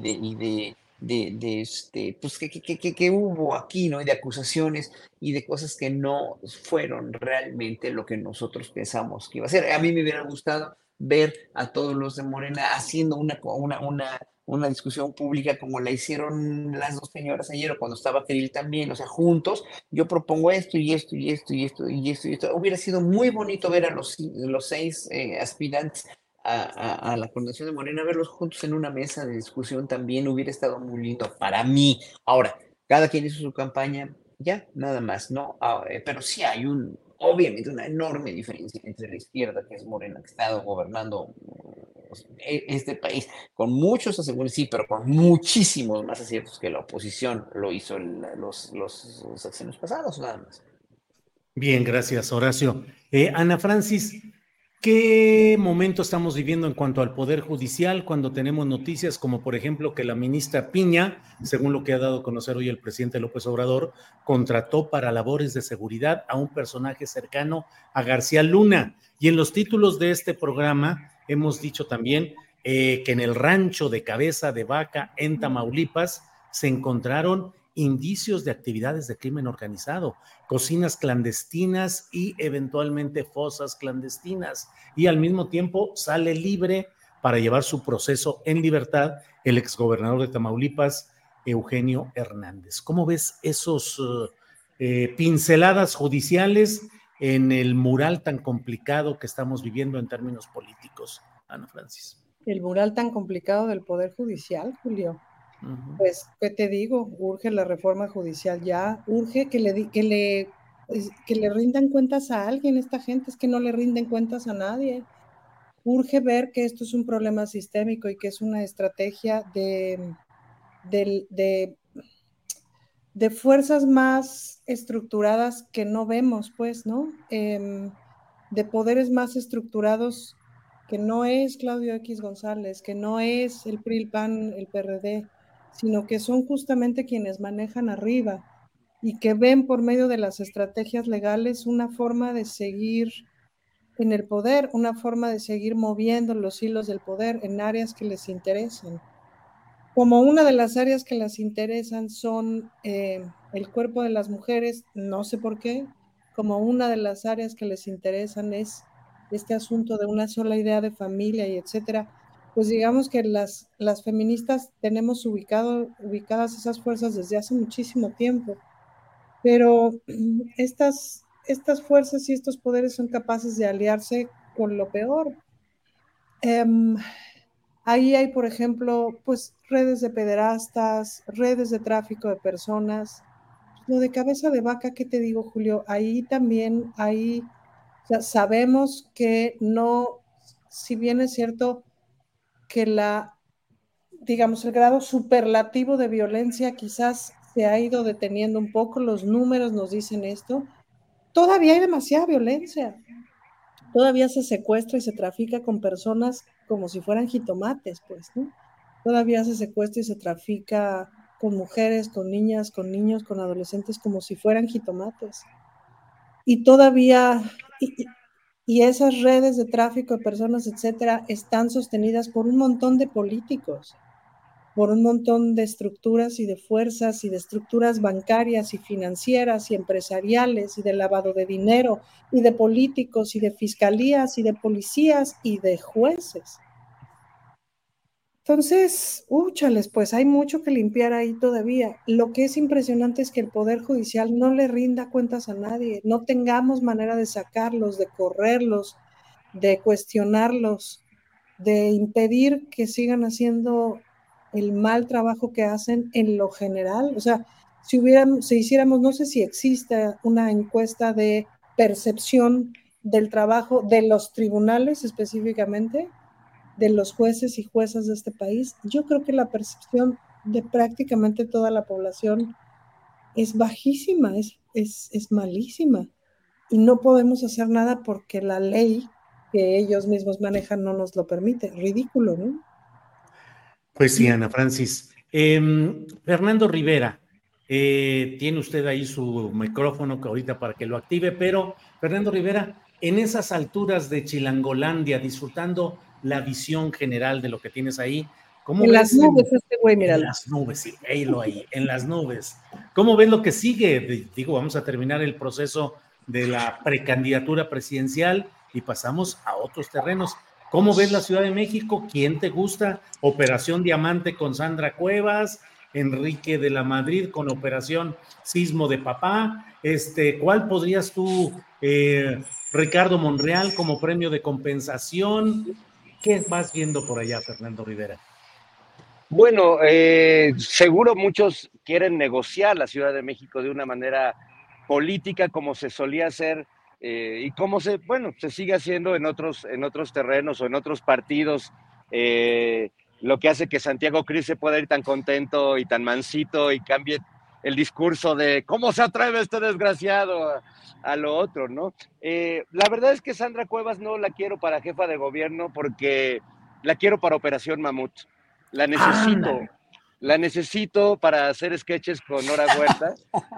pues que hubo aquí, ¿no? Y de acusaciones y de cosas que no fueron realmente lo que nosotros pensamos que iba a ser. A mí me hubiera gustado ver a todos los de Morena haciendo una discusión pública como la hicieron las dos señoras ayer, o cuando estaba Kirill también, o sea, juntos. Yo propongo esto y esto y esto y esto y esto y esto. Hubiera sido muy bonito ver a los 6 aspirantes a la coordinación de Morena, verlos juntos en una mesa de discusión también hubiera estado muy lindo para mí. Ahora, cada quien hizo su campaña, ya, nada más, ¿no? Pero sí hay obviamente una enorme diferencia entre la izquierda, que es Morena, que ha estado gobernando este país con muchos asegúnes, sí, pero con muchísimos más aciertos que la oposición lo hizo los sexenios pasados, nada más. Bien, gracias, Horacio. Ana Francis, ¿qué momento estamos viviendo en cuanto al Poder Judicial cuando tenemos noticias como, por ejemplo, que la ministra Piña, según lo que ha dado a conocer hoy el presidente López Obrador, contrató para labores de seguridad a un personaje cercano a García Luna? Y en los títulos de este programa hemos dicho también que en el rancho de Cabeza de Vaca en Tamaulipas se encontraron indicios de actividades de crimen organizado, cocinas clandestinas y eventualmente fosas clandestinas, y al mismo tiempo sale libre para llevar su proceso en libertad el exgobernador de Tamaulipas, Eugenio Hernández. ¿Cómo ves esos pinceladas judiciales en el mural tan complicado que estamos viviendo en términos políticos, Ana Francis? El mural tan complicado del Poder Judicial, Julio. Pues, ¿qué te digo? Urge la reforma judicial ya, urge que le rindan cuentas a alguien. Esta gente es que no le rinden cuentas a nadie. Urge ver que esto es un problema sistémico y que es una estrategia de fuerzas más estructuradas que no vemos, pues, ¿no? De poderes más estructurados que no es Claudio X González, que no es el PRI, el PAN, el PRD, sino que son justamente quienes manejan arriba y que ven por medio de las estrategias legales una forma de seguir en el poder, una forma de seguir moviendo los hilos del poder en áreas que les interesan. Como una de las áreas que las interesan son el cuerpo de las mujeres, no sé por qué, como una de las áreas que les interesan es este asunto de una sola idea de familia y etcétera, pues digamos que las feministas tenemos ubicadas esas fuerzas desde hace muchísimo tiempo, pero estas fuerzas y estos poderes son capaces de aliarse con lo peor. Ahí hay, por ejemplo, pues redes de pederastas, redes de tráfico de personas. Lo de cabeza de vaca, ¿qué te digo, Julio? Ahí también hay, o sea, sabemos que no, si bien es cierto que digamos, el grado superlativo de violencia quizás se ha ido deteniendo un poco, los números nos dicen esto, todavía hay demasiada violencia. Todavía se secuestra y se trafica con personas como si fueran jitomates, pues, ¿no? Todavía se secuestra y se trafica con mujeres, con niñas, con niños, con adolescentes como si fueran jitomates. Y todavía, y esas redes de tráfico de personas, etcétera, están sostenidas por un montón de políticos, por un montón de estructuras y de fuerzas y de estructuras bancarias y financieras y empresariales y de lavado de dinero y de políticos y de fiscalías y de policías y de jueces. Entonces, úchales, pues hay mucho que limpiar ahí todavía. Lo que es impresionante es que el Poder Judicial no le rinda cuentas a nadie, no tengamos manera de sacarlos, de correrlos, de cuestionarlos, de impedir que sigan haciendo el mal trabajo que hacen en lo general. O sea, si hiciéramos, no sé si existe una encuesta de percepción del trabajo de los tribunales específicamente, de los jueces y juezas de este país, yo creo que la percepción de prácticamente toda la población es bajísima, es malísima. Y no podemos hacer nada porque la ley que ellos mismos manejan no nos lo permite. Ridículo, ¿no? Pues sí, Ana Francis. Fernando Rivera, tiene usted ahí su micrófono que ahorita para que lo active, pero Fernando Rivera, en esas alturas de Chilangolandia, disfrutando la visión general de lo que tienes ahí, ¿cómo en ves? Las nubes, este güey, mira. En las nubes, sí, ahí, en las nubes. ¿Cómo ves lo que sigue? Digo, vamos a terminar el proceso de la precandidatura presidencial y pasamos a otros terrenos. ¿Cómo ves la Ciudad de México? ¿Quién te gusta? Operación Diamante con Sandra Cuevas, Enrique de la Madrid con Operación Sismo de Papá. ¿Cuál podrías tú, Ricardo Monreal como premio de compensación? ¿Qué vas viendo por allá, Fernando Rivera? Bueno, seguro muchos quieren negociar la Ciudad de México de una manera política como se solía hacer y como se sigue haciendo en otros terrenos o en otros partidos, lo que hace que Santiago Krill se pueda ir tan contento y tan mansito y cambie el discurso de cómo se atreve este desgraciado a lo otro, ¿no? La verdad es que Sandra Cuevas no la quiero para jefa de gobierno porque la quiero para Operación Mamut. La necesito para hacer sketches con Nora Huerta.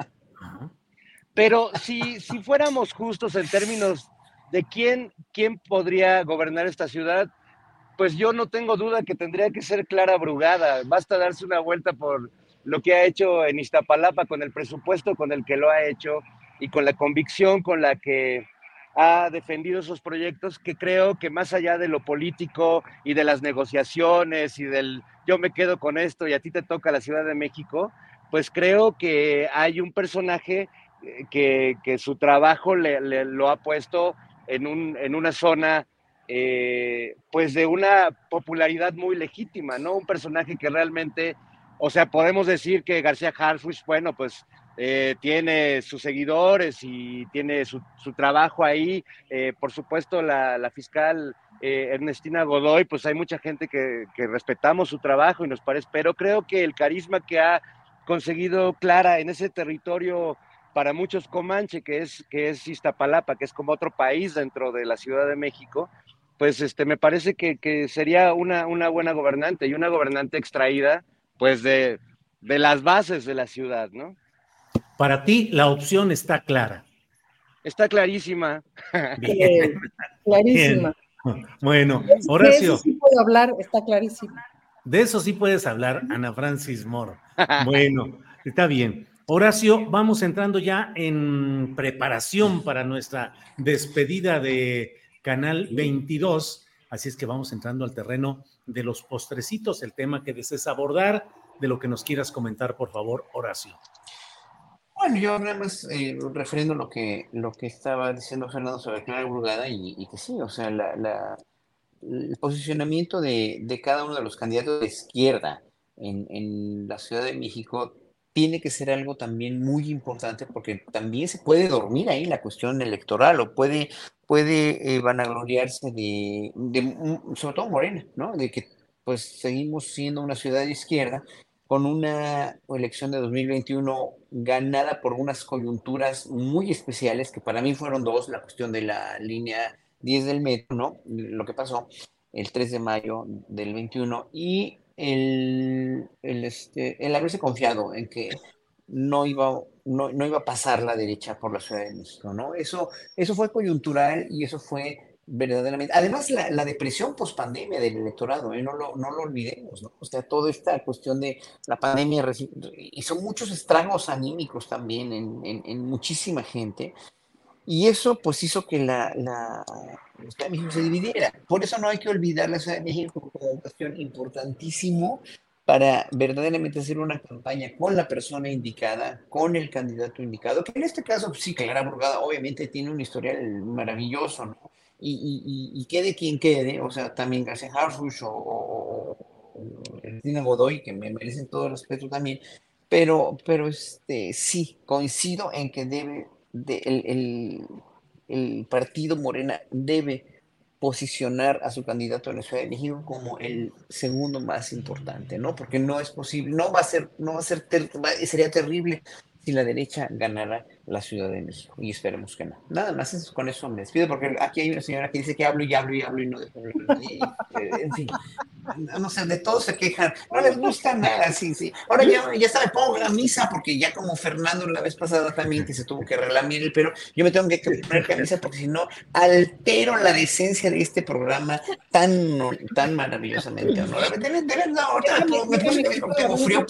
Pero si fuéramos justos en términos de quién podría gobernar esta ciudad, pues yo no tengo duda que tendría que ser Clara Brugada. Basta darse una vuelta por lo que ha hecho en Iztapalapa, con el presupuesto con el que lo ha hecho y con la convicción con la que ha defendido esos proyectos, que creo que más allá de lo político y de las negociaciones y del yo me quedo con esto y a ti te toca la Ciudad de México, pues creo que hay un personaje que su trabajo lo ha puesto en una zona pues de una popularidad muy legítima, ¿no? Un personaje que realmente O sea, podemos decir que García Harfuch, bueno, pues tiene sus seguidores y tiene su trabajo ahí. Por supuesto, la fiscal Ernestina Godoy, pues hay mucha gente que respetamos su trabajo y nos parece, pero creo que el carisma que ha conseguido Clara en ese territorio para muchos Comanche, que es Iztapalapa, que es como otro país dentro de la Ciudad de México, pues me parece que sería una buena gobernante y una gobernante extraída pues de las bases de la ciudad, ¿no? Para ti la opción está clara. Está clarísima. Bien. Clarísima. Bien. Bueno, Horacio. De eso sí puedo hablar, está clarísimo. De eso sí puedes hablar, Ana Francis Moore. Bueno, está bien. Horacio, vamos entrando ya en preparación para nuestra despedida de Canal 22, así es que vamos entrando al terreno de los postrecitos, el tema que desees abordar, de lo que nos quieras comentar, por favor, Horacio. Bueno, yo nada más refiriendo lo que estaba diciendo Fernando sobre Clara Brugada y que sí, o sea, el posicionamiento de cada uno de los candidatos de izquierda en la Ciudad de México tiene que ser algo también muy importante porque también se puede dormir ahí la cuestión electoral o puede vanagloriarse sobre todo Morena, ¿no? De que pues seguimos siendo una ciudad de izquierda con una elección de 2021 ganada por unas coyunturas muy especiales que para mí fueron dos, la cuestión de la línea 10 del metro, ¿no? Lo que pasó el 3 de mayo del 21 y el haberse confiado en que no iba a pasar la derecha por la Ciudad de México, ¿no? Eso fue coyuntural y eso fue verdaderamente. Además, la depresión post-pandemia del electorado, no lo olvidemos, ¿no? O sea, toda esta cuestión de la pandemia hizo muchos estragos anímicos también en muchísima gente. Y eso pues hizo que la Ciudad de México se dividiera. Por eso no hay que olvidar la Ciudad de México como una cuestión importantísimo para verdaderamente hacer una campaña con la persona indicada, con el candidato indicado, que en este caso pues, sí, Clara Brugada obviamente tiene un historial maravilloso, ¿no? Y quede quien quede, o sea, también García Harfuch o Ernestina Godoy, que me merecen todo el respeto también, pero sí, coincido en que el partido Morena debe posicionar a su candidato en la Ciudad de México como el segundo más importante, ¿no? Porque no es posible, sería terrible si la derecha ganara la Ciudad de México, y esperemos que no. Nada más con eso me despido, porque aquí hay una señora que dice que hablo y hablo y hablo y no dejo hablar. En fin, no sé, de todos se quejan, no les gusta nada, sí. Ahora ya se me pongo la misa, porque ya como Fernando la vez pasada también, que se tuvo que relamir el pelo, yo me tengo que poner camisa, porque si no, altero la decencia de este programa tan maravillosamente honorable. De verdad, ahorita me puse tengo frío.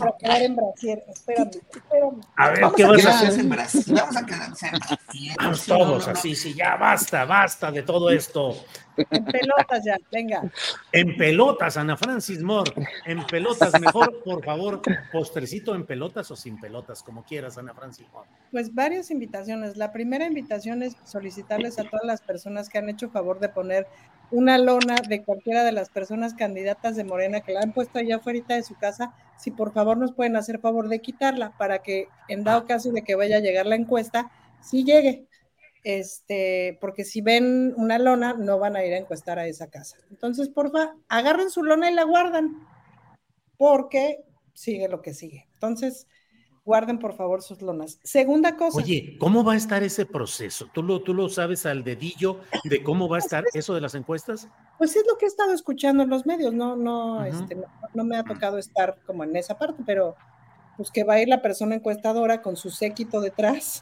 Espérame. A ver, ¿qué vas a hacer? En Brasil. Vamos a quedarse en Brasil. Vamos todos así, sí, ya basta de todo esto. En pelotas ya, venga. En pelotas, Ana Francis Moore, en pelotas, mejor, por favor, postrecito en pelotas o sin pelotas, como quieras, Ana Francis Moore. Pues varias invitaciones. La primera invitación es solicitarles a todas las personas que han hecho favor de poner una lona de cualquiera de las personas candidatas de Morena que la han puesto allá afuera de su casa, si por favor nos pueden hacer favor de quitarla para que en dado caso de que vaya a llegar la encuesta, sí llegue. Porque si ven una lona, no van a ir a encuestar a esa casa. Entonces, porfa, agarren su lona y la guardan, porque sigue lo que sigue. Entonces, guarden por favor sus lonas. Segunda cosa. Oye, ¿cómo va a estar ese proceso? ¿Tú lo sabes al dedillo de cómo va a estar eso de las encuestas? Pues es lo que he estado escuchando en los medios, no me ha tocado estar como en esa parte, pero pues que va a ir la persona encuestadora con su séquito detrás.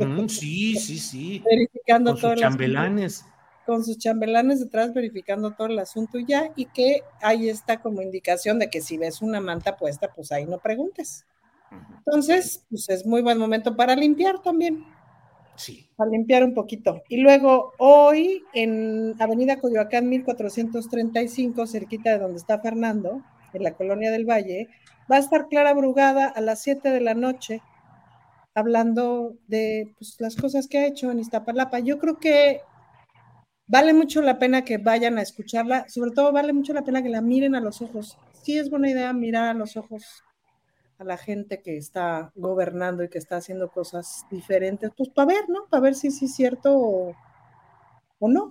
Sí. Verificando con sus chambelanes. Con sus chambelanes detrás, verificando todo el asunto ya, y que ahí está como indicación de que si ves una manta puesta, pues ahí no preguntes. Entonces, pues es muy buen momento para limpiar también. Sí. Para limpiar un poquito. Y luego, hoy, en Avenida Coyoacán 1435, cerquita de donde está Fernando, en la Colonia del Valle, va a estar Clara Brugada a las 7 de la noche, hablando de pues, las cosas que ha hecho en Iztapalapa. Yo creo que vale mucho la pena que vayan a escucharla, sobre todo vale mucho la pena que la miren a los ojos. Sí es buena idea mirar a los ojos a la gente que está gobernando y que está haciendo cosas diferentes, pues para ver, ¿no? Para ver si es cierto o no.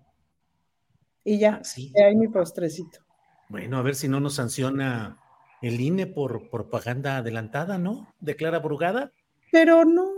Y ya, ahí mi postrecito. Bueno, a ver si no nos sanciona el INE por propaganda adelantada, ¿no? ¿Declara Brugada? Pero no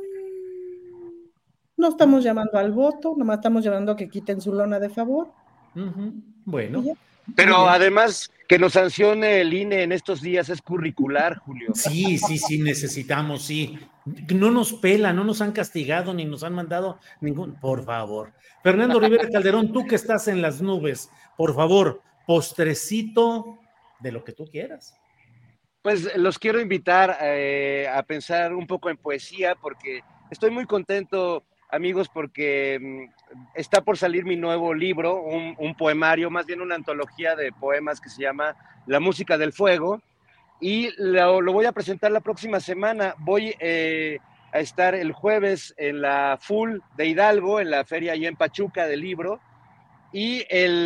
estamos llamando al voto, nomás estamos llamando a que quiten su lona de favor. Bueno. Pero además, que nos sancione el INE en estos días es curricular, Julio. Sí, necesitamos, sí. No nos pela, no nos han castigado ni nos han mandado ningún. Por favor. Fernando Rivera Calderón, tú que estás en las nubes, por favor, postrecito de lo que tú quieras. Pues los quiero invitar a pensar un poco en poesía, porque estoy muy contento, amigos, porque está por salir mi nuevo libro, un poemario, más bien una antología de poemas que se llama La Música del Fuego, y lo voy a presentar la próxima semana. Voy a estar el jueves en la FUL de Hidalgo, en la feria allá en Pachuca del libro, y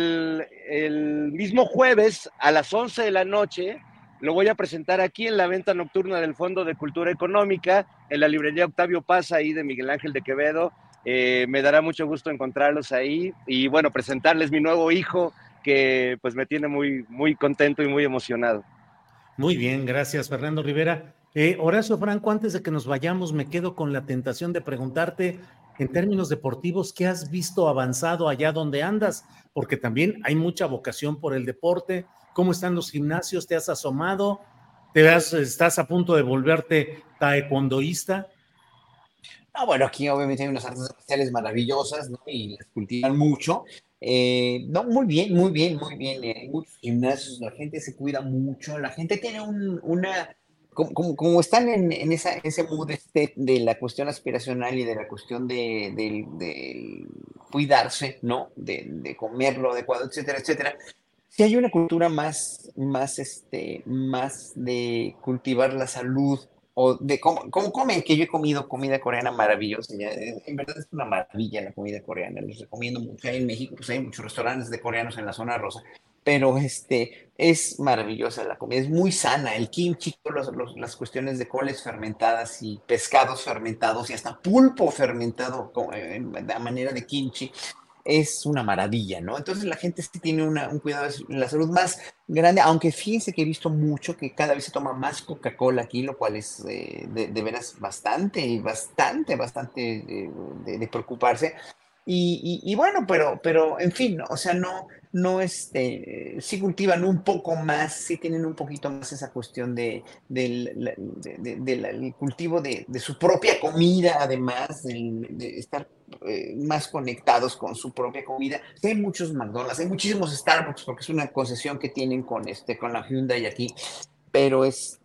el mismo jueves a las 11 de la noche lo voy a presentar aquí en la venta nocturna del Fondo de Cultura Económica, en la librería Octavio Paz, ahí de Miguel Ángel de Quevedo. Me dará mucho gusto encontrarlos ahí y, bueno, presentarles mi nuevo hijo, que pues me tiene muy, muy contento y muy emocionado. Muy bien, gracias, Fernando Rivera. Horacio Franco, antes de que nos vayamos, me quedo con la tentación de preguntarte, en términos deportivos, ¿qué has visto avanzado allá donde andas? Porque también hay mucha vocación por el deporte. ¿Cómo están los gimnasios? ¿Te has asomado? ¿Estás a punto de volverte taekwondoísta? No, bueno, aquí obviamente hay unas artes marciales maravillosas, ¿no? Y las cultivan mucho. No, muy bien, muy bien, muy bien. Hay muchos gimnasios, la gente se cuida mucho, la gente tiene como están en ese mood de la cuestión aspiracional y de la cuestión de cuidarse, ¿no? De comer lo adecuado, etcétera, etcétera. Sí hay una cultura más de cultivar la salud, o de cómo comen, que yo he comido comida coreana maravillosa. En verdad es una maravilla la comida coreana, les recomiendo mucho. Ahí en México pues hay muchos restaurantes de coreanos en la zona rosa, pero es maravillosa la comida, es muy sana. El kimchi, las cuestiones de coles fermentadas y pescados fermentados y hasta pulpo fermentado a manera de kimchi, es una maravilla, ¿no? Entonces la gente sí tiene un cuidado de la salud más grande, aunque fíjense que he visto mucho que cada vez se toma más Coca-Cola aquí, lo cual es de veras bastante de preocuparse. Y bueno, pero en fin, ¿no? O sea, no sí cultivan un poco más, sí tienen un poquito más esa cuestión del cultivo de su propia comida, además de estar más conectados con su propia comida. Sí, hay muchos McDonald's, hay muchísimos Starbucks, porque es una concesión que tienen con la Hyundai aquí, pero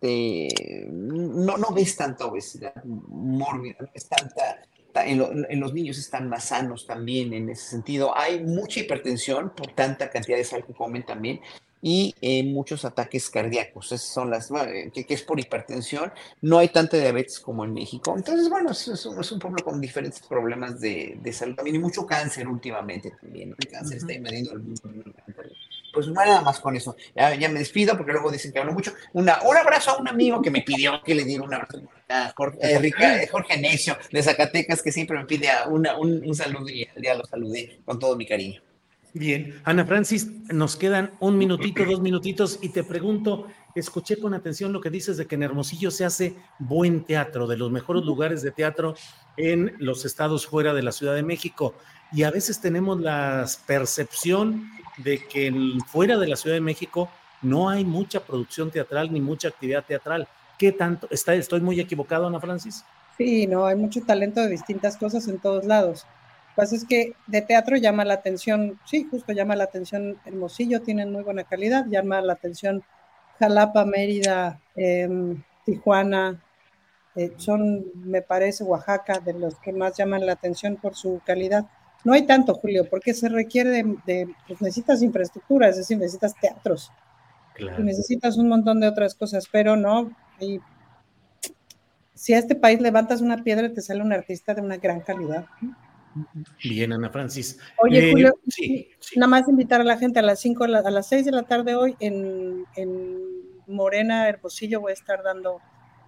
no ves tanta obesidad mórbida, no es tanta. En los niños están más sanos también en ese sentido. Hay mucha hipertensión por tanta cantidad de sal que comen también, y muchos ataques cardíacos. Esas son que es por hipertensión. No hay tanta diabetes como en México. Entonces, bueno, es un pueblo con diferentes problemas de salud también, y mucho cáncer últimamente también, ¿no? El cáncer está invadiendo el mundo. Pues nada más con eso. Ya me despido porque luego dicen que hablo mucho. Un abrazo a un amigo que me pidió que le diera un abrazo a Jorge Necio de Zacatecas, que siempre me pide un saludo, y ya lo saludé con todo mi cariño. Bien, Ana Francis, nos quedan 1 minutito, 2 minutitos, y te pregunto, escuché con atención lo que dices de que en Hermosillo se hace buen teatro, de los mejores lugares de teatro en los estados fuera de la Ciudad de México, y a veces tenemos la percepción de que fuera de la Ciudad de México no hay mucha producción teatral ni mucha actividad teatral. ¿Qué tanto? ¿Estoy muy equivocado, Ana Francis? Sí, no, hay mucho talento de distintas cosas en todos lados. Lo que pasa es que de teatro llama la atención, sí, justo llama la atención Hermosillo, tienen muy buena calidad, llama la atención Jalapa, Mérida, Tijuana, son, me parece, Oaxaca, de los que más llaman la atención por su calidad. No hay tanto, Julio, porque se requiere pues necesitas infraestructura, es decir, necesitas teatros, claro, y necesitas un montón de otras cosas, pero no, y si a este país levantas una piedra te sale un artista de una gran calidad. Bien, Ana Francis. Oye, Julio, sí. Nada más invitar a la gente a las 6 de la tarde hoy en Morena, Hermosillo, voy a estar dando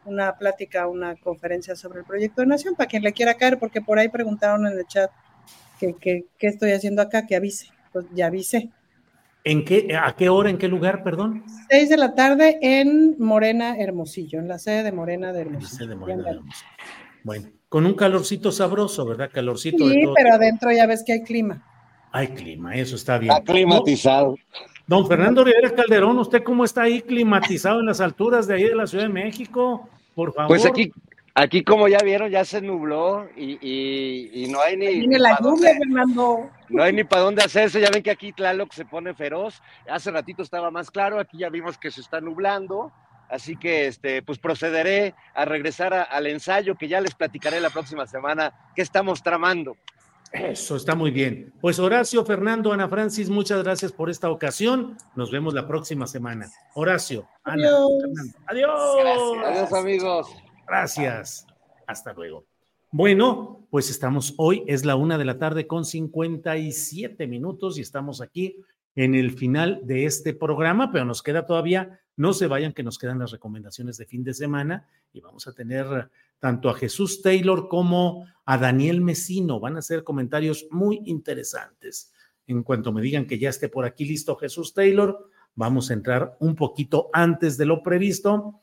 una plática, una conferencia sobre el proyecto de nación, para quien le quiera caer, porque por ahí preguntaron en el chat qué estoy haciendo acá, que avise. Pues ya avisé. ¿A qué hora, en qué lugar, perdón? 6 de la tarde en Morena, Hermosillo, en la sede de Morena de Hermosillo. Bueno, con un calorcito sabroso, ¿verdad? Calorcito sí, de todo. Pero adentro ya ves que hay clima. Hay clima, eso está bien. Está climatizado. Don Fernando Rivera Calderón, ¿usted cómo está ahí climatizado en las alturas de ahí de la Ciudad de México? Por favor. Pues aquí como ya vieron, ya se nubló y no hay ni la lluvia, Fernando. No hay ni para dónde hacerse. Ya ven que aquí Tlaloc se pone feroz. Hace ratito estaba más claro, aquí ya vimos que se está nublando. Así que pues procederé a regresar al ensayo, que ya les platicaré la próxima semana qué estamos tramando. Eso está muy bien. Pues Horacio, Fernando, Ana Francis, muchas gracias por esta ocasión. Nos vemos la próxima semana. Horacio, Ana, Fernando. Adiós. Gracias. Adiós, amigos. Gracias. Hasta luego. Bueno, pues estamos hoy, es la 1:00 con 57 minutos y estamos aquí en el final de este programa, pero nos queda todavía, no se vayan, que nos quedan las recomendaciones de fin de semana y vamos a tener tanto a Jesús Taylor como a Daniel Mesino. Van a hacer comentarios muy interesantes. En cuanto me digan que ya esté por aquí listo Jesús Taylor, vamos a entrar un poquito antes de lo previsto.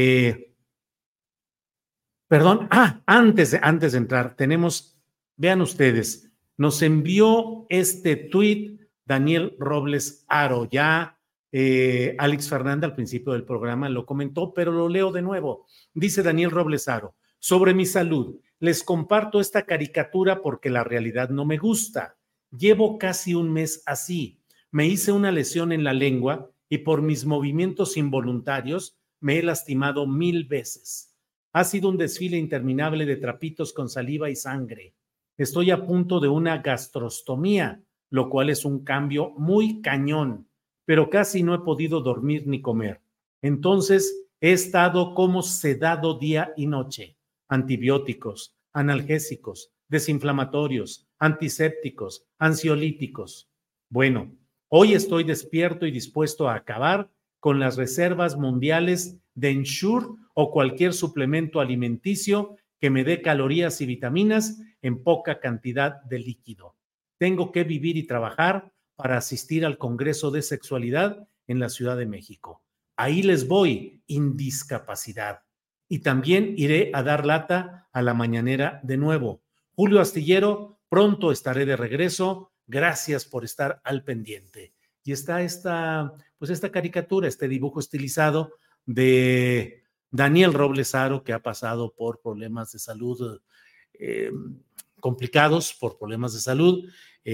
Antes de entrar, vean ustedes, nos envió este tuit Daniel Robles Aro. Ya Alex Fernández al principio del programa lo comentó, pero lo leo de nuevo. Dice Daniel Robles Aro: sobre mi salud, les comparto esta caricatura porque la realidad no me gusta. Llevo casi un mes así. Me hice una lesión en la lengua y por mis movimientos involuntarios me he lastimado 1000 veces. Ha sido un desfile interminable de trapitos con saliva y sangre. Estoy a punto de una gastrostomía, lo cual es un cambio muy cañón, pero casi no he podido dormir ni comer. Entonces he estado como sedado día y noche. Antibióticos, analgésicos, desinflamatorios, antisépticos, ansiolíticos. Bueno, hoy estoy despierto y dispuesto a acabar con las reservas mundiales de Ensure o cualquier suplemento alimenticio que me dé calorías y vitaminas en poca cantidad de líquido. Tengo que vivir y trabajar para asistir al Congreso de Sexualidad en la Ciudad de México. Ahí les voy, indiscapacidad. Y también iré a dar lata a la mañanera de nuevo. Julio Astillero, pronto estaré de regreso. Gracias por estar al pendiente. Y está esta caricatura, este dibujo estilizado de Daniel Robles Aro, que ha pasado por problemas de salud complicados, por problemas de salud,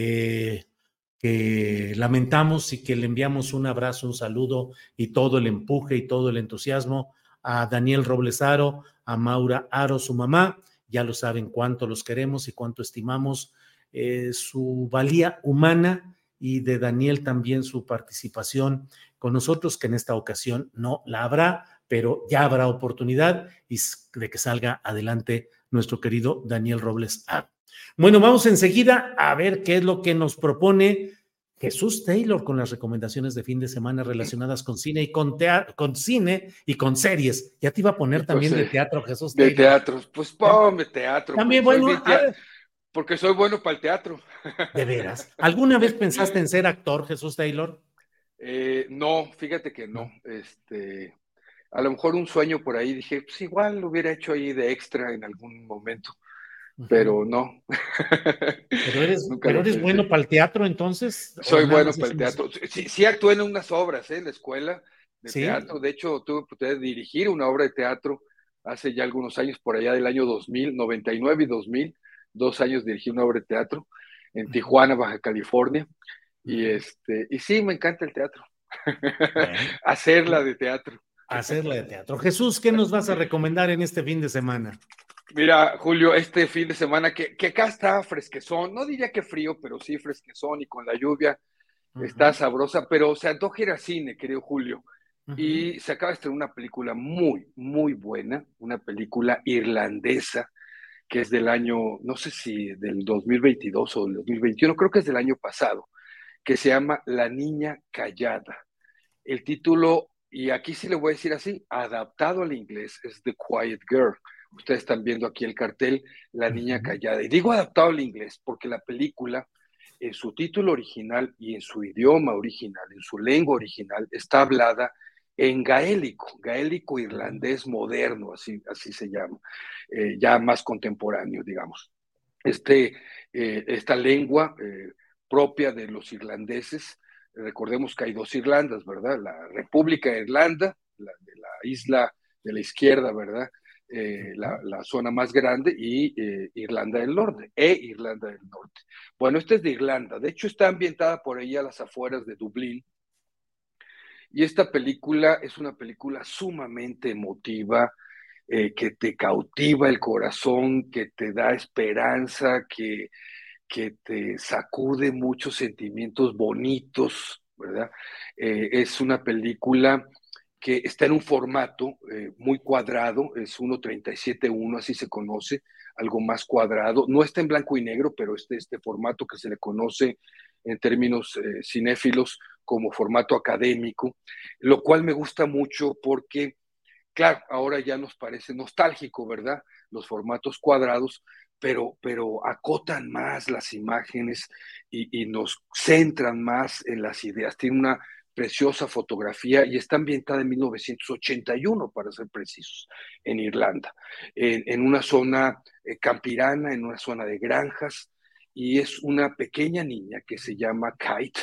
que lamentamos y que le enviamos un abrazo, un saludo y todo el empuje y todo el entusiasmo a Daniel Robles Aro, a Maura Aro, su mamá. Ya lo saben cuánto los queremos y cuánto estimamos su valía humana, y de Daniel también su participación con nosotros, que en esta ocasión no la habrá, pero ya habrá oportunidad de que salga adelante nuestro querido Daniel Robles Aro. Bueno, vamos enseguida a ver qué es lo que nos propone Jesús Taylor con las recomendaciones de fin de semana relacionadas con cine y con cine y con series. Ya te iba a poner también de teatro, Jesús Taylor. De teatro, pues ponme teatro. También pues, bueno, porque soy bueno para el teatro. ¿De veras? ¿Alguna vez pensaste en ser actor, Jesús Taylor? No, fíjate que no. A lo mejor un sueño por ahí, dije, pues igual lo hubiera hecho ahí de extra en algún momento, pero no. Pero eres bueno para el teatro, entonces. Soy bueno para el teatro. Sí actué en unas obras, en la escuela de teatro. De hecho, tuve oportunidad de dirigir una obra de teatro hace ya algunos años, por allá del año 2000, 99 y 2000. 2 años dirigí una obra de teatro en Tijuana, Baja California. Y sí, me encanta el teatro. Hacerla de teatro. Hacerla de teatro. Jesús, ¿qué nos vas a recomendar en este fin de semana? Mira, Julio, este fin de semana que acá está fresquezón, no diría que frío, pero sí fresquezón y con la lluvia está sabrosa, pero se antoja ir al cine, querido Julio. Y se acaba de estrenar una película muy, muy buena, una película irlandesa, que es del año, no sé si del 2022 o del 2021, creo que es del año pasado, que se llama La Niña Callada. El título y aquí sí le voy a decir así, adaptado al inglés, es The Quiet Girl. Ustedes están viendo aquí el cartel, La Niña Callada. Y digo adaptado al inglés porque la película, en su título original y en su idioma original, en su lengua original, está hablada en gaélico irlandés moderno, así se llama, ya más contemporáneo, digamos. Esta lengua propia de los irlandeses, recordemos que hay dos Irlandas, ¿verdad? La República de Irlanda, de la isla de la izquierda, ¿verdad? La zona más grande, y Irlanda del Norte, Irlanda del Norte. Bueno, esta es de Irlanda, de hecho está ambientada por ahí a las afueras de Dublín, y esta película es una película sumamente emotiva, que te cautiva el corazón, que te da esperanza, que te sacude muchos sentimientos bonitos, ¿verdad? Es una película que está en un formato muy cuadrado, es 1:37:1, así se conoce, algo más cuadrado. No está en blanco y negro, pero este formato que se le conoce en términos cinéfilos como formato académico, lo cual me gusta mucho porque, claro, ahora ya nos parece nostálgico, ¿verdad? Los formatos cuadrados, pero acotan más las imágenes y nos centran más en las ideas. Tiene una preciosa fotografía y está ambientada en 1981, para ser precisos, en Irlanda, en una zona campirana, en una zona de granjas, y es una pequeña niña que se llama Kate,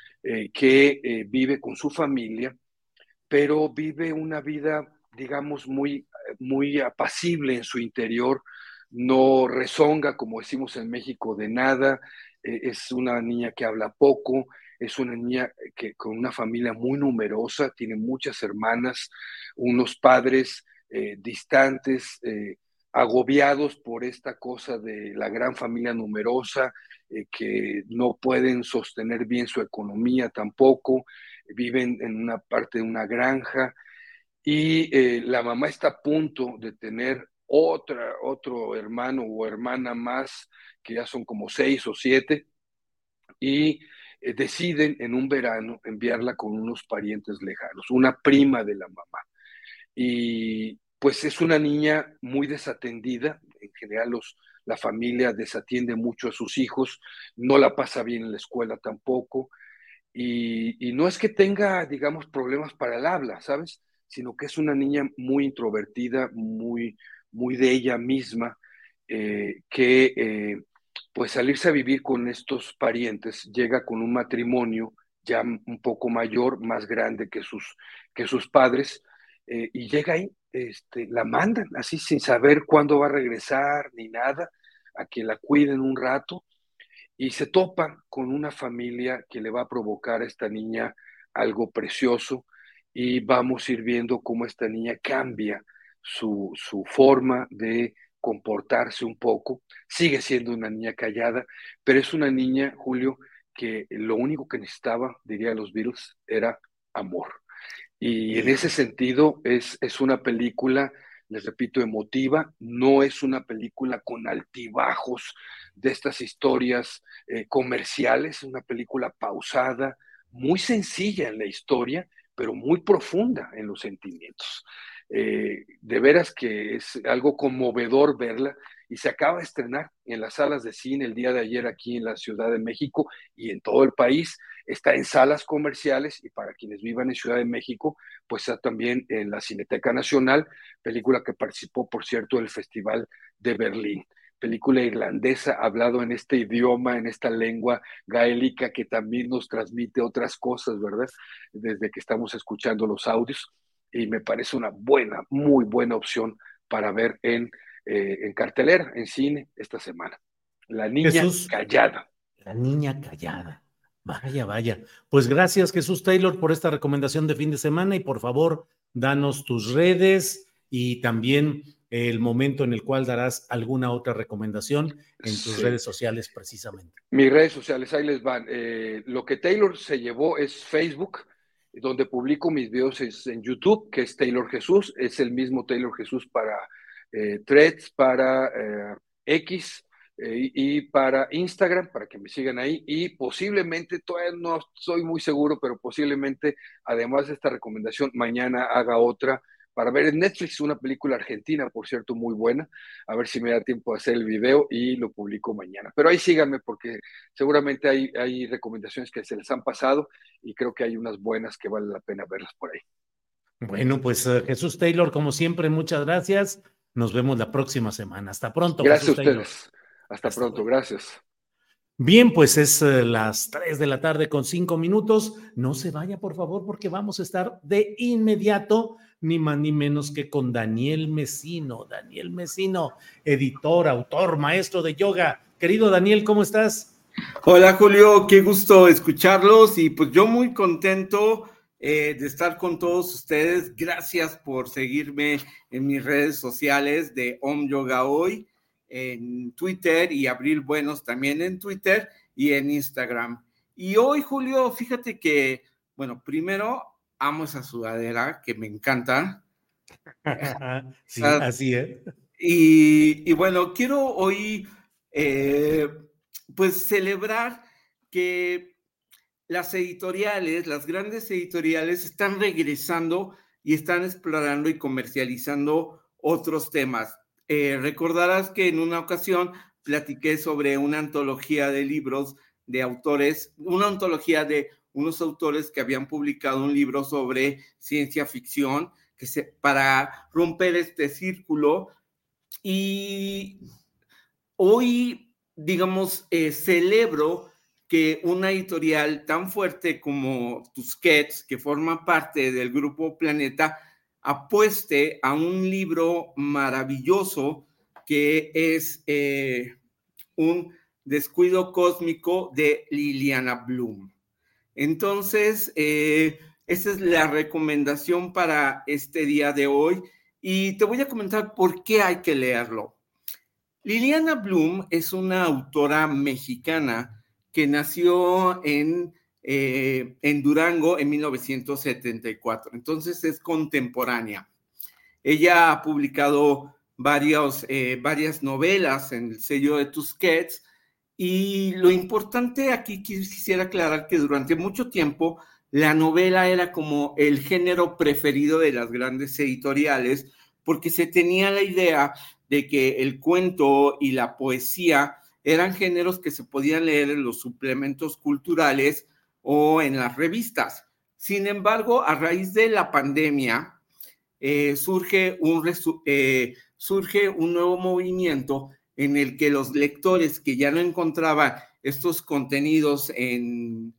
que vive con su familia, pero vive una vida, digamos, muy apacible en su interior, no rezonga, como decimos en México, de nada. Es una niña que habla poco, es una niña que con una familia muy numerosa, tiene muchas hermanas, unos padres distantes, agobiados por esta cosa de la gran familia numerosa, que no pueden sostener bien su economía tampoco, viven en una parte de una granja, y la mamá está a punto de tener otro hermano o hermana más, que ya son como 6 o 7, y deciden en un verano enviarla con unos parientes lejanos, una prima de la mamá. Y pues es una niña muy desatendida, en general la familia desatiende mucho a sus hijos, no la pasa bien en la escuela tampoco, y no es que tenga, digamos, problemas para el habla, ¿sabes? Sino que es una niña muy introvertida, muy de ella misma, que pues salirse a vivir con estos parientes, llega con un matrimonio ya un poco mayor, más grande que sus padres, y llega ahí, la mandan así sin saber cuándo va a regresar ni nada, a que la cuiden un rato, y se topa con una familia que le va a provocar a esta niña algo precioso, y vamos a ir viendo cómo esta niña cambia su forma de comportarse un poco. Sigue siendo una niña callada, pero es una niña, Julio, que lo único que necesitaba, diría los Beatles, era amor. Y en ese sentido es una película, les repito, emotiva, no es una película con altibajos de estas historias comerciales, es una película pausada, muy sencilla en la historia, pero muy profunda en los sentimientos. De veras que es algo conmovedor verla, y se acaba de estrenar en las salas de cine el día de ayer aquí en la Ciudad de México y en todo el país. Está en salas comerciales, y para quienes vivan en Ciudad de México, pues está también en la Cineteca Nacional, película que participó, por cierto, del Festival de Berlín. Película irlandesa, hablado en este idioma, en esta lengua gaélica que también nos transmite otras cosas, ¿verdad? Desde que estamos escuchando los audios, y me parece una muy buena opción para ver en cartelera, en cine, esta semana. La Niña Callada. La Niña Callada. Vaya. Pues gracias, Jesús Taylor, por esta recomendación de fin de semana, y por favor, danos tus redes y también el momento en el cual darás alguna otra recomendación en tus redes sociales precisamente. Mis redes sociales, ahí les van. Lo que Taylor se llevó es Facebook, donde publico mis videos es en YouTube, que es Taylor Jesús, es el mismo Taylor Jesús para Threads, para X, y para Instagram, para que me sigan ahí, y posiblemente, todavía no estoy muy seguro, pero posiblemente, además de esta recomendación, mañana haga otra para ver en Netflix una película argentina, por cierto, muy buena, a ver si me da tiempo de hacer el video y lo publico mañana. Pero ahí síganme porque seguramente hay recomendaciones que se les han pasado y creo que hay unas buenas que vale la pena verlas por ahí. Bueno, pues Jesús Taylor, como siempre, muchas gracias. Nos vemos la próxima semana. Hasta pronto. Gracias Jesús a ustedes. Hasta pronto, gracias. Bien, pues es las 3 de la tarde con 5 minutos. No se vaya, por favor, porque vamos a estar de inmediato, ni más ni menos que con Daniel Mesino. Daniel Mesino, editor, autor, maestro de yoga. Querido Daniel, ¿cómo estás? Hola Julio, qué gusto escucharlos y pues yo muy contento de estar con todos ustedes. Gracias por seguirme en mis redes sociales de Om Yoga Hoy, en Twitter, y Abril Buenos también en Twitter y en Instagram. Y hoy, Julio, fíjate que, bueno, primero amo esa sudadera que me encanta. Sí, así es. Y bueno, quiero hoy pues celebrar que las editoriales, las grandes editoriales están regresando y están explorando y comercializando otros temas. Recordarás que en una ocasión platiqué sobre una antología de libros de autores, una antología de unos autores que habían publicado un libro sobre ciencia ficción para romper este círculo. Y hoy, digamos, celebro que una editorial tan fuerte como Tusquets, que forma parte del Grupo Planeta, apueste a un libro maravilloso que es Un descuido cósmico de Liliana Bloom. Entonces, esa es la recomendación para este día de hoy y te voy a comentar por qué hay que leerlo. Liliana Bloom es una autora mexicana que nació en Durango en 1974, entonces es contemporánea. Ella ha publicado varias novelas en el sello de Tusquets y lo importante aquí quisiera aclarar que durante mucho tiempo la novela era como el género preferido de las grandes editoriales porque se tenía la idea de que el cuento y la poesía eran géneros que se podían leer en los suplementos culturales o en las revistas. Sin embargo, a raíz de la pandemia, surge un nuevo movimiento en el que los lectores que ya no encontraban estos contenidos en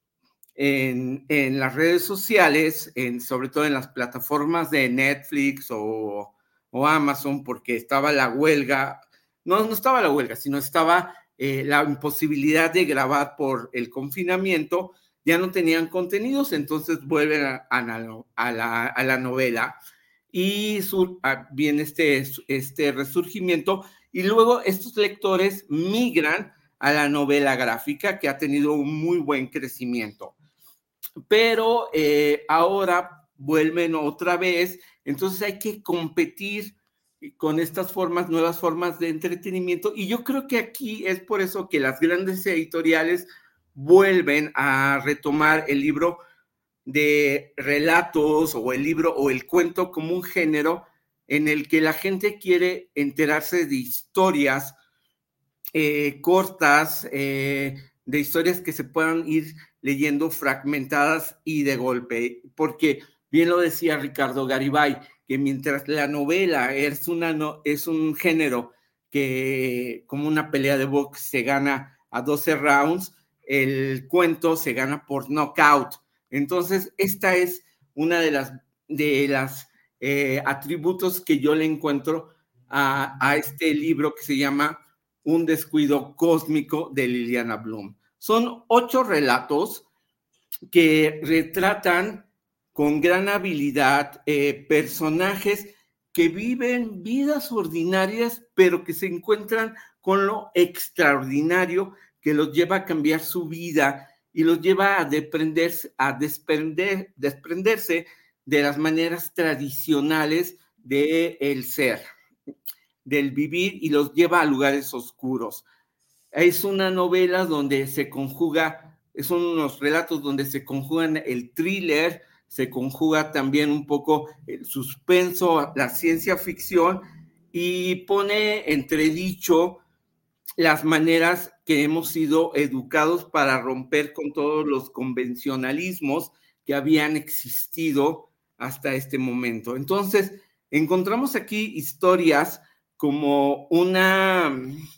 las redes sociales, sobre todo en las plataformas de Netflix o Amazon, porque estaba la huelga, no estaba la huelga, sino estaba la imposibilidad de grabar por el confinamiento, ya no tenían contenidos, entonces vuelven a la novela y viene este resurgimiento y luego estos lectores migran a la novela gráfica que ha tenido un muy buen crecimiento. Pero ahora vuelven otra vez, entonces hay que competir con estas nuevas formas de entretenimiento y yo creo que aquí es por eso que las grandes editoriales vuelven a retomar el libro de relatos o el libro o el cuento como un género en el que la gente quiere enterarse de historias cortas, de historias que se puedan ir leyendo fragmentadas y de golpe, porque bien lo decía Ricardo Garibay, que mientras la novela es un género que como una pelea de box se gana a 12 rounds, el cuento se gana por knockout. Entonces, esta es una de las atributos que yo le encuentro a este libro que se llama Un descuido cósmico de Liliana Bloom. Son 8 relatos que retratan con gran habilidad personajes que viven vidas ordinarias, pero que se encuentran con lo extraordinario que los lleva a cambiar su vida y los lleva a desprenderse de las maneras tradicionales del ser. del vivir y los lleva a lugares oscuros. Es una novela donde se conjuga, son unos relatos donde se conjugan el thriller, se conjuga también un poco el suspenso, la ciencia ficción, y pone entredicho las maneras que hemos sido educados para romper con todos los convencionalismos que habían existido hasta este momento. Entonces, encontramos aquí historias como una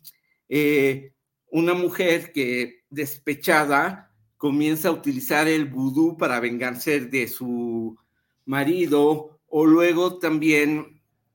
mujer que, despechada, comienza a utilizar el vudú para vengarse de su marido, o luego también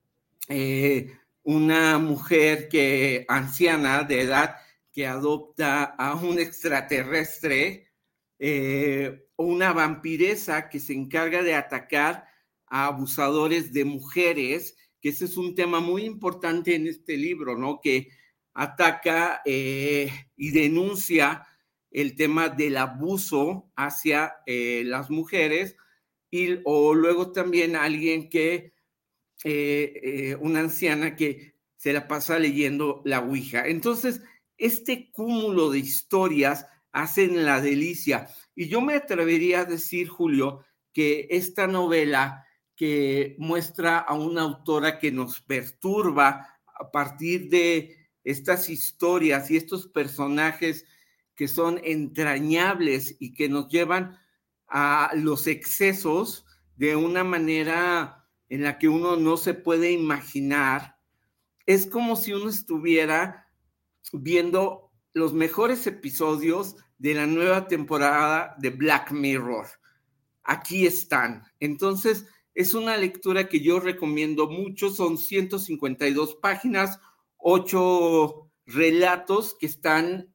una mujer anciana de edad que adopta a un extraterrestre, o una vampiresa que se encarga de atacar a abusadores de mujeres, que ese es un tema muy importante en este libro, ¿no? Que ataca y denuncia el tema del abuso hacia las mujeres, o luego también alguien que una anciana que se la pasa leyendo la Ouija. Entonces, este cúmulo de historias hacen la delicia. Y yo me atrevería a decir, Julio, que esta novela que muestra a una autora que nos perturba a partir de estas historias y estos personajes que son entrañables y que nos llevan a los excesos de una manera en la que uno no se puede imaginar. Es como si uno estuviera viendo los mejores episodios de la nueva temporada de Black Mirror. Aquí están. Entonces, es una lectura que yo recomiendo mucho. Son 152 páginas, 8 relatos que están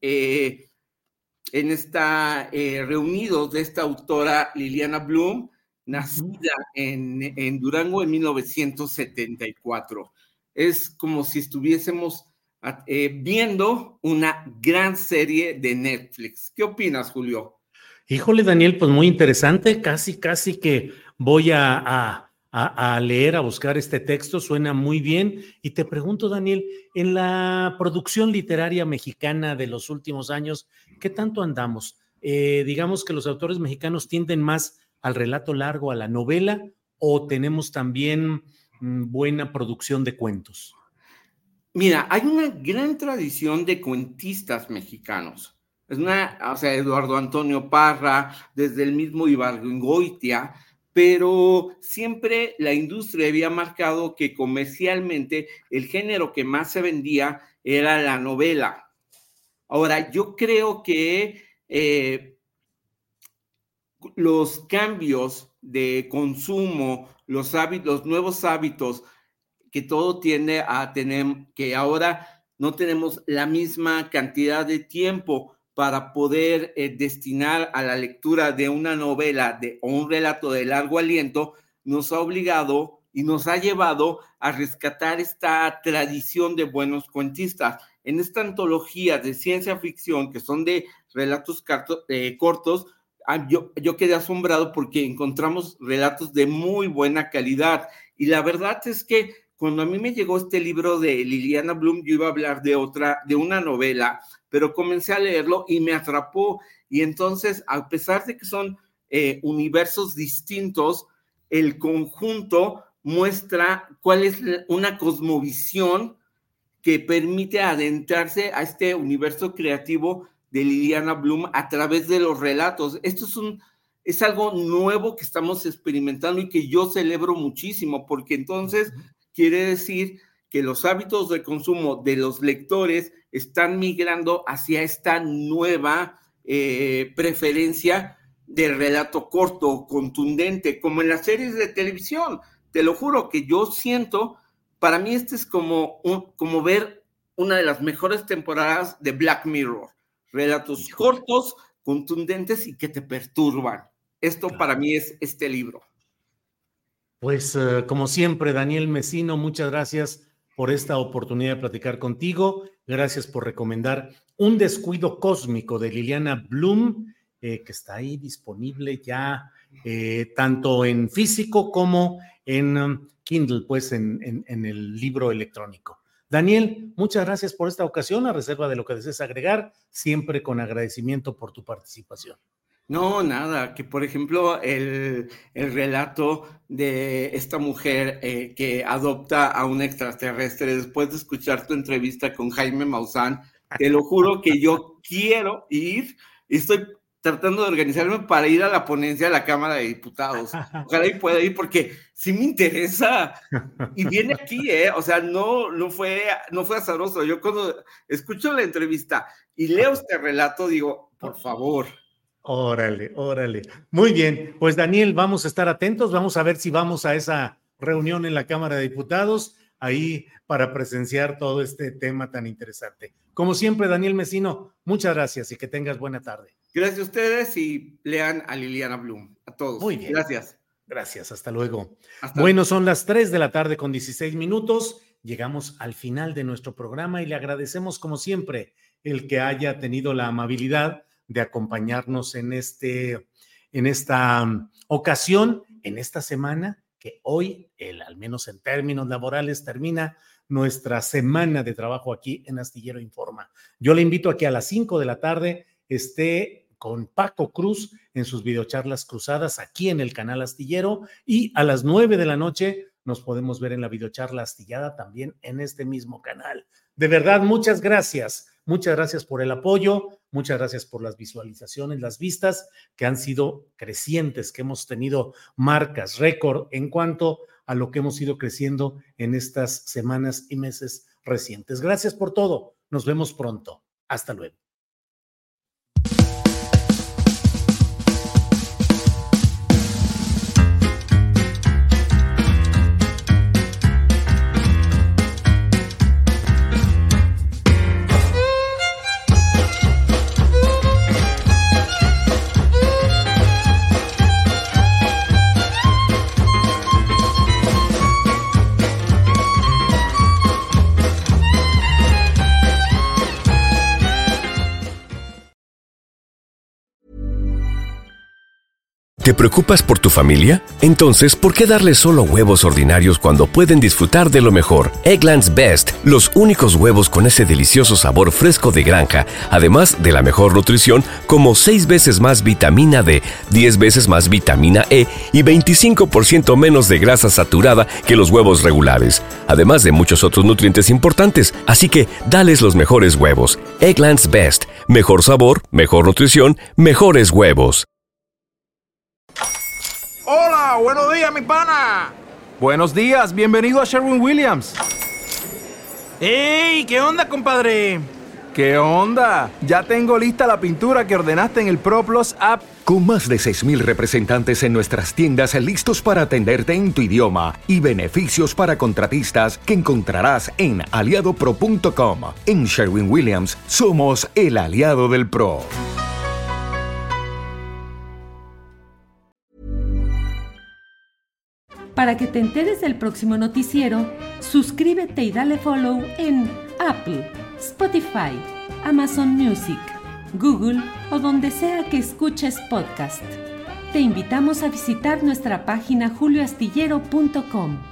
reunidos de esta autora Liliana Bloom, nacida en Durango en 1974. Es como si estuviésemos viendo una gran serie de Netflix. ¿Qué opinas, Julio? Híjole, Daniel, pues muy interesante. Casi que voy a leer, a buscar este texto. Suena muy bien. Y te pregunto, Daniel, en la producción literaria mexicana de los últimos años, ¿qué tanto andamos? Digamos que los autores mexicanos tienden más al relato largo, a la novela, o tenemos también buena producción de cuentos. Mira, hay una gran tradición de cuentistas mexicanos. Eduardo Antonio Parra, desde el mismo Ibargüengoitia, pero siempre la industria había marcado que comercialmente el género que más se vendía era la novela. Ahora, yo creo que los cambios de consumo, los nuevos hábitos que todo tiende a tener, que ahora no tenemos la misma cantidad de tiempo para poder destinar a la lectura de una novela o un relato de largo aliento, nos ha obligado y nos ha llevado a rescatar esta tradición de buenos cuentistas. En esta antología de ciencia ficción, que son de relatos cortos, yo quedé asombrado porque encontramos relatos de muy buena calidad. Y la verdad es que cuando a mí me llegó este libro de Liliana Bloom, yo iba a hablar de una novela, pero comencé a leerlo y me atrapó. Y entonces, a pesar de que son universos distintos, el conjunto muestra cuál es una cosmovisión que permite adentrarse a este universo creativo de Liliana Bloom a través de los relatos. Esto es algo nuevo que estamos experimentando y que yo celebro muchísimo, porque entonces quiere decir que los hábitos de consumo de los lectores están migrando hacia esta nueva preferencia del relato corto, contundente, como en las series de televisión. Te lo juro que yo siento, para mí este es como ver una de las mejores temporadas de Black Mirror. Relatos cortos, contundentes y que te perturban. Esto para mí es este libro. Pues como siempre, Daniel Mesino, muchas gracias por esta oportunidad de platicar contigo. Gracias por recomendar Un descuido cósmico de Liliana Bloom, que está ahí disponible ya tanto en físico como en Kindle, pues en el libro electrónico. Daniel, muchas gracias por esta ocasión, a reserva de lo que desees agregar, siempre con agradecimiento por tu participación. No, nada, que por ejemplo el relato de esta mujer que adopta a un extraterrestre después de escuchar tu entrevista con Jaime Maussan, te lo juro que yo quiero ir y estoy tratando de organizarme para ir a la ponencia de la Cámara de Diputados. Ojalá y pueda ir porque sí me interesa. Y viene aquí, o sea, no fue azaroso. Yo cuando escucho la entrevista y leo este relato digo, por favor. Órale. Muy bien, pues Daniel, vamos a estar atentos, vamos a ver si vamos a esa reunión en la Cámara de Diputados, ahí para presenciar todo este tema tan interesante. Como siempre, Daniel Mesino, muchas gracias y que tengas buena tarde. Gracias a ustedes y lean a Liliana Blum, a todos. Muy bien. Gracias, hasta luego. Bueno, son las 3:00 con 16 minutos, llegamos al final de nuestro programa y le agradecemos como siempre el que haya tenido la amabilidad de acompañarnos en esta ocasión, en esta semana, que hoy, al menos en términos laborales, termina nuestra semana de trabajo aquí en Astillero Informa. Yo le invito a que a las 5:00 esté con Paco Cruz en sus videocharlas cruzadas aquí en el canal Astillero y a las 9:00 nos podemos ver en la videocharla astillada también en este mismo canal. De verdad, muchas gracias. Muchas gracias por el apoyo, muchas gracias por las visualizaciones, las vistas que han sido crecientes, que hemos tenido marcas, récord en cuanto a lo que hemos ido creciendo en estas semanas y meses recientes. Gracias por todo. Nos vemos pronto. Hasta luego. ¿Te preocupas por tu familia? Entonces, ¿por qué darles solo huevos ordinarios cuando pueden disfrutar de lo mejor? Eggland's Best, los únicos huevos con ese delicioso sabor fresco de granja, además de la mejor nutrición, como 6 veces más vitamina D, 10 veces más vitamina E y 25% menos de grasa saturada que los huevos regulares, además de muchos otros nutrientes importantes. Así que, dales los mejores huevos. Eggland's Best, mejor sabor, mejor nutrición, mejores huevos. ¡Hola! ¡Buenos días, mi pana! Buenos días, bienvenido a Sherwin-Williams. ¡Ey! ¿Qué onda, compadre? ¿Qué onda? Ya tengo lista la pintura que ordenaste en el ProPlus app. Con más de 6,000 representantes en nuestras tiendas listos para atenderte en tu idioma y beneficios para contratistas que encontrarás en aliadopro.com. En Sherwin-Williams somos el aliado del pro. Para que te enteres del próximo noticiero, suscríbete y dale follow en Apple, Spotify, Amazon Music, Google o donde sea que escuches podcast. Te invitamos a visitar nuestra página julioastillero.com.